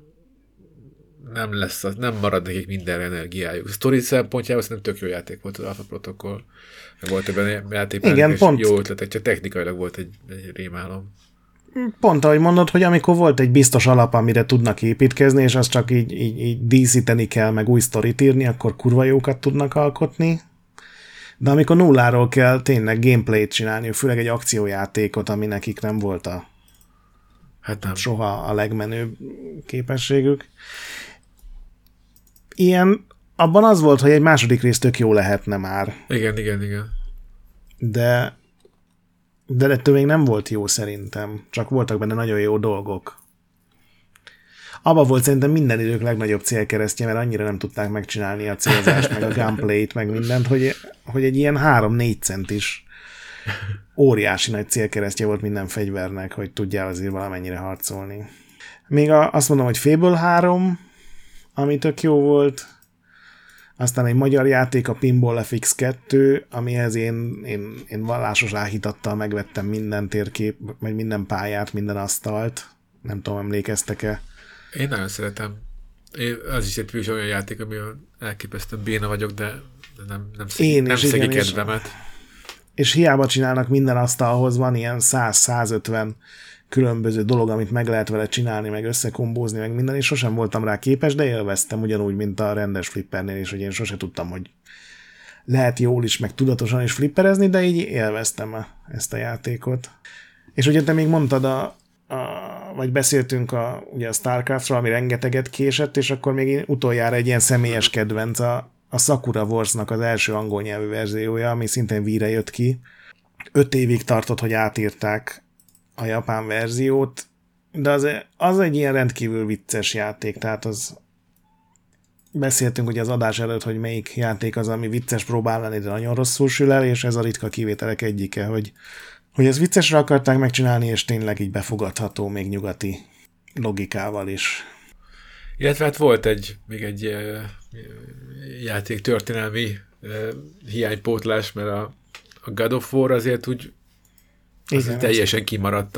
nem marad nekik minden energiájuk. A sztori szempontjából szerintem tök jó játék volt az Alpha Protocol. Volt ebben a játékban és jó ötletek, csak technikailag volt egy rémálom. Pont ahogy mondod, hogy amikor volt egy biztos alap, amire tudnak építkezni, és azt csak így díszíteni kell, meg új sztorit írni, akkor kurva jókat tudnak alkotni. De amikor nulláról kell tényleg gameplayt csinálni, főleg egy akciójátékot, ami nekik nem volt soha a legmenőbb képességük. Ilyen, abban az volt, hogy egy második rész tök jó lehetne már. Igen. De ettől még nem volt jó szerintem. Csak voltak benne nagyon jó dolgok. Abba volt szerintem minden idők legnagyobb célkeresztje, mert annyira nem tudták megcsinálni a célzást, meg a gunplayt, meg mindent, hogy egy ilyen 3-4 centis óriási nagy célkeresztje volt minden fegyvernek, hogy tudjál azért valamennyire harcolni. Még azt mondom, hogy Fable 3, ami tök jó volt, aztán egy magyar játék, a Pinball FX 2, amihez én vallásos áhítattal megvettem minden térkép, vagy minden pályát, minden asztalt. Nem tudom, emlékeztek-e? Én nagyon szeretem. Az is egy olyan játék, amivel elképesztően béna vagyok, de nem szegi kedvemet. És hiába csinálnak minden asztalhoz, van ilyen 100-150 különböző dolog, amit meg lehet vele csinálni, meg összekombózni, meg minden, és sosem voltam rá képes, de élveztem ugyanúgy, mint a rendes flippernél is, hogy én sose tudtam, hogy lehet jól is, meg tudatosan is flipperezni, de így élveztem ezt a játékot. És ugye te még mondtad, vagy beszéltünk ugye a Starcraftról, ami rengeteget késett, és akkor még utoljára egy ilyen személyes kedvenc, a Sakura Wars-nak az első angol nyelvű verziója, ami szintén Wii-re jött ki. 5 évig tartott, hogy átírták a japán verziót, de az egy ilyen rendkívül vicces játék, tehát beszéltünk ugye az adás előtt, hogy melyik játék az, ami vicces próbál lenni, de nagyon rosszul sül el, és ez a ritka kivételek egyike, hogy ezt viccesre akarták megcsinálni, és tényleg így befogadható még nyugati logikával is. Illetve hát volt még egy játék történelmi hiánypótlás, mert a God of War azért úgy teljesen kimaradt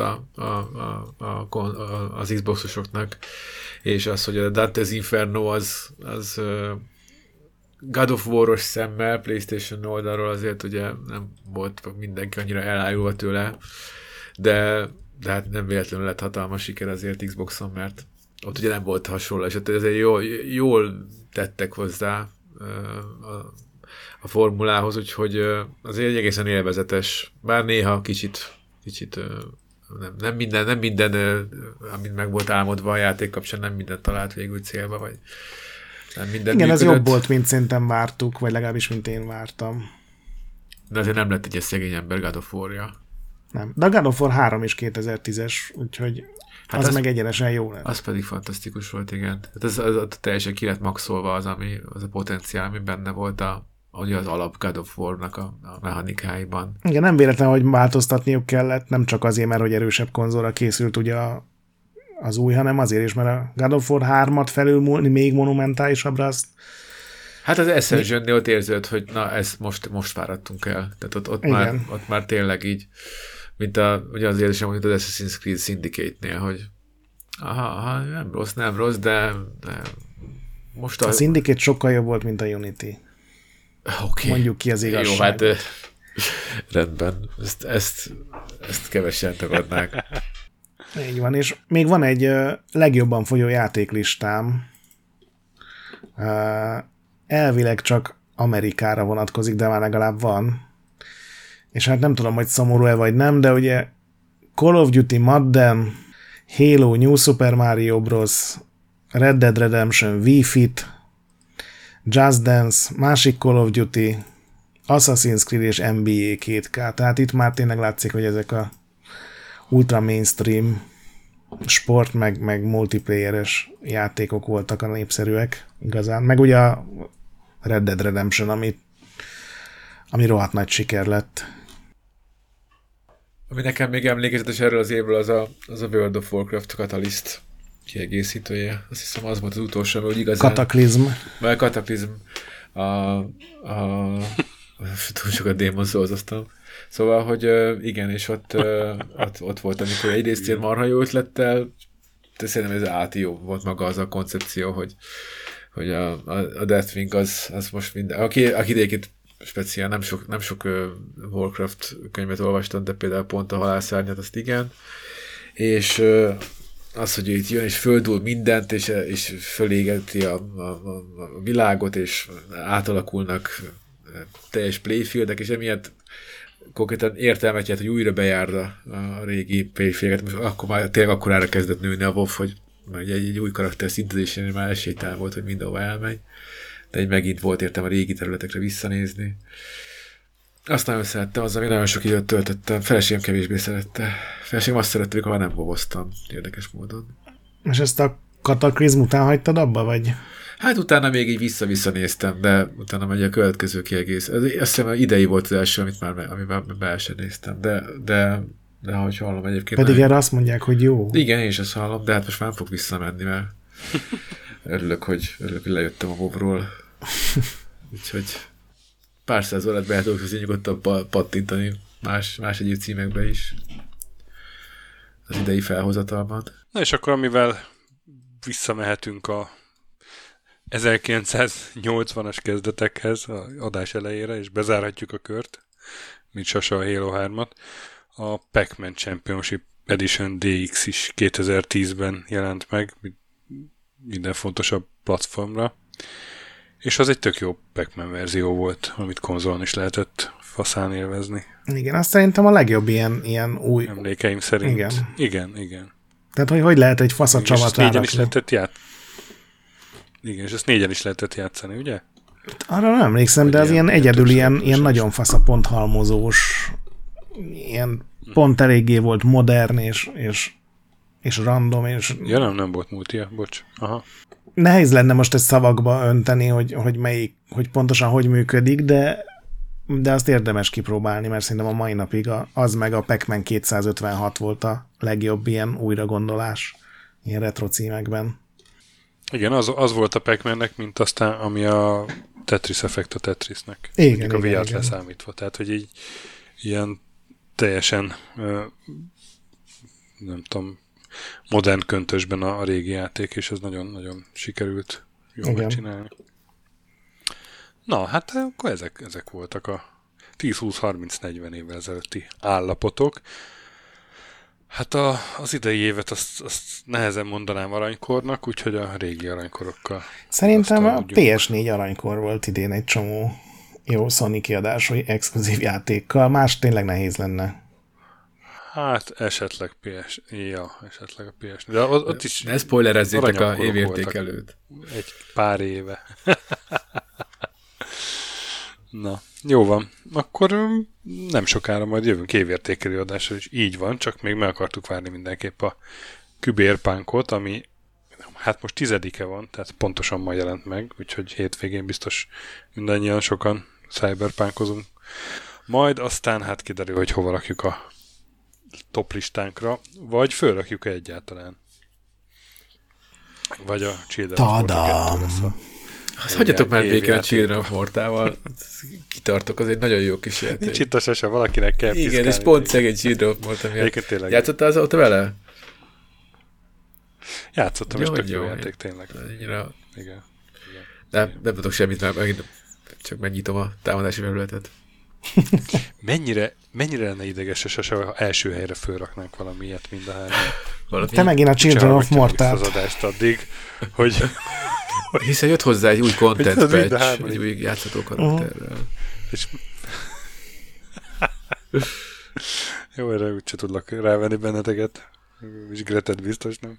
az Xboxosoknak, és az, hogy a Dante's Inferno az God of War-os szemmel PlayStation oldalról azért ugye nem volt mindenki annyira elájulva tőle, de hát nem véletlenül lett hatalmas siker azért Xboxon, mert ott ugye nem volt hasonló, és ezért jól tettek hozzá a formulához, úgyhogy azért egy egészen élvezetes, bár néha kicsit nem minden, amit meg volt álmodva a játék kapcsán, nem minden talált végül célba, vagy nem minden igen, működött. ez jobb volt, mint szerintem vártuk, vagy legalábbis, mint én vártam. De azért nem lett egy szegény ember God of War-ja. Nem. De a God of War 3 is 2010-es, úgyhogy hát az meg egyenesen jó lett. Az pedig fantasztikus volt, igen. Hát az teljesen ki lett maxolva az a potenciál, ami benne volt az alap God of War-nak a mechanikáiban. Igen, nem véletlen, hogy változtatniuk kellett, nem csak azért, mert hogy erősebb konzolra készült ugye az új, hanem azért is, mert a God of War 3-at felülmúlni még monumentálisabbra azt... Hát az Ascension-nél ott érződ, hogy na, ezt most fáradtunk el. Tehát ott már tényleg így, mint ugye az érzésem, mint az Assassin's Creed Syndicate-nél, hogy nem rossz, de most a Syndicate sokkal jobb volt, mint a Unity. Okay. Mondjuk ki az igazság. Jó, hát rendben. Ezt kevesen tagadnák. Így van, és még van egy legjobban fogyó játéklistám. Elvileg csak Amerikára vonatkozik, de már legalább van. És hát nem tudom, hogy szomorú-e vagy nem, de ugye Call of Duty Modern, Halo, New Super Mario Bros., Red Dead Redemption, Wii Fit, Just Dance, másik Call of Duty, Assassin's Creed és NBA 2K. Tehát itt már tényleg látszik, hogy ezek a ultra mainstream sport, meg multiplayeres játékok voltak a népszerűek igazán. Meg ugye a Red Dead Redemption, ami rohadt nagy siker lett. Ami nekem még emlékezetes erről az évről, az a World of Warcraft Catalyst kiegészítője. Azt hiszem az volt az utolsó, hogy igazán... Kataklizm. Túl sokat Demon's Souls-oztam. Szóval, hogy igen, és ott volt, amikor egyrészt ilyen marha jó ötlettel, de szerintem ez jó volt maga az a koncepció, hogy a Deathwing az most minden... Aki egyébként speciál, nem sok Warcraft könyvet olvastam, de például pont a Halálszárnyat, azt igen. és az, hogy itt jön és földul mindent, és fölégeti a világot, és átalakulnak teljes playfieldek, és emiatt konkrétan értelmet jelent, hogy újra bejárd a régi playfieldet. Most akkor már tényleg akkorára kezdett nőni a WoW, hogy már egy új karakter szintezésénél már esélytelen volt, hogy mindenhova elmegy, de egy megint volt értem a régi területekre visszanézni. Azt nagyon szerettem, azzal még nagyon sok időt töltöttem. Feleségem kevésbé szerette. Feleségem azt szerette, amikor már nem boboztam, érdekes módon. És ezt a kataklizm után hagytad abba, vagy? Hát utána még így vissza-vissza néztem, de utána megy a következő kiegész. Azt hiszem, idei volt az első, amiben be sem néztem, de ahogy hallom egyébként... Pedig erre azt mondják, hogy jó. Igen, én is azt hallom, de hát most már nem fog visszamenni, mert örülök, hogy lejöttem a WoW-ról. Úgyhogy pár száz órát be tudok azért nyugodtan pattintani más egyéb címekbe is az idei felhozatalban. Na és akkor amivel visszamehetünk a 1980-as kezdetekhez, az adás elejére, és bezárhatjuk a kört, mint Sasa a Halo 3-at. A Pac-Man Championship Edition DX is 2010-ben jelent meg, minden fontosabb platformra. És az egy tök jó Pac-Man verzió volt, amit konzolon is lehetett faszán élvezni. Igen, azt szerintem a legjobb ilyen új... Emlékeim szerint. Igen. Tehát, hogy lehet egy faszacsavat rárakni. Igen, és ezt 4-en is lehetett játszani, ugye? Arra nem emlékszem, de az ilyen egyedül ilyen nagyon fasz a ponthalmozós, ilyen pont eléggé volt modern és random. Ja, nem volt multia, bocs. Aha. Nehéz lenne most ezt szavakba önteni, hogy pontosan hogy működik, de azt érdemes kipróbálni, mert szerintem a mai napig az meg a Pac-Man 256 volt a legjobb ilyen újragondolás ilyen retro címekben. Igen, az volt a Pac-Mannek, mint aztán, ami a Tetris effekt a Tetrisnek. Igen, a VR-t leszámítva. Tehát, hogy így ilyen teljesen nem tudom, modern köntösben a régi játék, és ez nagyon-nagyon sikerült jól megcsinálni. Na, hát akkor ezek voltak a 10-20-30-40 évvel ezelőtti állapotok. Hát az idei évet azt nehezen mondanám aranykornak, úgyhogy a régi aranykorokkal. Szerintem a PS4 aranykor volt idén egy csomó jó Sony kiadású exkluzív játékkal, más tényleg nehéz lenne. Hát esetleg esetleg a PS4. De ott is ne spoilerezzétek a évértékelőt. Egy pár éve. Na, jó van. Akkor nem sokára majd jövünk évértékelő adásra, és így van, csak még meg akartuk várni mindenképp a Kübérpunkot, ami hát most 10-e van, tehát pontosan ma jelent meg, úgyhogy hétvégén biztos mindannyian sokan cyberpunkozunk. Majd aztán hát kiderül, hogy hova rakjuk a top listánkra, vagy fölrakjuk egyáltalán. Vagy a Children of Morta 2 lesz a... Azt hagyjatok már békén a Children of Mortával. Kitartok, az egy nagyon jó kis játék. Nincs itt a sese, valakinek kell piszkálni. Igen, és pont szegény Children of Morta miatt. Játszottál azóta vele? Játszottam, és tök jó játék, tényleg. Igen. Nem tudok semmit már, megint csak megnyitom a támadási felületet. Mennyire lenne ideges a sese, ha első helyre fölraknánk valami ilyet mind a hárman. Te megint a Children of Mortát. Az adást addig, hogy... Hiszen jött hozzá egy új content patch, egy új játszható karakterrel. És... Jó, erre úgyse tudlak rávenni benneteket. És Gretet biztos, nem?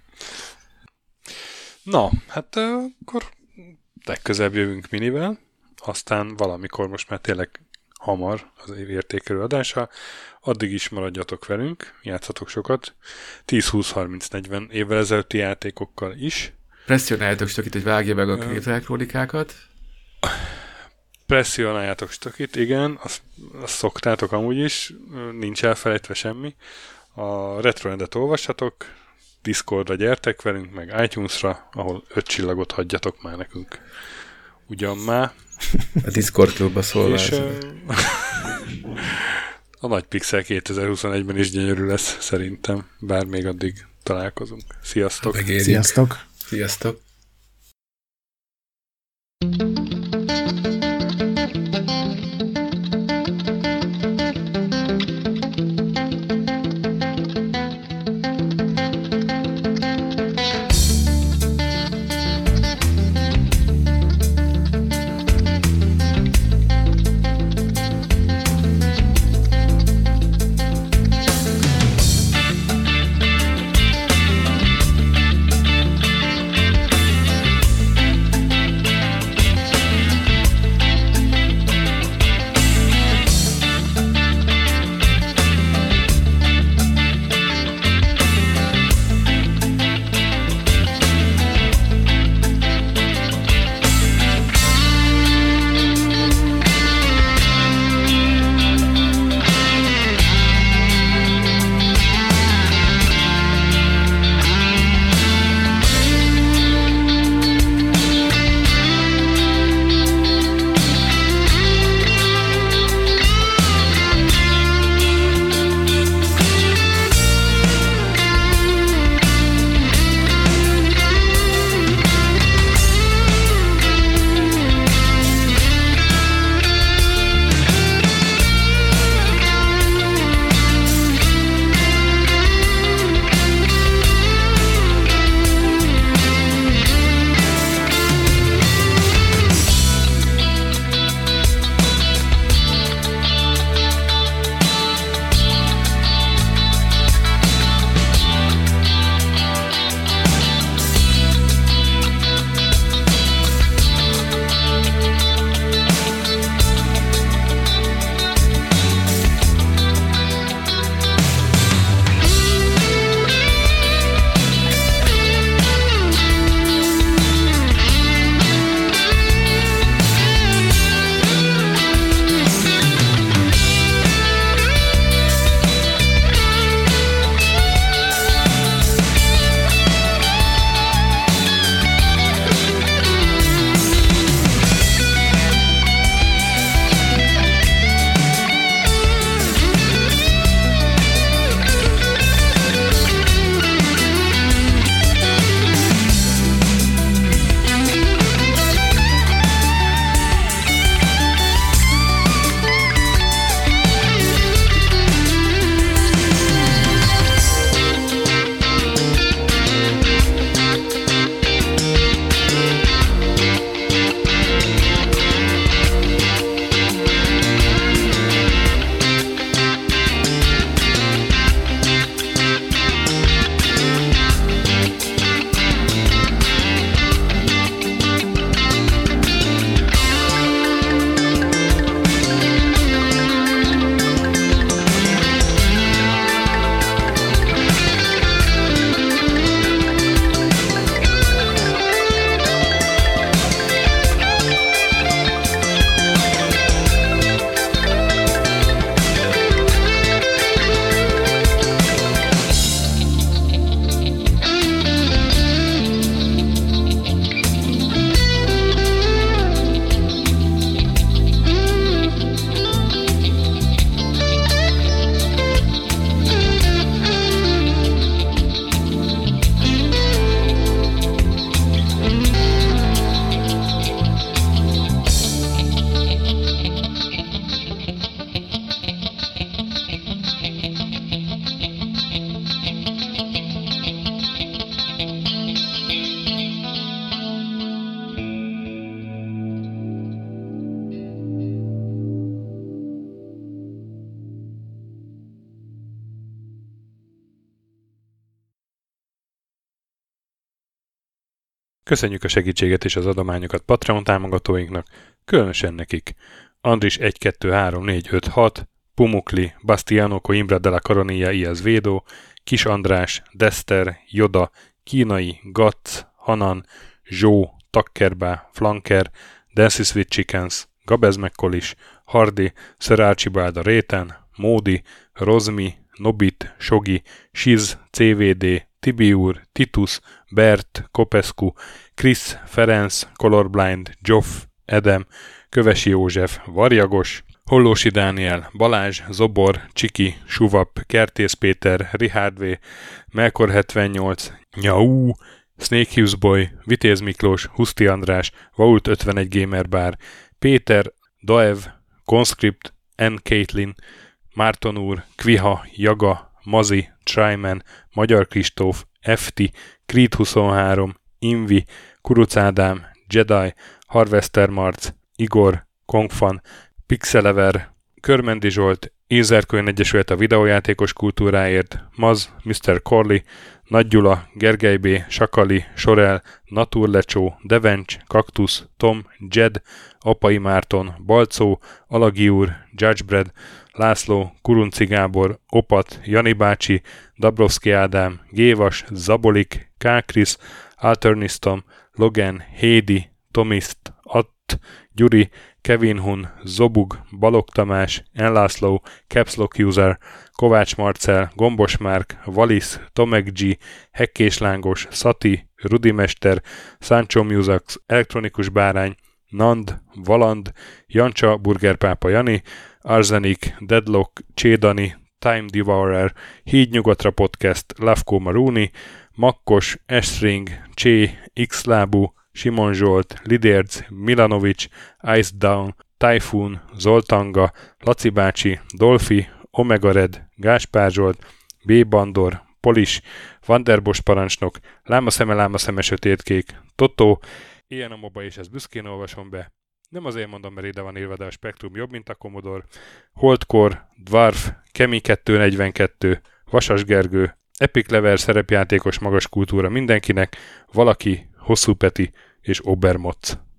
Na, hát akkor legközelebb jövünk minivel, aztán valamikor most már tényleg hamar az értékelő adása. Addig is maradjatok velünk, játszatok sokat. 10-20-30-40 évvel ezelőtti játékokkal is. Presszionáljátok Stökit, hogy vágja meg a képzelkronikákat. Presszionáljátok Stökit, igen, azt szoktátok amúgy is, nincs elfelejtve semmi. A Retrorendet olvassatok, Discordra gyertek velünk, meg iTunes-ra, ahol 5 csillagot hagyjatok már nekünk. Ugyan már. A Discord klubba szólva. És a Nagy Pixel 2021-ben is gyönyörű lesz, szerintem, bár még addig találkozunk. Sziasztok! Megérjük. Sziasztok! Sziasztok! Köszönjük a segítséget és az adományokat Patreon támogatóinknak, különösen nekik. Andris 1, 2, 3, 4, 5, 6, Pumukli, Bastiano Coimbra de la Coronilla y Azvedo, Kis András, Dester, Joda, Kínai, Gatz, Hanan, Zsó, Takkerbá, Flanker, Dancy Sweet Chickens, Gabez Mekkolis, Hardy, Sir Archibald a Réten, Módi, Rozmi, Nobit, Sogi, Siz, CVD, Tibiur, Titus, Bert, Kopescu, Krisz, Ferenc, Colorblind, Joff, Edem, Kövesi József, Varjagos, Hollósi Dániel, Balázs, Zobor, Csiki, Suvap, Kertész Péter, Richard V, Melkor 78, Nyau, Snake Hughes Boy, Vitéz Miklós, Huszti András, Vault 51 Gamer Bar, Péter, Daev, Conscript, N. Caitlin, Márton úr, Kviha, Jaga, Mazi, Tryman, Magyar Kristóf, FT, Creed 23, Invi, Kuruc Ádám, Jedi, Harvester Marc, Igor, Kongfan, Pixelever, Körmendi Zsolt, Ézerkönyv Egyesület a videójátékos kultúráért, Maz, Mr. Corley, Nagy Gyula, Gergely B., Sakali, Sorel, Naturlecsó, Devencs, Kaktusz, Tom, Jed, Apai Márton, Balcó, Alagi úr, Judgebred, László, Kurunci Gábor, Opat, Jani bácsi, Dabrowski Ádám, Gévas, Zabolik, Kákris, Alternisztom, Logan, Hédi, Tomiszt, Att, Gyuri, Kevin Hun, Zobug, Balog Tamás, Enlászló, Capslock User, Kovács Marcel, Gombos Márk, Valisz, Tomek G, Hekkés Lángos, Szati, Rudimester, Sancho Musax, Elektronikus Bárány, Nand, Valand, Jancsa, Burgerpápa Jani, Arzenik, Deadlock, Csédani, Time Devourer, Hídnyugatra Podcast, Lavko Maruni, Makkos, Estring, Csé, Xlábú, Simon Zsolt, Lidérc, Milanovic, Ice Down, Typhoon, Zoltanga, Laci bácsi, Dolfi, Omega Red, Gáspár Zsolt, B. Bandor, Polis, Vanderbos parancsnok, Lámaszeme sötétkék, Totó, ilyen a moba és ezt büszkén olvasom be. Nem azért mondom, mert ide van írva, de a Spektrum jobb, mint a Commodore. Holdcore, Dwarf, Kemi 242, Vasas Gergő, Epic Level szerepjátékos magas kultúra mindenkinek, valaki, Hosszú Peti és Obermotz.